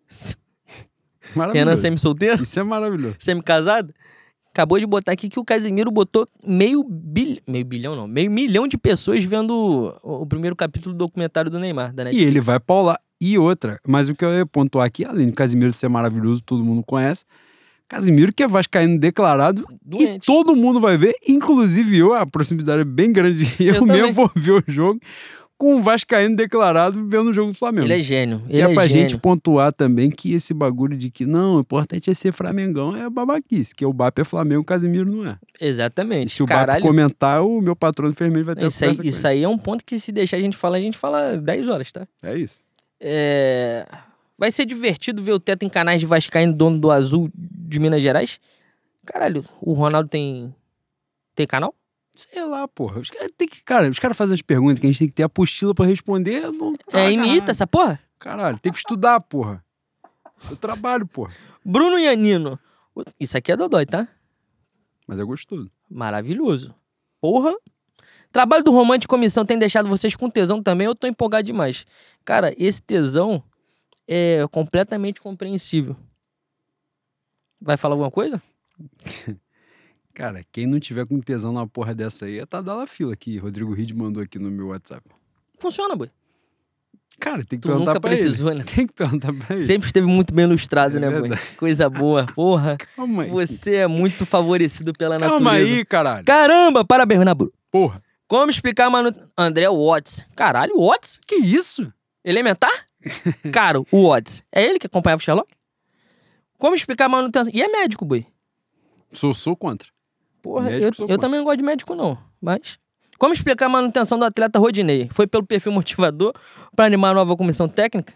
Renan semi-solteiro. Isso é maravilhoso. Semi-casado. Acabou de botar aqui que o Casimiro botou meio bilhão, meio bilhão não, meio milhão de pessoas vendo o, o primeiro capítulo do documentário do Neymar, da Netflix. E ele vai paular. E outra, mas o que eu ia pontuar aqui, além do Casimiro ser maravilhoso, todo mundo conhece, Casimiro que é vascaíno declarado, Doente. E todo mundo vai ver, inclusive eu, a proximidade é bem grande, eu, eu mesmo vou ver o jogo, com um vascaíno declarado vendo o jogo do Flamengo. Ele é gênio. Que ele é, é pra gênio. gente pontuar também que esse bagulho de que não, o importante é ser Flamengão é babaquice, que o B A P é Flamengo, o Casimiro não é. Exatamente. E se o Caralho. B A P comentar, o meu patrão enfermeiro vai ter isso, aí, isso aí é um ponto que se deixar a gente falar, a gente fala dez horas, tá? É isso. É... Vai ser divertido ver o Teto em canais de vascaíno, dono do Azul de Minas Gerais. Caralho, o Ronaldo tem... Tem canal? Sei lá, porra. Os caras tem que, cara, os caras fazem as perguntas que a gente tem que ter apostila pra responder. Não tá, é, imita essa porra? Caralho, tem que estudar, porra. Eu trabalho, porra. Bruno Iannino. Isso aqui é dodói, tá? Mas é gostoso. Maravilhoso. Porra. Trabalho do Romântico de Comissão tem deixado vocês com tesão também? Eu tô empolgado demais. Cara, esse tesão é completamente compreensível. Vai falar alguma coisa? Cara, quem não tiver com tesão na porra dessa aí é Tadala Fila, que Rodrigo Ride mandou aqui no meu WhatsApp. Funciona, boi. Cara, tem que tu perguntar nunca pra precisou, ele. Né? Tem que perguntar pra ele. Sempre esteve muito bem ilustrado, é né, verdade. boi? Coisa boa. Porra. Calma aí. Você é muito favorecido pela Calma natureza. Calma aí, caralho. Caramba, parabéns, Naburu. Porra. Como explicar a manutenção... André Watts. Caralho, Watts? Que isso? Elementar? Cara, o Watts. É ele que acompanhava o Sherlock? Como explicar a manutenção... E é médico, boi. Sou, sou contra. Porra, médico, eu, eu também não gosto de médico, não. Mas... Como explicar a manutenção do atleta Rodinei? Foi pelo perfil motivador para animar a nova comissão técnica?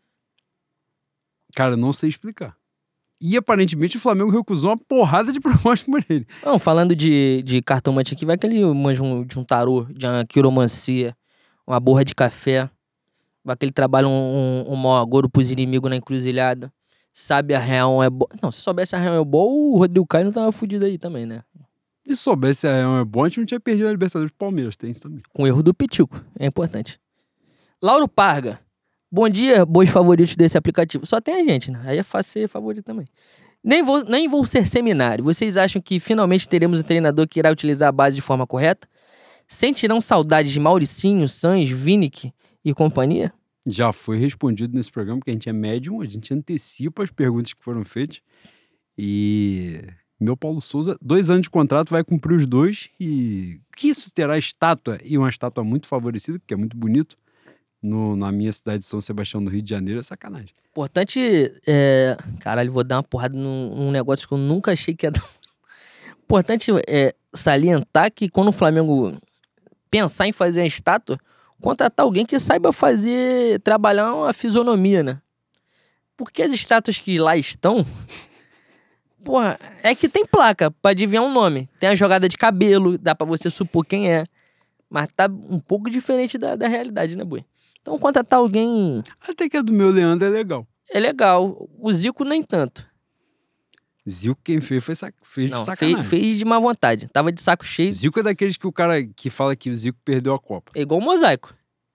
Cara, não sei explicar. E aparentemente o Flamengo recusou uma porrada de proposta por ele. Não, falando de, de cartomante aqui, vai que ele manja um, de um tarô, de uma quiromancia, uma borra de café. Vai que ele trabalha um, um, um mau agouro pros inimigos na encruzilhada. Sabe a real é boa. Não, se soubesse a real é boa, o Rodrigo Caio não tava fudido aí também, né? Se soubesse a real é boa, a gente não tinha perdido a Libertadores do Palmeiras, tem isso também. Com o erro do Pitico, é importante. Lauro Parga. Bom dia, bois favoritos desse aplicativo. Só tem a gente, né? Aí é fácil ser favorito também. Nem vou, nem vou ser seminário. Vocês acham que finalmente teremos um treinador que irá utilizar a base de forma correta? Sentirão saudades de Mauricinho, Sanz, Vinick e companhia? Já foi respondido nesse programa, porque a gente é médium, a gente antecipa as perguntas que foram feitas. E meu Paulo Souza, dois anos de contrato, vai cumprir os dois. E que isso terá estátua, e uma estátua muito favorecida, porque é muito bonito. No, na minha cidade de São Sebastião, no Rio de Janeiro, é sacanagem. Importante, é... caralho, vou dar uma porrada num, num negócio que eu nunca achei que ia dar. Importante é salientar que quando o Flamengo pensar em fazer uma estátua, contratar alguém que saiba fazer, trabalhar uma fisionomia, né? Porque as estátuas que lá estão, porra, é que tem placa pra adivinhar um nome. Tem a jogada de cabelo, dá pra você supor quem é. Mas tá um pouco diferente da, da realidade, né, Bui? Então contratar alguém... Até que a do meu Leandro é legal. É legal. O Zico nem tanto. Zico quem fez foi sac... fez Não, de sacanagem. fez, fez de má vontade. Tava de saco cheio. Zico é daqueles que o cara que fala que o Zico perdeu a Copa. É igual o mosaico.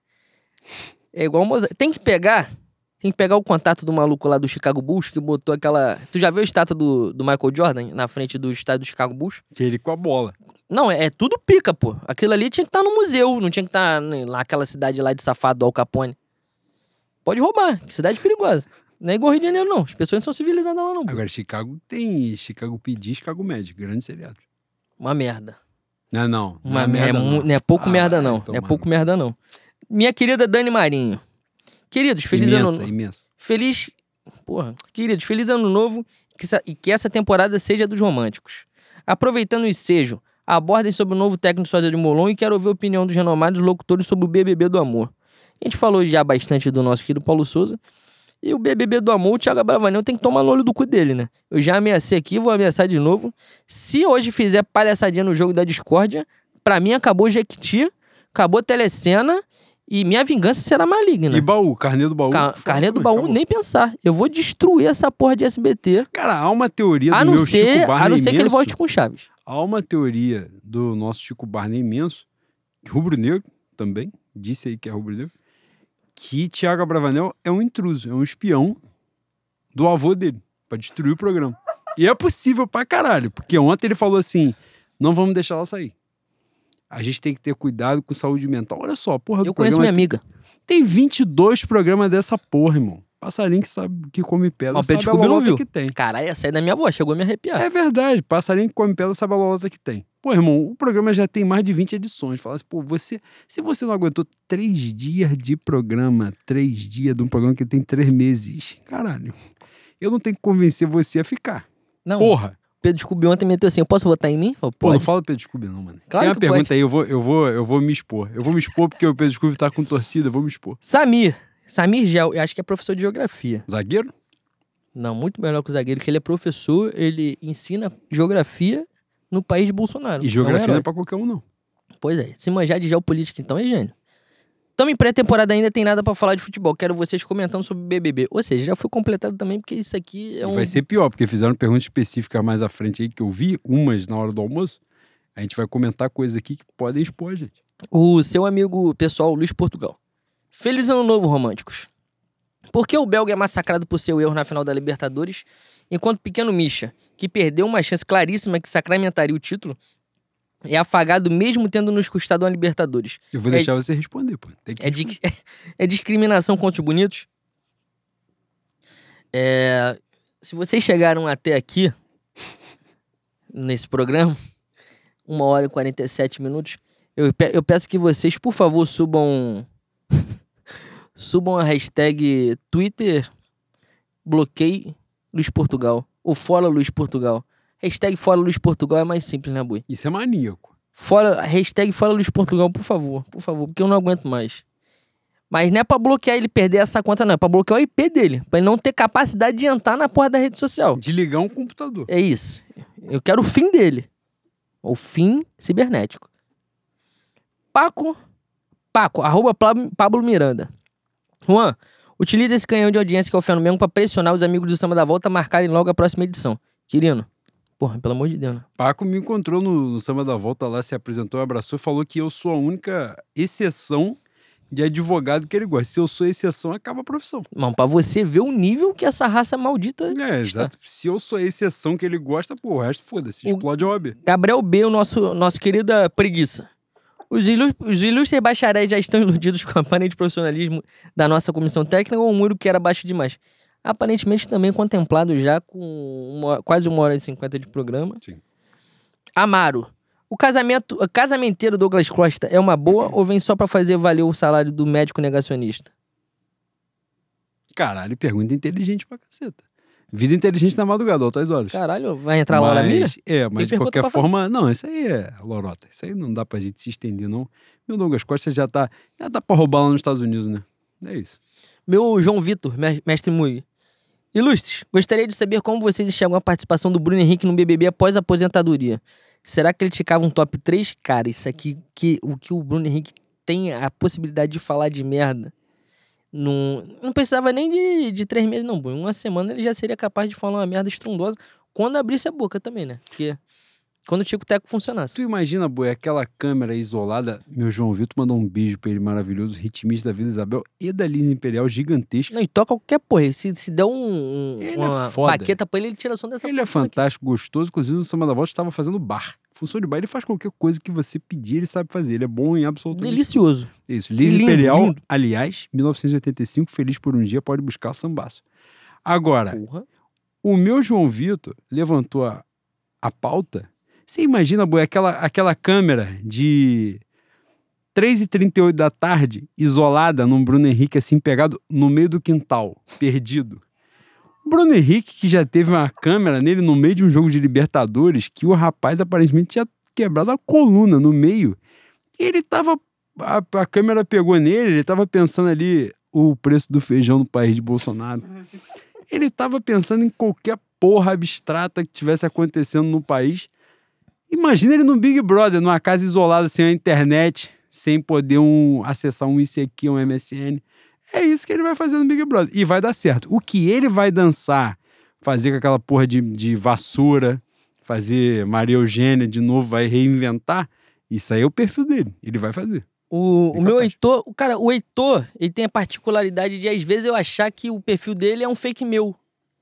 É igual o mosaico. Tem que pegar... Tem que pegar o contato do maluco lá do Chicago Bulls, que botou aquela... Tu já viu a estátua do, do Michael Jordan na frente do estádio do Chicago Bulls? Que ele com a bola. Não, é, é tudo pica, pô. Aquilo ali tinha que estar no museu, não tinha que estar lá naquela cidade lá de safado do Al Capone. Pode roubar, que cidade perigosa. Não é igual Rio de Janeiro, não. As pessoas não são civilizadas lá, não. Pô. Agora, Chicago tem Chicago P D, Chicago Med, grande seriado. Uma merda. Não, não. Uma é merda, não. não é pouco Ah, merda, não. então, Não é mano. pouco merda, não. Minha querida Dani Marinho. Queridos, feliz Imensa, ano... imensa. Feliz... Porra. Queridos, feliz ano novo que essa- e que essa temporada seja dos românticos. Aproveitando o ensejo, abordem sobre o novo técnico sósia de Molon e quero ouvir a opinião dos renomados locutores sobre o B B B do amor. A gente falou já bastante do nosso querido Paulo Souza. E o B B B do amor, o Thiago Abravanel tem que tomar no olho do cu dele, né? Eu já ameacei aqui, vou ameaçar de novo. Se hoje fizer palhaçadinha no jogo da discórdia, pra mim acabou Jequiti, acabou Telecena e minha vingança será maligna. E baú, carnê do baú. Ca Fala, Carnê do mas baú, acabou. nem pensar. Eu vou destruir essa porra de S B T. Cara, há uma teoria do A não meu ser, Chico Barney a não ser que ele imenso. volte com Chaves. Há uma teoria do nosso Chico Barney imenso, rubro-negro também, disse aí que é rubro-negro, que Thiago Abravanel é um intruso, é um espião do avô dele, pra destruir o programa. E é possível pra caralho, porque ontem ele falou assim, não vamos deixar ela sair. A gente tem que ter cuidado com saúde mental. Olha só, a porra do Eu conheço programa minha amiga. tem vinte e dois programas dessa porra, irmão. Passarinho que sabe que come pedra, Mas o Pedro sabe a Scooby não lolota viu. que tem. Caralho, ia sair da minha voz, chegou a me arrepiar. É verdade, passarinho que come pedra sabe a lolota que tem. Pô, irmão, o programa já tem mais de vinte edições. Fala assim, pô, você, se você não aguentou três dias de programa, três dias de um programa que tem três meses, caralho, eu não tenho que convencer você a ficar. Não, Porra! Pedro Scooby ontem meteu assim, eu posso votar em mim? Falei, Pô, não pode. fala Pedro Scooby não, mano. Claro tem uma que pergunta pode. aí, eu vou, eu, vou, eu vou me expor. Eu vou me expor porque o Pedro Scooby tá com torcida, eu vou me expor. Samir. Samir Gel, eu acho que é professor de geografia. Zagueiro? Não, muito melhor que o zagueiro, que ele é professor, ele ensina geografia no país de Bolsonaro. E É um geografia não herói. é pra qualquer um, não. Pois é, se manjar de geopolítica então é gênio. Tamo em pré-temporada ainda, tem nada pra falar de futebol. Quero vocês comentando sobre o B B B. Ou seja, já foi completado também, porque isso aqui é E um... vai ser pior, porque fizeram perguntas específicas mais à frente aí, que eu vi, umas na hora do almoço. A gente vai comentar coisas aqui que podem expor, gente. O seu amigo pessoal, Luiz Portugal. Feliz ano novo, românticos. Por que o belga é massacrado por seu erro na final da Libertadores, enquanto o pequeno Misha, que perdeu uma chance claríssima que sacramentaria o título, é afagado mesmo tendo nos custado uma Libertadores? Eu vou É- deixar você responder, pô. Tem que É, di- é discriminação contra os bonitos? É, se vocês chegaram até aqui, nesse programa, uma hora e quarenta e sete minutos, eu, pe- eu peço que vocês, por favor, subam subam a hashtag Twitter bloqueie Luiz Portugal, ou fora Luiz Portugal. Hashtag fora Luiz Portugal é mais simples, né, Bui? Isso é maníaco. Fora, hashtag fora Luiz Portugal, por favor, por favor, porque eu não aguento mais. Mas não é pra bloquear ele perder essa conta, não. É pra bloquear o I P dele. Pra ele não ter capacidade de entrar na porra da rede social. De ligar um computador. É isso. Eu quero o fim dele. O fim cibernético. Paco. Paco, arroba Pab- Pablo Miranda. Juan, utiliza esse canhão de audiência que é o Fenomengo pra pressionar os amigos do Samba da Volta a marcarem logo a próxima edição. Quirino. Porra, pelo amor de Deus, né? Paco me encontrou no, no Samba da Volta lá, se apresentou, abraçou e falou que eu sou a única exceção de advogado que ele gosta. Se eu sou exceção, acaba a profissão. Mano, pra você ver o nível que essa raça maldita É, está. exato. Se eu sou a exceção que ele gosta, pô, o resto foda-se. O- Explode a O A B. Gabriel B, o nosso, nosso querida preguiça. Os, ilu os ilustres bacharéis já estão iludidos com o aparente profissionalismo da nossa comissão técnica ou um muro que era baixo demais? Aparentemente também contemplado já com uma- quase uma hora e cinquenta de programa. Sim. Amaro. O casamento, o casamenteiro Douglas Costa é uma boa ou vem só pra fazer valer o salário do médico negacionista? Caralho, pergunta inteligente pra caceta. Vida inteligente na madrugada, altas horas. Caralho, vai entrar lá na milha? É, mas de pergunta qualquer pra fazer. forma... Não, isso aí é lorota. Isso aí não dá pra gente se estender, não. Meu Douglas Costa já tá... Já dá pra roubar lá nos Estados Unidos, né? É isso. Meu João Vitor, me- mestre Mui. Ilustres, gostaria de saber como vocês enxergam a participação do Bruno Henrique no B B B após a aposentadoria. Será que ele ficava um top três? Cara, isso aqui, que, o que o Bruno Henrique tem a possibilidade de falar de merda. Não, não precisava nem de, de três meses, não. Em uma semana ele já seria capaz de falar uma merda estrondosa quando abrisse a boca também, né? Porque quando o Tico-Teco funcionasse. Tu imagina, Boi, aquela câmera isolada. Meu João Vitor mandou um beijo pra ele maravilhoso, ritmista da Vila Isabel e da Lisa Imperial, gigantesca. Não, e toca qualquer porra. Se, se der um, um, Ele uma é foda. baqueta pra ele, ele tira som dessa Ele é porra aqui. fantástico, gostoso. Inclusive, no Samba da Volta estava fazendo bar. Função de bar, ele faz qualquer coisa que você pedir, ele sabe fazer. Ele é bom em absolutamente Delicioso. tudo. Isso. Lisa Lindo, Imperial, lindo. aliás, mil novecentos e oitenta e cinco, feliz por um dia, pode buscar sambaço. Agora, Porra. o meu João Vitor levantou a, a pauta. Você imagina, Boi, aquela, aquela câmera de três e trinta e oito da tarde, isolada num Bruno Henrique assim, pegado no meio do quintal, perdido. O Bruno Henrique, que já teve uma câmera nele no meio de um jogo de Libertadores, que o rapaz aparentemente tinha quebrado a coluna no meio. E ele tava... A, a câmera pegou nele, ele tava pensando ali o preço do feijão no país de Bolsonaro. Ele tava pensando em qualquer porra abstrata que tivesse acontecendo no país. Imagina ele no Big Brother, numa casa isolada, sem a internet, sem poder um, acessar um I C Q, um M S N. É isso que ele vai fazer no Big Brother. E vai dar certo. O que ele vai dançar, fazer com aquela porra de, de vassoura, fazer Maria Eugênia de novo, vai reinventar, isso aí é o perfil dele. Ele vai fazer. O, Bem o meu capaz. Heitor, o cara, o Heitor, ele tem a particularidade de, às vezes, eu achar que o perfil dele é um fake meu.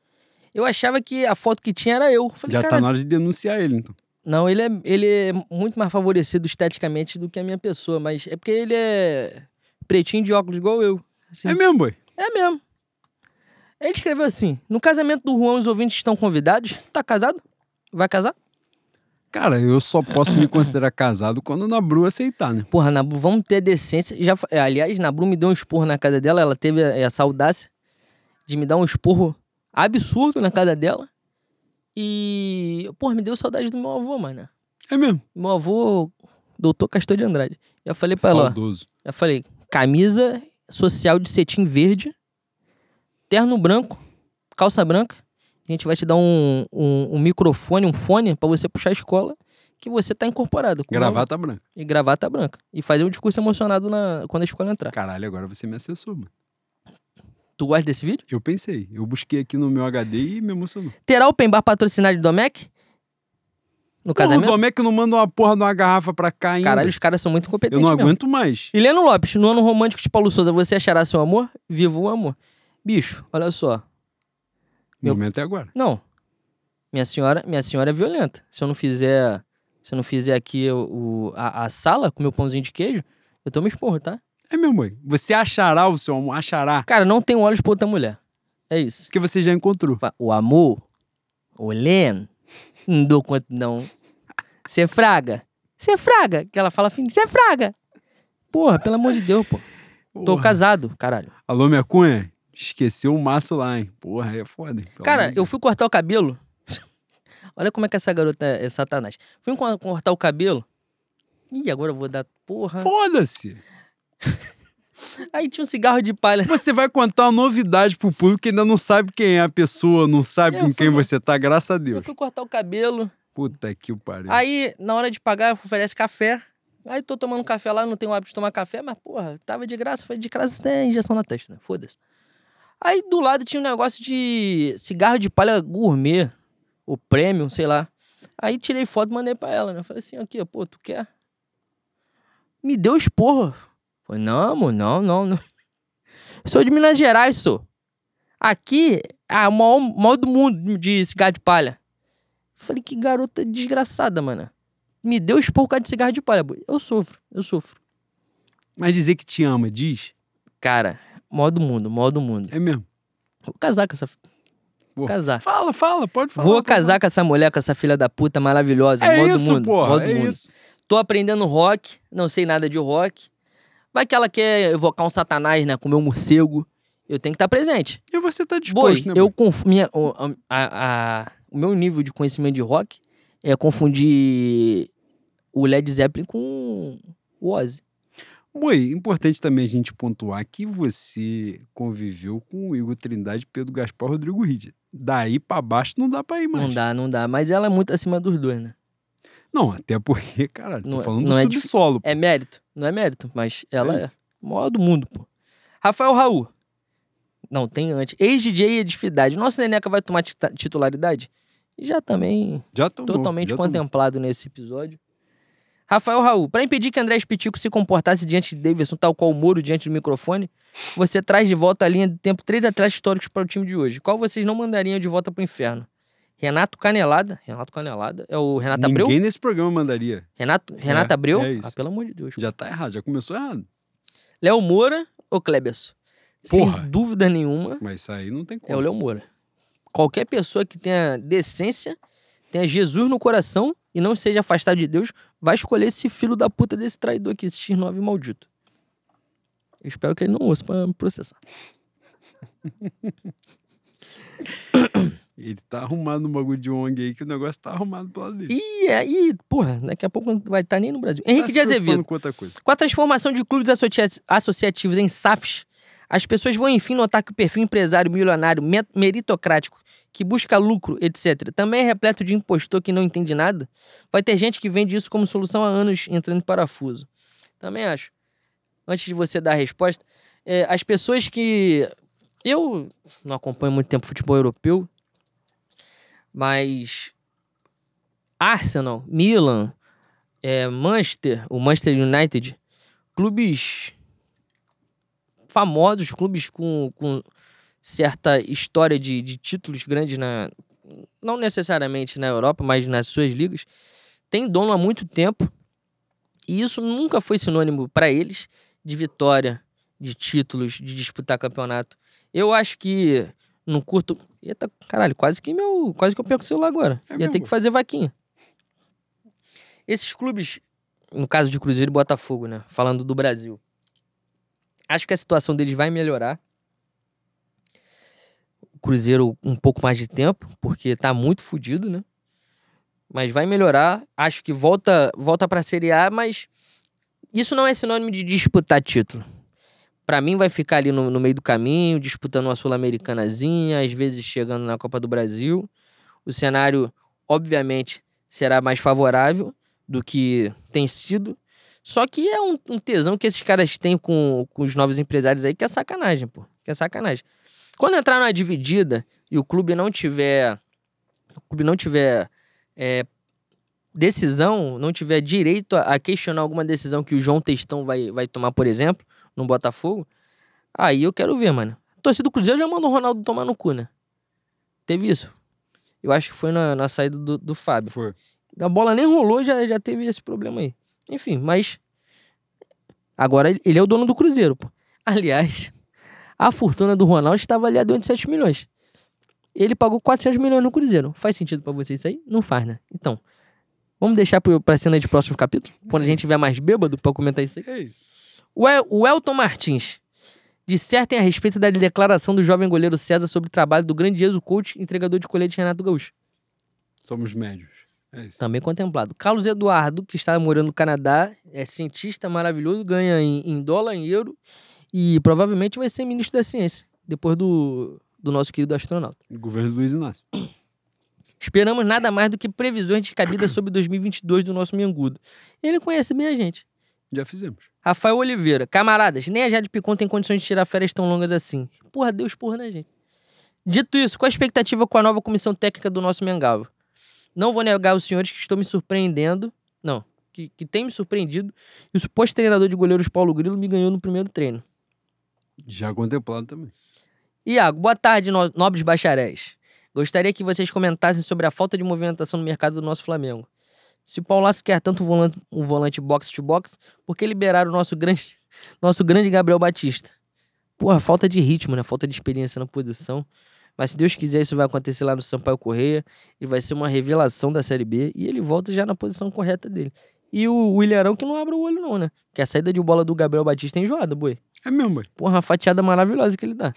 Eu achava que a foto que tinha era eu. Falei, Já cara, tá na hora de denunciar ele, então. não, ele é, ele é muito mais favorecido esteticamente do que a minha pessoa, mas é porque ele é pretinho de óculos igual eu. assim. É mesmo, Boi? É mesmo. Ele escreveu assim: no casamento do Juan, os ouvintes estão convidados. Tá casado? Vai casar? Cara, eu só posso me considerar casado quando a Ana Bru aceitar, né? Porra, Nabru, vamos ter decência. Já, fa- é, aliás, Nabru me deu um esporro na casa dela. Ela teve a- essa audácia de me dar um esporro absurdo na casa dela. E, porra, me deu saudade do meu avô, mano. É mesmo. Meu avô, doutor Castor de Andrade. Já falei pra ela, ó. Saudoso. Já falei, camisa social de cetim verde, terno branco, calça branca. A gente vai te dar um, um, um microfone, um fone pra você puxar a escola, que você tá incorporado. com Gravata branca. uma- E gravata branca. E fazer um discurso emocionado na, quando a escola entrar. Caralho, agora você me acessou, mano. Tu gosta desse vídeo? Eu pensei. Eu busquei aqui no meu H D e me emocionou. Terá open bar patrocinado de Domec? No Porra, o casamento? Domecq não manda uma porra de uma garrafa pra cá ainda. Caralho, os caras são muito Eu competentes não mesmo. aguento mais. Heleno Lopes, no ano romântico de Paulo Souza, você achará seu amor? Viva o amor. Bicho, olha só. O Meu- momento é agora. Não. Minha senhora, minha senhora é violenta. Se eu não fizer, se eu não fizer aqui o, o- a, a sala com meu pãozinho de queijo, eu tomo esporro, tá? É mesmo, mãe. Você achará o seu amor, achará. Cara, não tenho olhos pra outra mulher. É isso. Porque você já encontrou. Fa- O amor, o Heleno, não dou conta não. Você fraga. Você fraga. Que ela fala assim, você fraga. Porra, pelo amor de Deus, pô. Tô Porra. casado, caralho. Alô, minha cunha? Esqueceu o maço lá, hein? Porra, aí é foda, hein? Pelo Cara, amor de eu Deus. fui cortar o cabelo. Olha como é que essa garota é, é satanás. Fui co- cortar o cabelo. Ih, agora eu vou dar porra. Foda-se! Aí tinha um cigarro de palha. Você vai contar uma novidade pro público que ainda não sabe quem é a pessoa, não sabe Eu com fui quem co- você tá, graças a Eu Deus. fui cortar o cabelo. Puta que o pariu. Aí, na hora de pagar, oferece café. Aí tô tomando café lá, não tenho o hábito de tomar café, mas, porra, tava de graça, foi de graça até injeção na testa, né? Foda-se. Aí do lado tinha um negócio de cigarro de palha gourmet, ou premium, sei lá. Aí tirei foto e mandei pra ela, né? Falei assim, aqui, pô, tu quer? Me deu esporro. Falei, não, amor, não, não, não. Sou de Minas Gerais, sou. Aqui, é o maior, maior do mundo de cigarro de palha. Falei, que garota desgraçada, mano. Me deu esporro por causa de cigarro de palha, boy. Eu sofro, eu sofro. Mas dizer que te ama, diz? Cara, maior do mundo, maior do mundo. É mesmo. Vou casar com essa... Pô. Vou casar. Fala, fala, pode falar. Vou pode casar com essa mulher, com essa filha da puta maravilhosa. falar. É maior isso, do mundo, porra, maior do é mundo. isso. Tô aprendendo rock, não sei nada de rock. Vai que ela quer evocar um satanás, né? Comer um morcego eu tenho que estar presente. E você tá Boi, disposto, né, eu Boi? conf... minha, o- a, a- o meu nível de conhecimento de rock é confundir o Led Zeppelin com o Ozzy. Boi, importante também a gente pontuar que você conviveu com o Igor Trindade, Pedro Gaspar, Rodrigo Ride. Daí pra baixo não dá pra ir mais. Não dá, não dá. Mas ela é muito acima dos dois, né? Não, até porque, caralho, tô Não é- falando não do é dif- subsolo, pô. É mérito. Não é mérito, mas ela é. isso. O maior do mundo, pô. Rafael Raul. Não, tem antes. Ex-D J Edificidade. Nossa Neneca vai tomar tita- titularidade? Já também Já tomou. totalmente já tomou. contemplado nesse episódio. Rafael Raul, para impedir que Andrés Pitico se comportasse diante de Davidson, tal qual o Moro diante do microfone, você traz de volta a linha de tempo três atletas históricos para o time de hoje. Qual vocês não mandariam de volta pro inferno? Renato Canelada. Renato Canelada? É o Renato Abreu? Ninguém nesse programa mandaria. Renato, Renato Abreu? é isso. Ah, pelo amor de Deus. Já tá errado, já começou errado. Léo Moura ou Kleberson? Porra. Sem dúvida nenhuma, Mas isso aí não tem como. é o Léo Moura. Qualquer pessoa que tenha decência, tenha Jesus no coração e não seja afastado de Deus, vai escolher esse filho da puta desse traidor aqui, esse X nove maldito. Eu espero que ele não ouça pra me processar. Ele tá arrumado no bagulho de O N G aí, que o negócio tá arrumado pro lado dele. E aí, porra, daqui a pouco não vai estar nem no Brasil. Henrique Tá se de Azevedo. preocupando com outra coisa. Com a transformação de clubes associa- associativos em S A Fs, as pessoas vão enfim notar que o perfil empresário milionário me- meritocrático, que busca lucro, etcétera, também é repleto de impostor que não entende nada. Vai ter gente que vende isso como solução há anos entrando em parafuso. Também acho. Antes de você dar a resposta, é, as pessoas que... Eu não acompanho muito tempo futebol europeu, mas Arsenal, Milan, é, Manchester, o Manchester United, clubes famosos, clubes com, com certa história de, de títulos grandes, na, não necessariamente na Europa, mas nas suas ligas, tem dono há muito tempo e isso nunca foi sinônimo para eles de vitória, de títulos, de disputar campeonato. Eu acho que no curto... Eita, caralho, quase que, meu, quase que eu perco o celular agora. É Ia mesmo? ter que fazer vaquinha. Esses clubes, no caso de Cruzeiro e Botafogo, né? Falando do Brasil. Acho que a situação deles vai melhorar. O Cruzeiro um pouco mais de tempo, porque tá muito fodido, né? Mas vai melhorar. Acho que volta, volta pra Série A, mas isso não é sinônimo de disputar título. Pra mim vai ficar ali no, no meio do caminho, disputando uma Sul-Americanazinha, às vezes chegando na Copa do Brasil. O cenário, obviamente, será mais favorável do que tem sido. Só que é um, um tesão que esses caras têm com, com os novos empresários aí, que é sacanagem, pô. Que é sacanagem. Quando entrar numa dividida e o clube não tiver... O clube não tiver é, decisão, não tiver direito a, a questionar alguma decisão que o João Testão vai, vai tomar, por exemplo, no Botafogo, aí eu quero ver, mano. A torcida do Cruzeiro já mandou o Ronaldo tomar no cu, né? Teve isso. Eu acho que foi na, na saída do, do Fábio. Foi. A bola nem rolou, já, já teve esse problema aí. Enfim, mas... Agora ele é o dono do Cruzeiro, pô. Aliás, a fortuna do Ronaldo está avaliada em oitocentos milhões. Ele pagou quatrocentos milhões no Cruzeiro. Faz sentido pra vocês isso aí? Não faz, né? Então, vamos deixar pro, pra cena de próximo capítulo? Quando a gente tiver mais bêbado pra comentar isso aí. É isso. O, El, o Elton Martins. Dissertem a respeito da declaração do jovem goleiro César sobre o trabalho do grandioso coach entregador de colete Renato Gaúcho. Somos médios. É isso. Também contemplado. Carlos Eduardo, que está morando no Canadá, é cientista maravilhoso, ganha em, em dólar, em euro, e provavelmente vai ser ministro da ciência, depois do, do nosso querido astronauta. O governo do Luiz Inácio. Esperamos nada mais do que previsões de cabida sobre dois mil e vinte e dois do nosso Mengudo. Ele conhece bem a gente. Já fizemos. Rafael Oliveira. Camaradas, nem a Jade Picon tem condições de tirar férias tão longas assim. Porra, Deus porra, né, gente? Dito isso, qual a expectativa com a nova comissão técnica do nosso Mengalo? Não vou negar aos senhores que estou me surpreendendo. Não, que, que tem me surpreendido. E o suposto treinador de goleiros Paulo Grilo me ganhou no primeiro treino. Já contemplado também. Iago, boa tarde, no- nobres bacharéis. Gostaria que vocês comentassem sobre a falta de movimentação no mercado do nosso Flamengo. Se o Paulasso quer tanto um volante, um volante box-to-box, por que liberaram o nosso grande, nosso grande Gabriel Batista? Porra, falta de ritmo, né? Falta de experiência na posição. Mas se Deus quiser, isso vai acontecer lá no Sampaio Corrêa. E vai ser uma revelação da Série B. E ele volta já na posição correta dele. E o Willian que não abre o olho não, né? Que a saída de bola do Gabriel Batista é enjoada, boi. É mesmo, boi. Porra, uma fatiada maravilhosa que ele dá.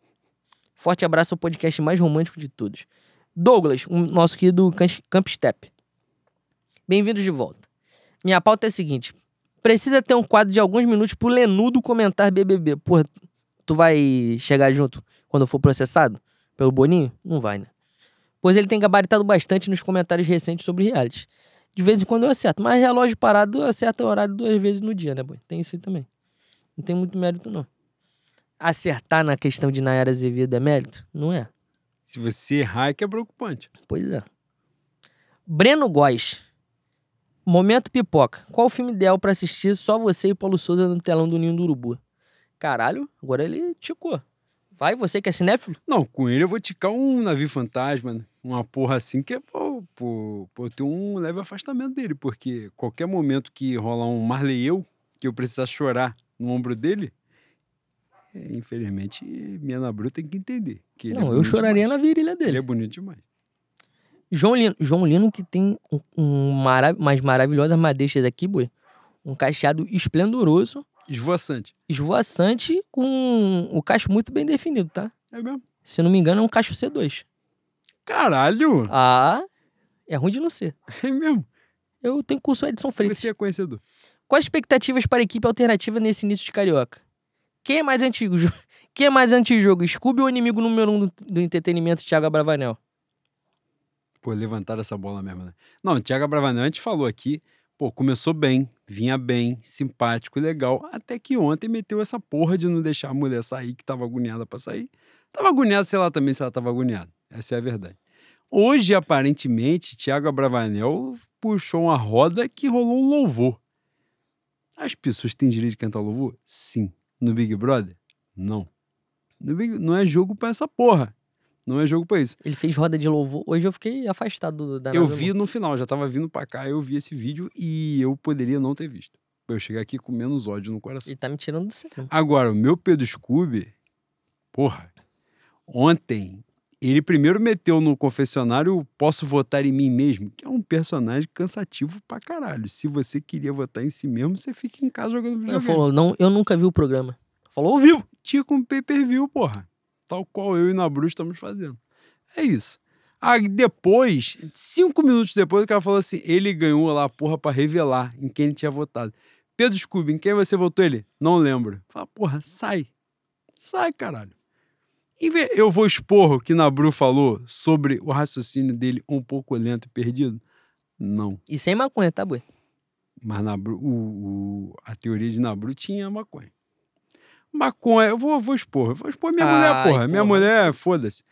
Forte abraço ao podcast mais romântico de todos. Douglas, o nosso querido Camp Step. Bem-vindos de volta. Minha pauta é a seguinte. Precisa ter um quadro de alguns minutos pro Lenudo comentar B B B. Porra, tu vai chegar junto quando for processado pelo Boninho? Não vai, né? Pois ele tem gabaritado bastante nos comentários recentes sobre reality. De vez em quando eu acerto, mas relógio parado acerta o horário duas vezes no dia, né, boy? Tem isso aí também. Não tem muito mérito, não. Acertar na questão de Nayara Azevedo é mérito? Não é. Se você errar, é que é preocupante. Pois é. Breno Góes. Momento pipoca. Qual o filme ideal pra assistir só você e Paulo Souza no telão do Ninho do Urubu? Caralho, agora ele ticou. Vai, você que é cinéfilo? Não, com ele eu vou ticar um navio fantasma, né? Uma porra assim que é pô, pô, pô, ter um leve afastamento dele, porque qualquer momento que rolar um Marley eu, que eu precisar chorar no ombro dele, é, infelizmente, minha Nabru tem que entender. Que ele Não, é eu choraria demais. na virilha dele. Ele é bonito demais. João Lino, João Lino que tem um, um marav umas maravilhosas madeixas aqui, boi. Um cacheado esplendoroso. Esvoaçante. Esvoaçante com o cacho muito bem definido, tá? É mesmo? Se eu não me engano, é um cacho C dois. Caralho! Ah, é ruim de não ser. É mesmo? Eu tenho curso Edson Freitas. Você é conhecedor. Quais expectativas para a equipe alternativa nesse início de Carioca? Quem é mais antigo? Quem é mais antijogo? Scooby ou inimigo número um do, do entretenimento, Thiago Abravanel? Pô, levantaram essa bola mesmo, né? Não, o Thiago Abravanel, a gente falou aqui, pô, começou bem, vinha bem, simpático, legal, até que ontem meteu essa porra de não deixar a mulher sair, que tava agoniada pra sair. Tava agoniada, sei lá também se ela tava agoniada. Essa é a verdade. Hoje, aparentemente, Thiago Abravanel puxou uma roda que rolou um louvor. As pessoas têm direito de cantar louvor? Sim. No Big Brother? Não. No Big... Não é jogo pra essa porra. Não é jogo pra isso. Ele fez roda de louvor. Hoje eu fiquei afastado da Eu vi no final, já tava vindo pra cá, eu vi esse vídeo e eu poderia não ter visto. Pra eu chegar aqui com menos ódio no coração. Ele tá me tirando do sério. Agora, o meu Pedro Scooby, porra, ontem, ele primeiro meteu no confessionário Posso Votar em Mim Mesmo, que é um personagem cansativo pra caralho. Se você queria votar em si mesmo, você fica em casa jogando videogame. Ele falou, não, eu nunca vi o programa. Falou ao vivo. Tinha com pay-per-view, porra. Tal qual eu e Nabru estamos fazendo. É isso. Aí depois, cinco minutos depois, o cara falou assim, ele ganhou lá a porra pra revelar em quem ele tinha votado. Pedro Scooby, em quem você votou? Ele? Não lembro. Fala, porra, sai. Sai, caralho. E vê, eu vou expor o que Nabru falou sobre o raciocínio dele um pouco lento e perdido? Não. E sem maconha, tá, boi? Mas Nabru, o, o, a teoria de Nabru tinha maconha. Maconha, eu vou, vou expor. Eu vou expor minha Ai, mulher, porra. porra. Minha mulher, foda-se.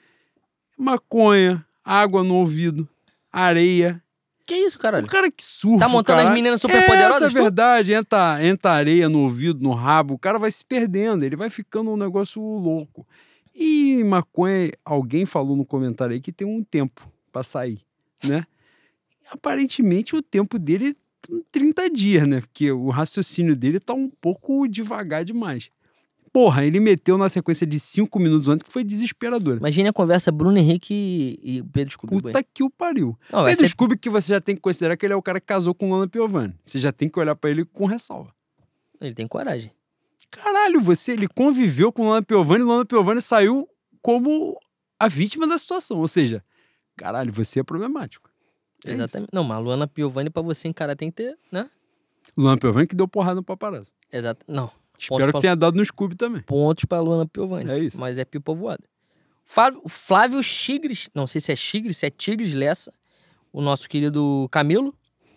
Maconha, água no ouvido, areia. Que isso, caralho? O cara que surfa. Tá montando caralho. as meninas super poderosas? É, é verdade. Entra, entra areia no ouvido, no rabo. O cara vai se perdendo. Ele vai ficando um negócio louco. E maconha, alguém falou no comentário aí que tem um tempo pra sair, né? Aparentemente o tempo dele é trinta dias, né? Porque o raciocínio dele tá um pouco devagar demais. Porra, ele meteu na sequência de cinco minutos antes que foi desesperador. Imagina a conversa Bruno Henrique e Pedro Scooby. Puta que o pariu. Não, Pedro ser... Scooby que você já tem que considerar que ele é o cara que casou com Lana Piovani. Você já tem que olhar pra ele com ressalva. Ele tem coragem. Caralho, você, ele conviveu com Lana Piovani e Lana Piovani saiu como a vítima da situação. Ou seja, caralho, você é problemático. É Exatamente. isso. Não, mas Luana Piovani pra você encarar tem que ter, né? Luana Piovani que deu porrada no paparazzo. Exato. Não. Espero que pra... tenha dado no Scooby também. Pontos pra Luana Piovani. É isso. Mas é pipa voada. Flávio, Flávio Chigres, não sei se é Chigres, se é Tigres Lessa, o nosso querido Camilo.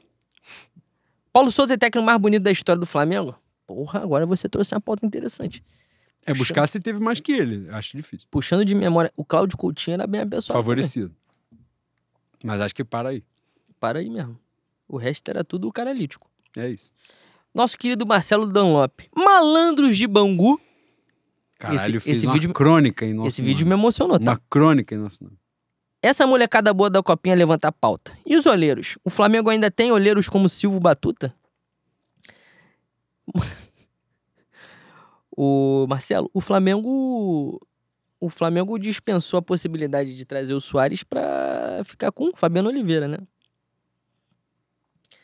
Paulo Souza é técnico mais bonito da história do Flamengo? Porra, agora você trouxe uma pauta interessante. É Puxando... buscar se teve mais que ele. Acho difícil. Puxando de memória, o Cláudio Coutinho era bem abençoado. Favorecido. Também. Mas acho que para aí. Para aí mesmo. O resto era tudo caralítico. É isso. Nosso querido Marcelo Dunlop. Malandros de Bangu. Caralho, esse, fez esse uma vídeo, crônica em nosso Esse nome. vídeo me emocionou, tá? Uma crônica em nosso nome. Essa molecada boa da Copinha levanta a pauta. E os olheiros? O Flamengo ainda tem olheiros como Silvio Batuta? O Marcelo, o Flamengo... O Flamengo dispensou a possibilidade de trazer o Suárez pra ficar com o Fabiano Oliveira, né?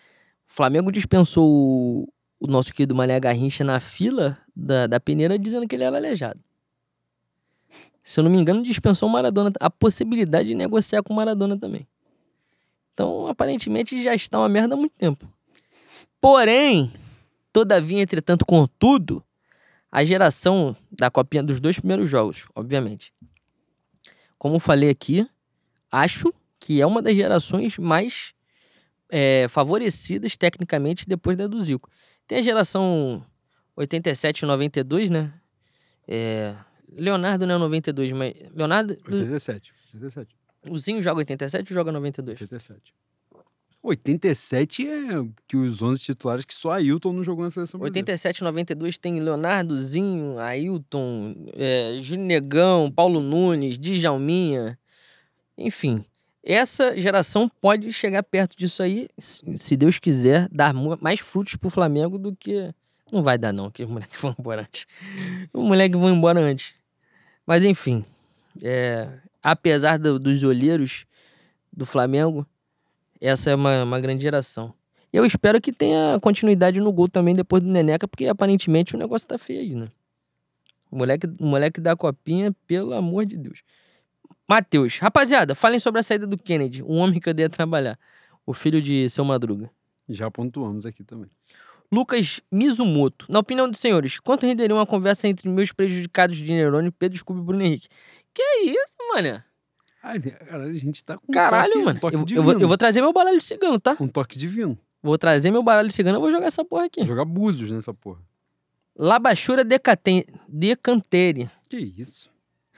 Flamengo dispensou o, o nosso querido Mané Garrincha na fila da, da peneira dizendo que ele era aleijado. Se eu não me engano, dispensou o Maradona, a possibilidade de negociar com o Maradona também. Então, aparentemente, já está uma merda há muito tempo. Porém, todavia, entretanto, contudo, a geração da Copinha dos dois primeiros jogos, obviamente. Como eu falei aqui, acho que é uma das gerações mais é, favorecidas tecnicamente depois da do Zico. Tem a geração oitenta e sete e noventa e dois, né? É, Leonardo não é noventa e dois, mas... Leonardo... oitenta e sete. oitenta e sete. O Zinho joga oitenta e sete ou joga noventa e dois? oitenta e sete. oitenta e sete é que os onze titulares que só Ailton não jogou na seleção brasileira. oitenta e sete e noventa e dois tem Leonardo, Zinho, Ailton, é, Júnior Negão, Paulo Nunes, Djalminha. Enfim, essa geração pode chegar perto disso aí, se Deus quiser, dar mais frutos pro Flamengo do que... Não vai dar não, que os moleques vão embora antes. Os moleques vão embora antes. Mas enfim, é, apesar do, dos olheiros do Flamengo, essa é uma, uma grande geração. Eu espero que tenha continuidade no gol também depois do Neneca, porque aparentemente o negócio tá feio aí, né? O moleque, o moleque da copinha, pelo amor de Deus. Matheus, rapaziada, falem sobre a saída do Kennedy, um homem que eu dei a trabalhar. O filho de Seu Madruga. Já pontuamos aqui também. Lucas Mizumoto. Na opinião dos senhores, quanto renderia uma conversa entre meus prejudicados de Nerone, Pedro Scooby e Bruno Henrique? Que isso, mano? Ai, cara, a gente tá com Caralho, um toque, mano. um toque eu, divino. eu, vou, eu vou trazer meu baralho de cigano, tá? Um toque divino. Vou trazer meu baralho de cigano e vou jogar essa porra aqui. Vou jogar búzios nessa porra. Labachura decaten... decantere. Que isso?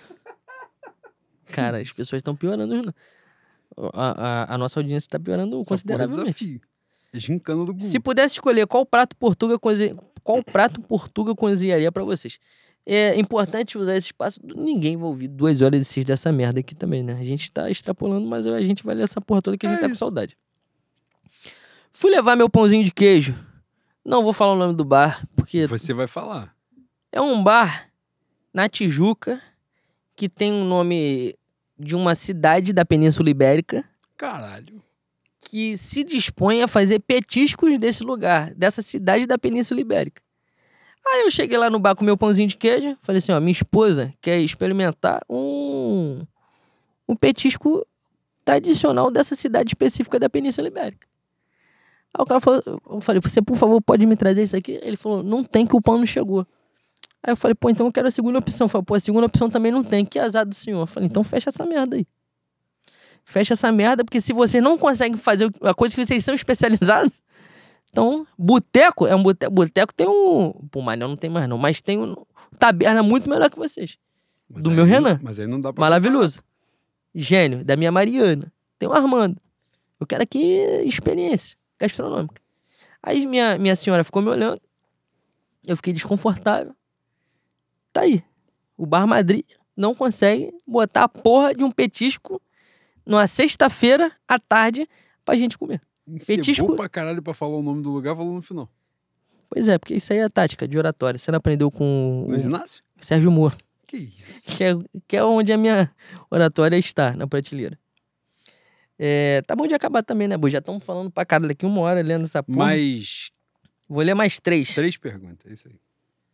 Cara, que as isso? pessoas estão piorando. Né? A, a, a nossa audiência tá piorando Essa consideravelmente. porra é desafio. É gincana do Google. Se pudesse escolher qual prato portuga cozi... qual prato portuga cozinharia pra vocês. É importante usar esse espaço. Ninguém vai ouvir duas horas e seis dessa merda aqui também, né? A gente tá extrapolando, mas a gente vai ler essa porra toda que a gente É tá isso. com saudade. Fui levar meu pãozinho de queijo. Não vou falar o nome do bar, porque Você vai falar. é um bar na Tijuca que tem um nome de uma cidade da Península Ibérica Caralho. que se dispõe a fazer petiscos desse lugar, dessa cidade da Península Ibérica. Aí eu cheguei lá no bar com meu pãozinho de queijo, falei assim, ó, minha esposa quer experimentar um, um petisco tradicional dessa cidade específica da Península Ibérica. Aí o cara falou, eu falei, você por favor pode me trazer isso aqui? Ele falou, não tem, que o pão não chegou. Aí eu falei, pô, então eu quero a segunda opção. Eu falei, pô, a segunda opção também não tem, que azar do senhor. Eu falei, então fecha essa merda aí. Fecha essa merda, porque se vocês não conseguem fazer a coisa que vocês são especializados, então, boteco é um boteco. Boteco tem um... Pô, Manel não tem mais não, mas tem um taberna muito melhor que vocês. Mas do aí meu não- Renan. Mas aí não dá pra Maravilhoso. Gênio, da minha Mariana. Tem o Armando. Eu quero aqui experiência gastronômica. Aí minha, minha senhora ficou me olhando. Eu fiquei desconfortável. Tá aí. O Bar Madrid não consegue botar a porra de um petisco numa sexta-feira à tarde pra gente comer. Encebou Petisco- pra caralho pra falar o nome do lugar, falou no final. Pois é, porque isso aí é a tática de oratória. Você não aprendeu com Luiz o Inácio? Sérgio Moro, Que isso? que é, que é onde a minha oratória está, na prateleira. É, tá bom de acabar também, né, Bo? Já estamos falando pra caralho aqui uma hora lendo essa porra. Mais Vou ler mais três. três perguntas, é isso aí.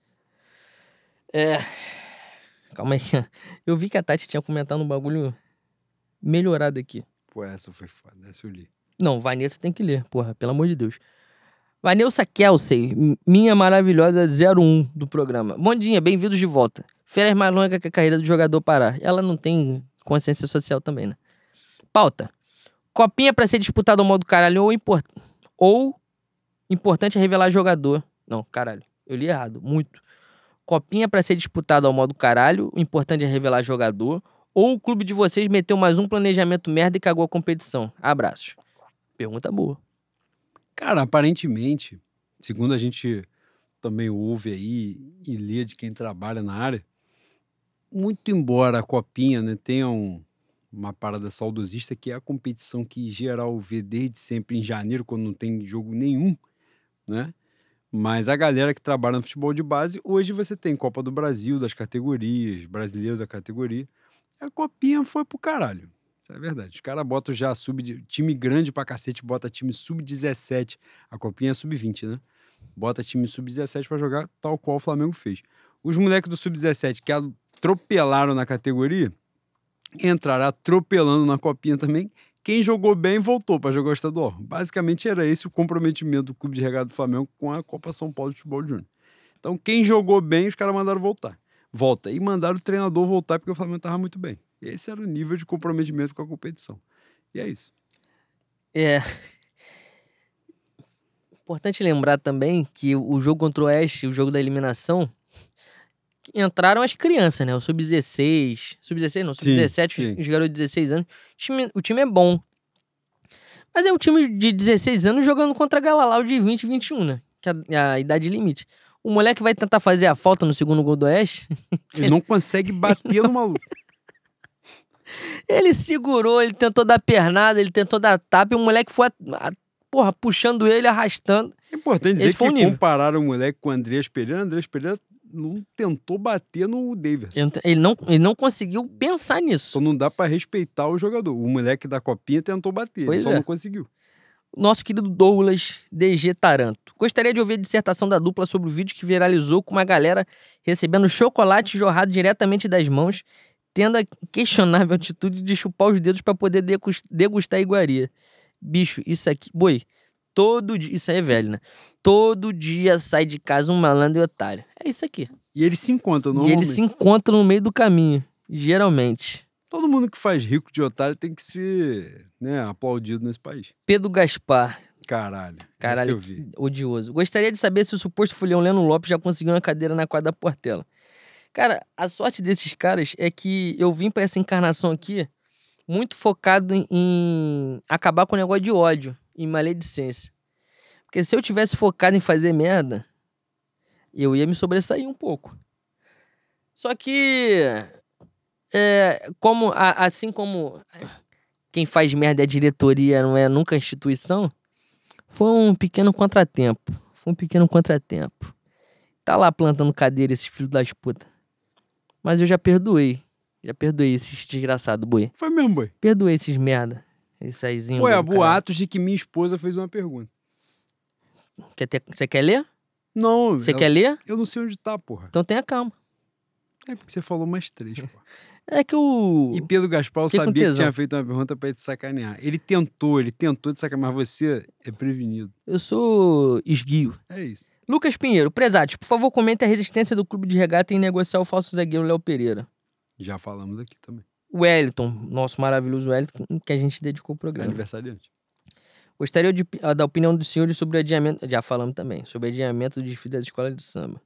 É... Calma aí. Eu vi que a Tati tinha comentado um bagulho melhorado aqui. Pô, essa foi foda, essa eu li. Não, Vanessa tem que ler, porra, pelo amor de Deus. Vanessa Kelsey, m- minha maravilhosa zero um do programa. Bom dia, bem-vindos de volta. Férias mais longa que a carreira do jogador parar. Ela não tem consciência social também, né? Pauta. Copinha pra ser disputado ao modo caralho ou, import... ou importante é revelar jogador. Não, caralho, eu li errado, muito. Copinha pra ser disputado ao modo caralho, o importante é revelar jogador, ou o clube de vocês meteu mais um planejamento merda e cagou a competição. Abraços. Pergunta boa. Cara, aparentemente, segundo a gente também ouve aí e lê de quem trabalha na área, muito embora a Copinha, né, tenha um- uma parada saudosista, que é a competição que geral vê desde sempre em janeiro, quando não tem jogo nenhum, né? Mas a galera que trabalha no futebol de base, hoje você tem Copa do Brasil das categorias, brasileiro da categoria. A Copinha foi pro caralho. Isso é verdade. Os caras botam já sub... de- time grande pra cacete, bota time sub dezessete. A copinha é sub vinte, né? Bota time sub dezessete pra jogar tal qual o Flamengo fez. Os moleques do sub dezessete que atropelaram na categoria, entraram atropelando na copinha também. Quem jogou bem voltou pra jogar o estadual. Basicamente era esse o comprometimento do Clube de Regata do Flamengo com a Copa São Paulo de Futebol Júnior. Então quem jogou bem, os caras mandaram voltar. Volta. E mandaram o treinador voltar porque o Flamengo tava muito bem. Esse era o nível de comprometimento com a competição. E é isso. É. Importante lembrar também que o jogo contra o Oeste, o jogo da eliminação, entraram as crianças, né? O sub dezesseis. sub dezesseis não, sub dezessete, sim. os garotos de dezesseis anos. O time, o time é bom. Mas é um time de dezesseis anos jogando contra a Galalau de vinte, vinte e um, né? Que é a, a idade limite. O moleque vai tentar fazer a falta no segundo gol do Oeste. Ele não consegue bater no maluco. Ele segurou, ele tentou dar pernada, ele tentou dar tapa e o moleque foi, a, a, porra, puxando ele, arrastando. É importante dizer Esse foi que o nível. compararam o moleque com o Andreas Pereira. Andreas Pereira não tentou bater no Davis. Ele não, ele não conseguiu pensar nisso. Só não dá pra respeitar o jogador. O moleque da copinha tentou bater, Pois ele só é. não conseguiu. Nosso querido Douglas D G Taranto. Gostaria de ouvir a dissertação da dupla sobre o vídeo que viralizou com uma galera recebendo chocolate jorrado diretamente das mãos, tendo a questionável atitude de chupar os dedos pra poder degust- degustar a iguaria. Bicho, isso aqui... Boi, todo dia... Isso aí é velho, né? Todo dia sai de casa um malandro e otário. É isso aqui. E eles se encontram E normalmente. eles se encontram no meio do caminho, geralmente. Todo mundo que faz rico de otário tem que ser, né, aplaudido nesse país. Pedro Gaspar. Caralho. Essa Caralho, eu vi. que odioso. Gostaria de saber se o suposto fulhão Leno Lopes já conseguiu uma cadeira na quadra da Portela. Cara, a sorte desses caras é que eu vim pra essa encarnação aqui muito focado em, em acabar com o negócio de ódio e maledicência. Porque se eu tivesse focado em fazer merda, eu ia me sobressair um pouco. Só que, é, como, a- assim como quem faz merda é a diretoria, não é nunca a instituição, foi um pequeno contratempo. Foi um pequeno contratempo. Tá lá plantando cadeira esses filhos das putas. Mas eu já perdoei. Já perdoei esses desgraçados, boi. Foi mesmo, boi. Perdoei esses merda. Esses aizinhos. Ué, do caralho. boatos de que minha esposa fez uma pergunta. Quer ter... Você quer ler? Não, Você eu, quer ler? eu não sei onde tá, porra. Então tenha calma. É porque você falou mais três, porra. É que o... E Pedro Gaspar, eu Fiquei com sabia que tesão. tinha feito uma pergunta pra te sacanear. Ele tentou, ele tentou te sacanear, mas você é prevenido. Eu sou esguio. É isso. Lucas Pinheiro, prezade, por favor, comente a resistência do clube de regata em negociar o falso zagueiro Léo Pereira. Já falamos aqui também. Wellington, nosso maravilhoso Wellington, que a gente dedicou o programa. Aniversariante. Gostaria de, ah, da opinião dos senhores sobre o adiamento. Já falamos também, sobre o adiamento do desfile das escolas de samba.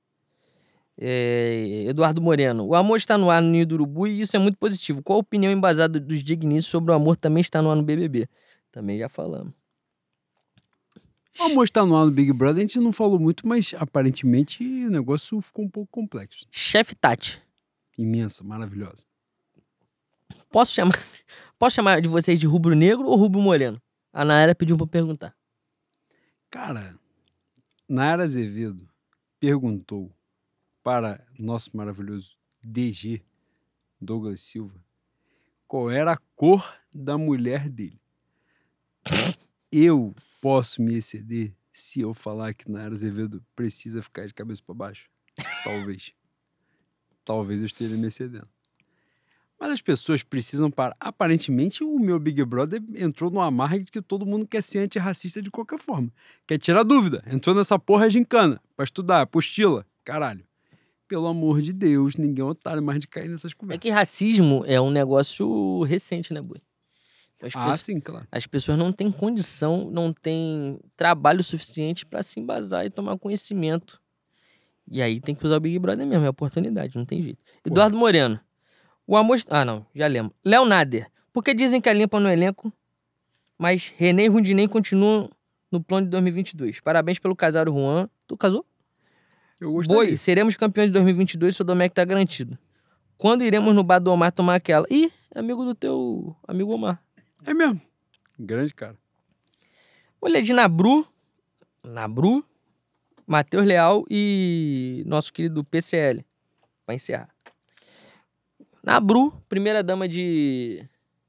É, Eduardo Moreno. O amor está no ar no Ninho do Urubu e isso é muito positivo. Qual a opinião embasada dos dignícios sobre o amor também está no ar no B B B? Também já falamos. O amor está no ar no Big Brother, a gente não falou muito, mas aparentemente o negócio ficou um pouco complexo. Chefe Tati. Imensa, maravilhosa. Posso chamar, posso chamar de vocês de rubro negro ou rubro moreno? A Nayara pediu pra perguntar. Cara, Nayara Azevedo perguntou para nosso maravilhoso D G, Douglas Silva, qual era a cor da mulher dele. Eu posso me exceder se eu falar que Nayara Azevedo precisa ficar de cabeça para baixo? Talvez. Talvez eu esteja me excedendo. Mas as pessoas precisam parar. Aparentemente, o meu Big Brother entrou no amarre de que todo mundo quer ser antirracista de qualquer forma. Quer tirar dúvida. Entrou nessa porra gincana pra estudar, apostila. Caralho. Pelo amor de Deus, ninguém é otário mais de cair nessas É conversas. que racismo é um negócio recente, né, Bui? As, Ah, pessoas, sim, claro. as pessoas não têm condição, não têm trabalho suficiente pra se embasar e tomar conhecimento. E aí tem que usar o Big Brother mesmo, é oportunidade, não tem jeito. Pô. Eduardo Moreno. O amor... Ah, não, já lembro. Léo Nader. Por que dizem que a limpa no elenco, mas René e Rundinei continuam no plano de dois mil e vinte e dois? Parabéns pelo casal Juan. Tu casou? Eu gostaria. Boi, seremos campeões de dois mil e vinte e dois, seu Domecq tá garantido. Quando iremos no bar do Omar tomar aquela? Ih, amigo do teu amigo Omar. É mesmo. Grande cara. Olha de Nabru, Nabru, Matheus Leal e nosso querido P C L. Pra encerrar. Nabru, primeira dama de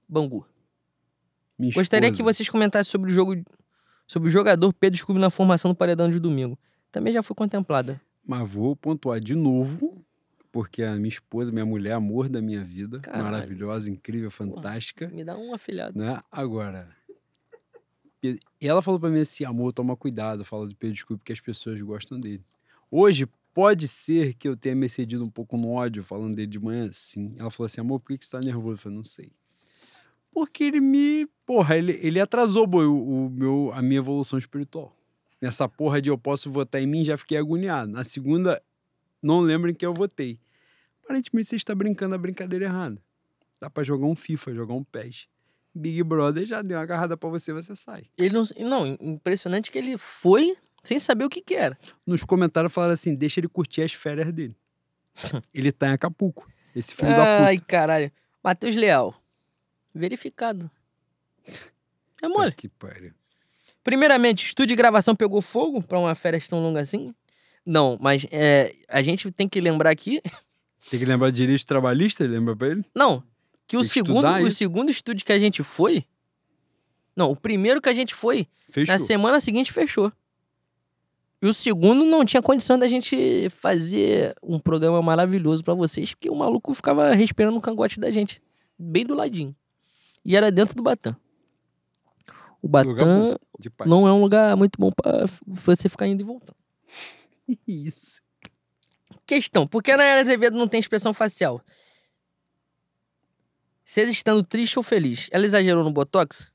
Bangu. Minha Gostaria que esposa. vocês comentassem sobre o jogo, sobre o jogador Pedro Scooby na formação do paredão de domingo. Também já foi contemplada. Mas vou pontuar de novo, porque a minha esposa, minha mulher, amor da minha vida, Caralho. maravilhosa, incrível, fantástica, Me dá um afilhado. né? Agora, Pe- e ela falou pra mim assim, amor, toma cuidado, fala do Pedro Scooby, porque as pessoas gostam dele. Hoje, pode ser que eu tenha me excedido um pouco no ódio falando dele de manhã, sim. Ela falou assim, amor, por que que você tá nervoso? Eu falei, não sei. Porque ele me... Porra, ele, ele atrasou, boy, o, o meu, a minha evolução espiritual. Nessa porra de eu posso votar em mim, já fiquei agoniado. Na segunda, não lembro em que eu votei. Aparentemente, você está brincando a brincadeira errada. Dá pra jogar um FIFA, jogar um P E S. Big Brother já deu uma agarrada pra você, você sai. Ele não, não, impressionante que ele foi sem saber o que que era. Nos comentários falaram assim, deixa ele curtir as férias dele. Ele tá em Acapulco. Esse filho da puta. Ai, caralho. Matheus Leal. Verificado. É mole. Que pariu. Primeiramente, estúdio de gravação pegou fogo pra uma férias tão longa assim? Não, mas é, a gente tem que lembrar aqui... Tem que lembrar de direito trabalhista, lembra pra ele? Não, que o Tem que segundo, estudar o isso. segundo estúdio que a gente foi... Não, o primeiro que a gente foi, Fechou. na semana seguinte fechou. E o segundo não tinha condição da gente fazer um programa maravilhoso pra vocês, porque o maluco ficava respirando no cangote da gente, bem do ladinho. E era dentro do Batã. O Lugar Batã bom, de paz. não é um lugar muito bom pra você ficar indo e voltando. Isso. Questão, por que a Nayara Azevedo não tem expressão facial? Seja estando triste ou feliz, ela exagerou no Botox?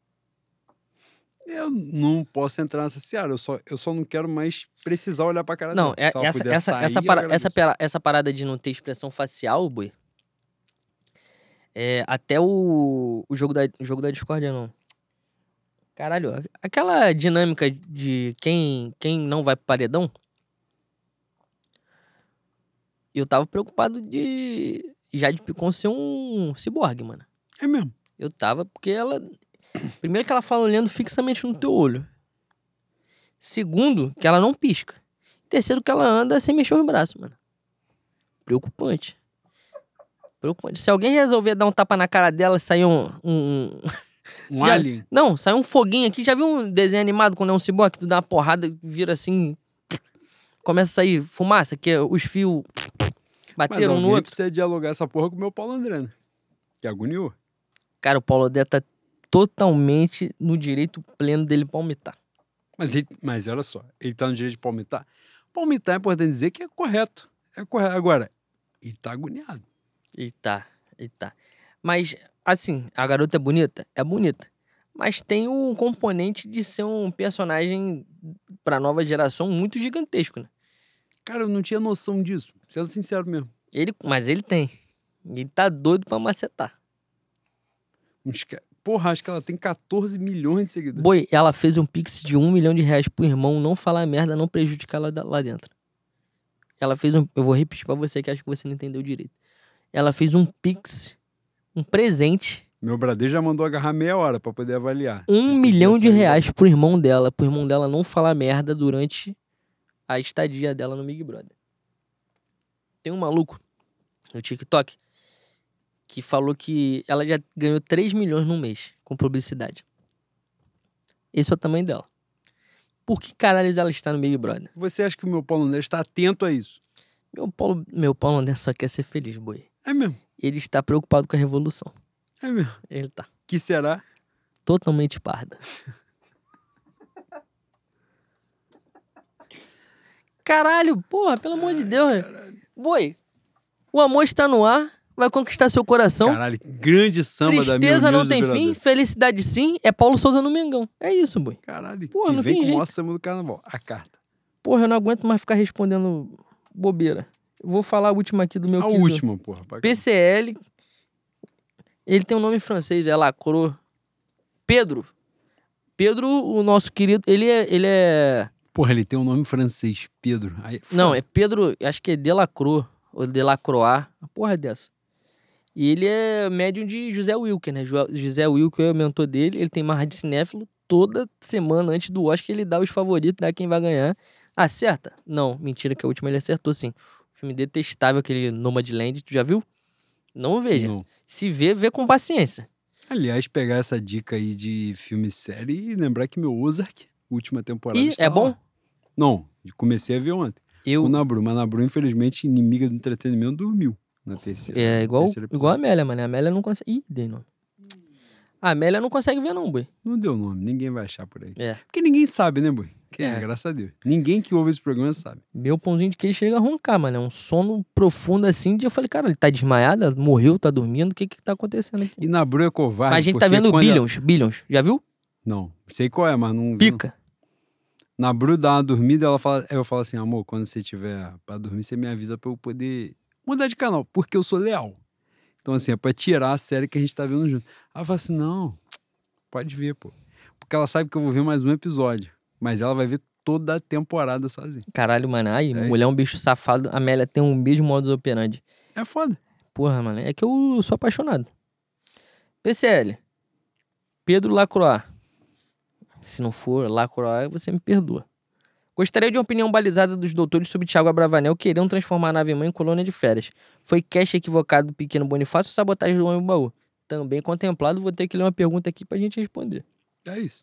Eu não posso entrar nessa seara, eu só, eu só não quero mais precisar olhar pra cara Não, dela. é- Se ela essa, puder essa, sair, essa, eu para- agradeço. essa, pera- essa parada de não ter expressão facial, boi, é, até o, o jogo da, o jogo da discórdia, não. Caralho, a- aquela dinâmica de quem, quem não vai pro paredão, eu tava preocupado de Jade Picon ser um ciborgue, mano. É mesmo. Eu tava, porque ela... Primeiro que ela fala olhando fixamente no teu olho. Segundo, que ela não pisca. Terceiro, que ela anda sem mexer os braços, mano. Preocupante. Preocupante. Se alguém resolver dar um tapa na cara dela e sair um... um... Um Já- alien. Não, sai um foguinho aqui. Já viu um desenho animado quando é um ciborgue? Que tu dá uma porrada, vira assim... Começa a sair fumaça, que os fios Mas bateram um no alguém outro. precisa dialogar essa porra com o meu Paulo André, né? Que agoniou. Cara, o Paulo Odé tá totalmente no direito pleno dele palmitar. Mas, ele, mas olha só, ele tá no direito de palmitar. Palmitar é importante dizer que é correto. É correto. Agora, ele tá agoniado. Ele tá, ele tá. Mas, assim, a garota é bonita? É bonita. Mas tem um componente de ser um personagem pra nova geração muito gigantesco, né? Cara, eu não tinha noção disso. Sendo sincero mesmo. Ele, mas ele tem. Ele tá doido pra macetar. Uns ca- Porra, acho que ela tem catorze milhões de seguidores. Boi, ela fez um pix de um milhão de reais pro irmão não falar merda, não prejudicar lá, da- lá dentro. Ela fez um... Eu vou repetir pra você que acho que você não entendeu direito. Ela fez um pix, um presente, Meu Bradesco já mandou agarrar meia hora pra poder avaliar. um Se podia milhão de sair. reais pro irmão dela, pro irmão dela não falar merda durante a estadia dela no Big Brother. Tem um maluco no TikTok que falou que ela já ganhou três milhões num mês com publicidade. Esse é o tamanho dela. Por que caralho ela está no Big Brother? Você acha que o meu Paulo André está atento a isso? Meu Paulo, meu Paulo André só quer ser feliz, boi. É mesmo. Ele está preocupado com a revolução. É mesmo. Ele tá Que será? totalmente parda. Caralho, porra, pelo amor de Deus. Boi, o amor está no ar, vai conquistar seu coração. Caralho, grande samba da minha Tristeza não tem fim, felicidade sim, é Paulo Souza no Mengão. É isso, boi. Caralho, Porra, que não vem tem com o jeito. maior samba do carnaval. A carta. Porra, eu não aguento mais ficar respondendo bobeira. Eu vou falar a última aqui do meu A querido. última, porra. pra cá. P C L. Ele tem um nome francês, é Lacroix. Pedro. Pedro, o nosso querido, ele é... Ele é... Porra, ele tem um nome francês, Pedro. Aí, Não, foda. é Pedro, acho que é Delacroix, ou Delacroix, uma porra dessa. E ele é médium de José Wilker, né? Jo- José Wilker é o mentor dele, ele tem marra de cinéfilo. Toda semana, antes do Oscar, ele dá os favoritos, dá quem vai ganhar. Acerta? Não, mentira, que a última ele acertou sim. O filme detestável, aquele Nomadland, tu já viu? Não veja. Não. Se vê, vê com paciência. Aliás, pegar essa dica aí de filme e série e lembrar que meu Ozark, última temporada, E está é bom? lá. Não, comecei a ver ontem. Eu... Com o Nabru, mas Nabru, infelizmente, inimiga do entretenimento, dormiu na terceira. É no igual, terceiro igual a episódio. Amélia, mano. A Amélia não consegue... Ih, dei nome. A Amélia não consegue ver não, boi. Não deu nome, ninguém vai achar por aí. É. Porque ninguém sabe, né, boi? Que é, É. graças a Deus. Ninguém que ouve esse programa sabe. Meu pãozinho de queijo chega a roncar, mano. É um sono profundo assim. De eu falei, cara, ele tá desmaiado, morreu, tá dormindo. O que que tá acontecendo aqui? E Nabru é covarde. Mas a gente tá porque vendo quando Billions, Billions. Já viu? ela- Não, sei qual é, mas não vi. Pica. Nabru dá uma dormida, ela fala, eu falo assim, amor, quando você tiver pra dormir, você me avisa pra eu poder mudar de canal, porque eu sou leal. Então, assim, é pra tirar a série que a gente tá vendo junto. Ela fala assim, não, pode ver, pô. Porque ela sabe que eu vou ver mais um episódio, mas ela vai ver toda a temporada sozinha. Caralho, mano. Ai, É mulher é isso. um bicho safado. A Amélia tem um mesmo modus operandi. É foda. Porra, mano. É que eu sou apaixonado. P C L. Pedro Lacroix. Se não for Lacroix, você me perdoa. Gostaria de uma opinião balizada dos doutores sobre Thiago Abravanel querendo transformar a nave-mãe em colônia de férias. Foi cast equivocado do pequeno Bonifácio ou sabotagem do homem baú? Também contemplado, vou ter que ler uma pergunta aqui pra gente responder. É isso.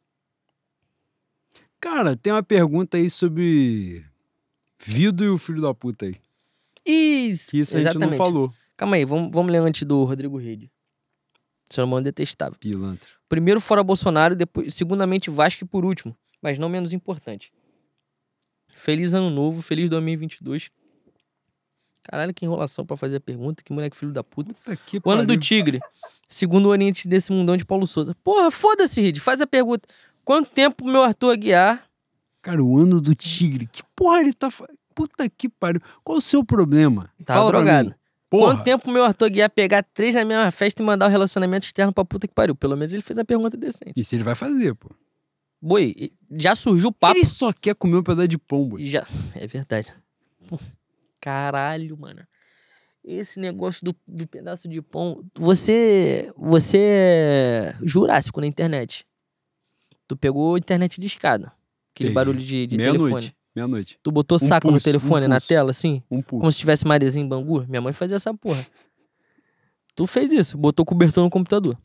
Cara, tem uma pergunta aí sobre Vido e o filho da puta aí. Isso, Que isso a exatamente. gente não falou. Calma aí, vamos, vamos ler antes do Rodrigo Rede. Ser humano detestável. Pilantra. Primeiro fora Bolsonaro, depois, segundamente Vasco e por último, mas não menos importante. Feliz ano novo, feliz dois mil e vinte e dois. Caralho, que enrolação pra fazer a pergunta, que moleque filho da puta. Puta que O ano do pariu. tigre, segundo o Oriente desse mundão de Paulo Souza. Porra, foda-se, Rede, faz a pergunta. Quanto tempo meu Arthur Aguiar... Cara, o ano do tigre. Que porra ele tá... fa- Puta que pariu. Qual o seu problema? Tá Fala pra drogado. mim. Porra. Quanto tempo meu Arthur Aguiar pegar três na mesma festa e mandar o relacionamento externo pra puta que pariu? Pelo menos ele fez a pergunta decente. Isso ele vai fazer, pô. Boi, já surgiu o papo... Ele só quer comer um pedaço de pão, boi. Já... É verdade. Caralho, mano. Esse negócio do, do pedaço de pão... Você... Você é jurássico na internet. Tu pegou internet de escada. Aquele Peguei. barulho de, de telefone. Meia-noite. Meia-noite. Tu botou Um saco no pulso, telefone, um na pulso. tela, assim? Um pulso. Como se tivesse Mariazinha em Bangu. Minha mãe fazia essa porra. Tu fez isso, botou cobertor no computador.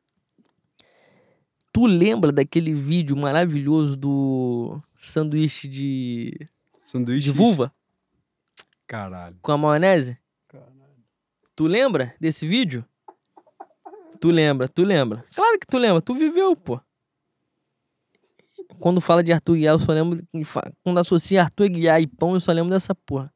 Tu lembra daquele vídeo maravilhoso do sanduíche de, Sanduíche de vulva Caralho. com a maionese? Caralho. Tu lembra desse vídeo? Tu lembra, tu lembra. Claro que tu lembra, tu viveu, pô. Quando fala de Arthur Aguiar, eu só lembro... Quando associa Arthur Aguiar e pão, eu só lembro dessa porra.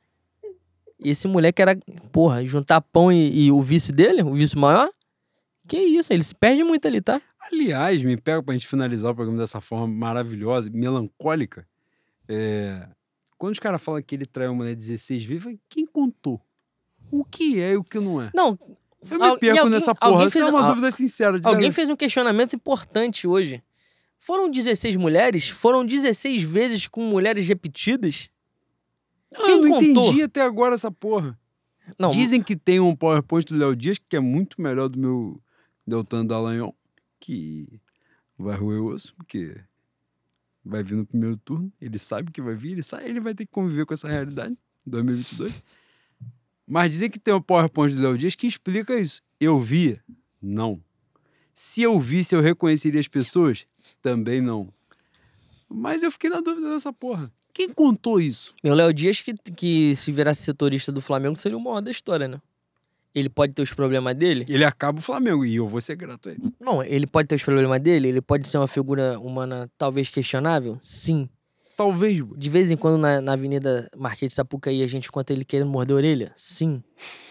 E esse moleque era... Porra, juntar pão e, e o vício dele, o vício maior? Que isso, ele se perde muito ali, tá? Aliás, me pega pra gente finalizar o programa dessa forma maravilhosa, melancólica. É... Quando os caras falam que ele traiu uma mulher dezesseis vezes, eu falei, quem contou? O que é e o que não é? Não... Eu me al- e perco alguém- nessa alguém porra. Essa fez- é uma al- dúvida sincera. de Alguém verdade. fez um questionamento importante hoje. Foram dezesseis mulheres? Foram dezesseis vezes com mulheres repetidas? Não, Quem eu não contou? entendi até agora essa porra. Não, Dizem que tem um PowerPoint do Léo Dias que é muito melhor do meu Deltan Dallagnol, que vai roer o osso, porque vai vir no primeiro turno. Ele sabe que vai vir, ele sabe, ele vai ter que conviver com essa realidade em dois mil e vinte e dois. Mas dizem que tem um PowerPoint do Léo Dias que explica isso. Eu vi? Não. Se eu visse, eu reconheceria as pessoas? Também não. Mas eu fiquei na dúvida dessa porra. Quem contou isso? meu Léo Dias, que, que se virasse setorista do Flamengo, seria o maior da história, né? Ele pode ter os problemas dele? Ele acaba o Flamengo e eu vou ser grato a ele. Não, ele pode ter os problemas dele? Ele pode ser uma figura humana talvez questionável? Sim. Talvez, boi. De vez em quando na, na Avenida Marquês de Sapucaí a gente encontra ele querendo morder a orelha? Sim.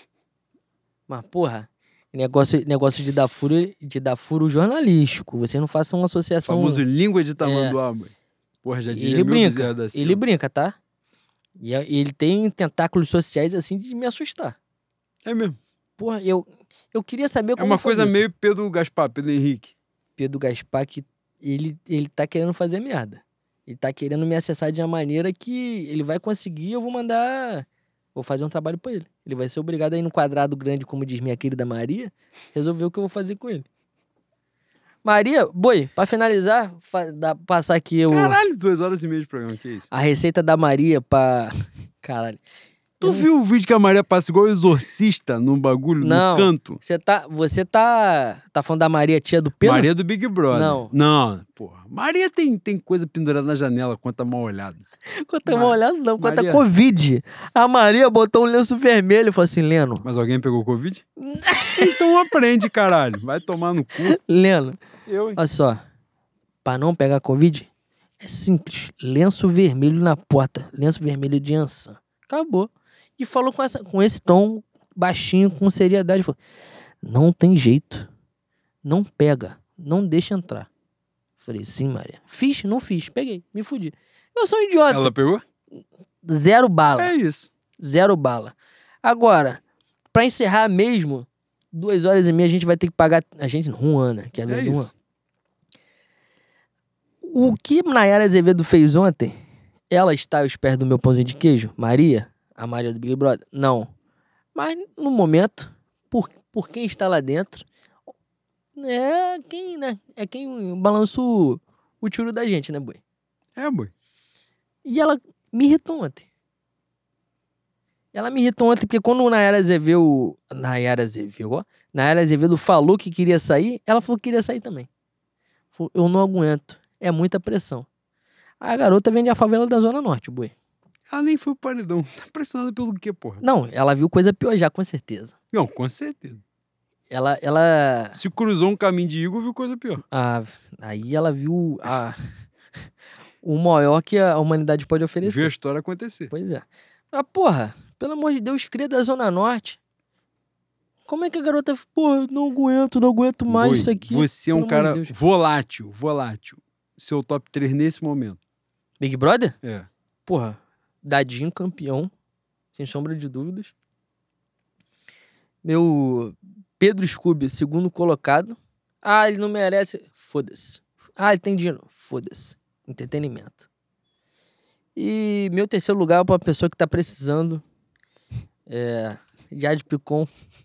Mas, porra, negócio, negócio de dar furo, de dar furo jornalístico. Vocês não façam uma O associação... famoso língua de tamanduá, mãe. Porra, já diria Ele meu brinca, Bezerra da Silva. ele brinca, tá? E a- e ele tem tentáculos sociais, assim, de me assustar. É mesmo. Porra, eu, eu queria saber É como uma foi coisa isso. meio Pedro Gaspar, Pedro Henrique. Pedro Gaspar, que ele, ele tá querendo fazer merda. Ele tá querendo me acessar de uma maneira que ele vai conseguir e eu vou mandar... Vou fazer um trabalho pra ele. Ele vai ser obrigado a ir no quadrado grande, como diz minha querida Maria, resolver o que eu vou fazer com ele. Maria, boi, pra finalizar, fa- dá- passar aqui o... Caralho, duas horas e meia de programa, que isso? A receita da Maria pra... Caralho. Tu Eu viu o vídeo que a Maria passa igual o exorcista no bagulho, Não. no canto? Você tá, você tá, tá falando da Maria, tia do pelo? Maria do Big Brother. Não. Não, porra. Maria tem, tem coisa pendurada na janela quando tá mal olhado. Conta Ma- uma olhada, não. Conta Maria- Covid. A Maria botou um lenço vermelho e falou assim, Leno, Mas alguém pegou Covid? Então aprende, caralho. Vai tomar no cu. Leno, Eu, hein? olha só. Pra não pegar Covid, é simples. Lenço vermelho na porta. Lenço vermelho de Ansan. Acabou. E falou com, essa, com esse tom baixinho, com seriedade. Falou, não tem jeito. Não pega. Não deixa entrar. Falei, sim, Maria. Fiz? Não fiz. Peguei. Me fudi. Eu sou um idiota. Ela pegou? Zero bala. É isso. Zero bala. Agora, pra encerrar mesmo, duas horas e meia a gente vai ter que pagar... A gente não, Juana, que é a É minha isso. O que Nayara Azevedo fez ontem, ela está aos pés do meu pãozinho de queijo? Maria? A Maria do Big Brother? Não. Mas, no momento, por, por quem está lá dentro, é quem, né? É quem balança o, o tiro da gente, né, boi? É, boi. E ela me irritou ontem. Ela me irritou ontem, porque quando o Nayara Azevedo... Nayara Azevedo, ó. Nayara Azevedo falou que queria sair, ela falou que queria sair também. Falou, eu não aguento. É muita pressão. A garota vem da favela da Zona Norte, boi. Ela nem foi o paredão. Tá pressionada pelo quê, porra? Não, ela viu coisa pior já, com certeza. Não, com certeza. Ela, ela... Se cruzou um caminho de Igor, viu coisa pior. Ah, aí ela viu a, o maior que a humanidade pode oferecer. Viu a história acontecer. Pois é. Mas, porra, pelo amor de Deus, cria da Zona Norte. Como é que a garota... Porra, não aguento, não aguento mais Boi, isso aqui. você é um Pelo amor de cara Deus. volátil, volátil. Seu top três nesse momento. Big Brother? É. Porra, Dadinho campeão, sem sombra de dúvidas. Meu Pedro Scooby, segundo colocado. Ah, ele não merece. Foda-se. Ah, ele tem dinheiro. Foda-se. Entretenimento. E meu terceiro lugar é pra pessoa que tá precisando. É. Jade Picon.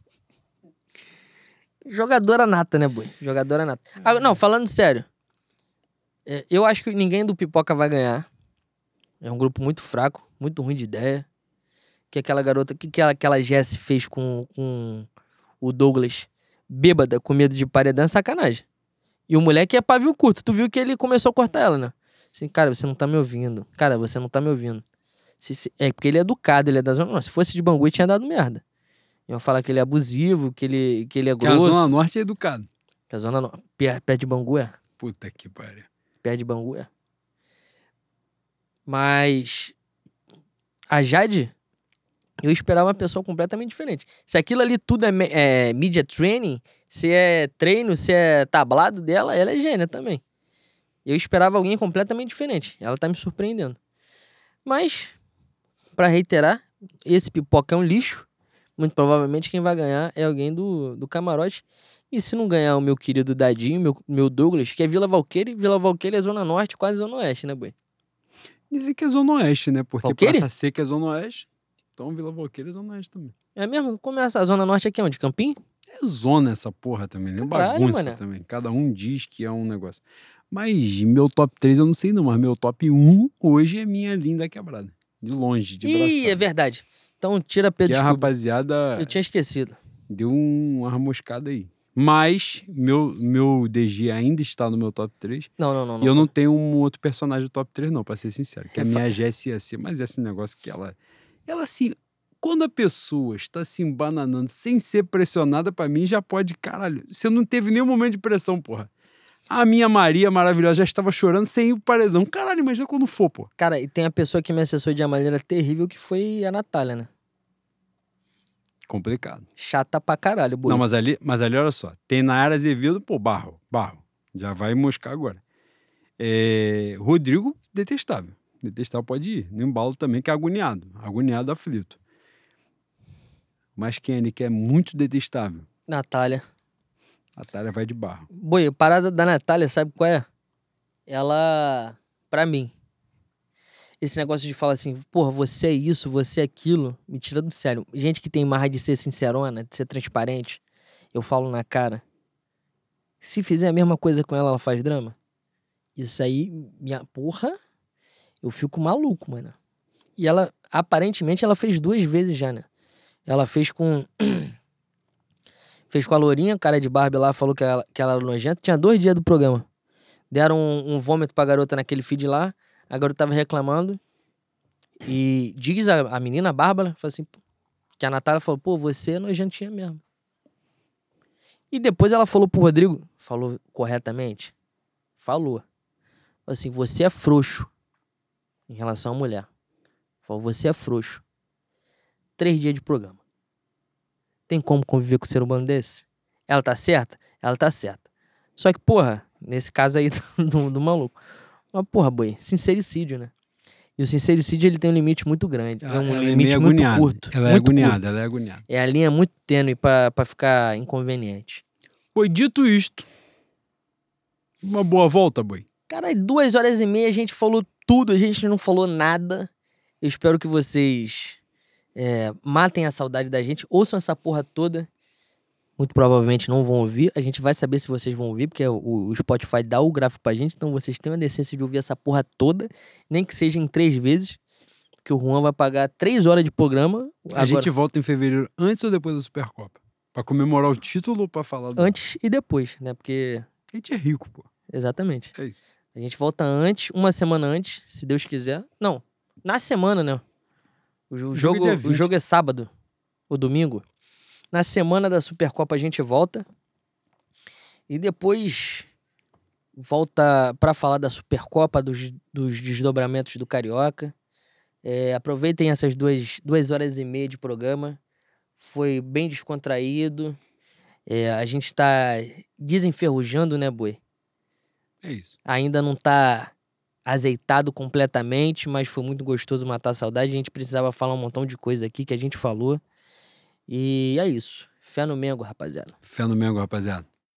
Jogadora nata, né, boi? Jogadora nata. Ah, não, falando sério. É, eu acho que ninguém do Pipoca vai ganhar. É um grupo muito fraco, muito ruim de ideia. Que aquela garota, que aquela, aquela Jessie fez com, com o Douglas, bêbada, com medo de paredão, é sacanagem. E o moleque é pavio curto. Tu viu que ele começou a cortar ela, né? Assim, cara, você não tá me ouvindo. Cara, você não tá me ouvindo. Se, se, é porque ele é educado, ele é da zona norte. Se fosse de Bangu, tinha dado merda. Iam falar que ele é abusivo, que ele, que ele é Que a grosso. Zona Norte é educado. Que a zona norte. Perto de Bangu é. Puta que pariu. Perto de Bangu é. Mas a Jade, eu esperava uma pessoa completamente diferente. Se aquilo ali tudo é, me- é media training, se é treino, se é tablado dela, ela é gênia também. Eu esperava alguém completamente diferente. Ela tá me surpreendendo. Mas, pra reiterar, esse Pipoca é um lixo. Muito provavelmente quem vai ganhar é alguém do, do camarote. E se não ganhar o meu querido Dadinho, meu, meu Douglas, que é Vila Valqueire, Vila Valqueire é Zona Norte, quase Zona Oeste, né, boi? Dizem que é Zona Oeste, né? Porque Valqueire? Praça Seca é Zona Oeste. Então Vila Valqueira é Zona Oeste também. É mesmo? Começa a Zona Norte aqui onde? Campinho? É zona essa porra também, né? Caralho, Bagunça mané. também. Cada um diz que é um negócio. Mas meu top três eu não sei não, mas meu top um hoje é minha linda quebrada. De longe, de Ih, braçada. é verdade. Então tira Que Pedro a Scooby. rapaziada Eu tinha esquecido. deu um- uma armoscada aí. Mas meu, meu D G ainda está no meu top três. Não, não, não. E eu não tenho um outro personagem do top três, não, pra ser sincero. Que é a Refa- minha Jessie ia ser. Mas esse negócio que ela. Ela assim. Quando a pessoa está se embananando sem ser pressionada, pra mim já pode. Caralho, você não teve nenhum momento de pressão, porra. A minha Maria maravilhosa já estava chorando sem ir pro paredão. Caralho, imagina quando for, pô. Cara, e tem a pessoa que me acessou de uma maneira terrível, que foi a Natália, né? Complicado. Chata pra caralho, boi. Não, mas ali, mas ali, olha só. Tem Nayara Azevedo, pô, barro, barro. Já vai moscar agora. É, Rodrigo, detestável. Detestável pode ir. No embalo também, que é agoniado. Agoniado, aflito. Mas quem ali que é muito detestável? Natália. A Natália vai de barro. Boi, a parada da Natália, sabe qual é? Ela, pra mim, esse negócio de falar assim, porra, você é isso, você é aquilo, me tira do sério. Gente que tem marra de ser sincerona, de ser transparente, eu falo na cara. Se fizer a mesma coisa com ela, ela faz drama? Isso aí, minha porra, eu fico maluco, mano. E ela, aparentemente, ela fez duas vezes já, né? Ela fez com... fez com a Lourinha, cara de Barbie lá, falou que ela, que ela era nojenta. Tinha dois dias do programa. Deram um, um vômito pra garota naquele feed lá. A garota tava reclamando. E diz a, a menina, a Bárbara, falou assim, que a Natália falou, pô, você é nojentinha mesmo. E depois ela falou pro Rodrigo, falou corretamente? Falou. Falou assim, você é frouxo em relação à mulher. Falou, você é frouxo. Três dias de programa. Tem como conviver com um ser humano desse? Ela tá certa? Ela tá certa. Só que, porra, nesse caso aí do, do maluco. Mas, porra, boi, sincericídio, né? E o sincericídio, ele tem um limite muito grande. Ela, é um ela limite é muito agoniada. curto. Ela é muito agoniada, curto. ela é agoniada. É a linha muito tênue pra, pra ficar inconveniente. Boi, dito isto, uma boa volta, boi. Cara, duas horas e meia a gente falou tudo, a gente não falou nada. Eu espero que vocês é, matem a saudade da gente, ouçam essa porra toda. Muito provavelmente não vão ouvir. A gente vai saber se vocês vão ouvir, porque o, o Spotify dá o gráfico pra gente, então vocês têm a decência de ouvir essa porra toda, nem que seja em três vezes, que o Juan vai pagar três horas de programa. A agora, gente volta em fevereiro, antes ou depois da Supercopa? Pra comemorar o título ou pra falar do... Antes e depois, né? Porque... A gente é rico, pô. Exatamente. É isso. A gente volta antes, uma semana antes, se Deus quiser. Não, na semana, né? O, jo- O o jogo é jogo, dia o vinte. jogo é sábado ou domingo. Na semana da Supercopa a gente volta. E depois volta pra falar da Supercopa, dos, dos desdobramentos do Carioca. É, aproveitem essas duas, duas horas e meia de programa. Foi bem descontraído. É, a gente tá desenferrujando, né, boi? É isso. Ainda não tá azeitado completamente, mas foi muito gostoso matar a saudade. A gente precisava falar um montão de coisa aqui que a gente falou. E é isso. Fé no Mengo, rapaziada. Fé no Mengo, rapaziada.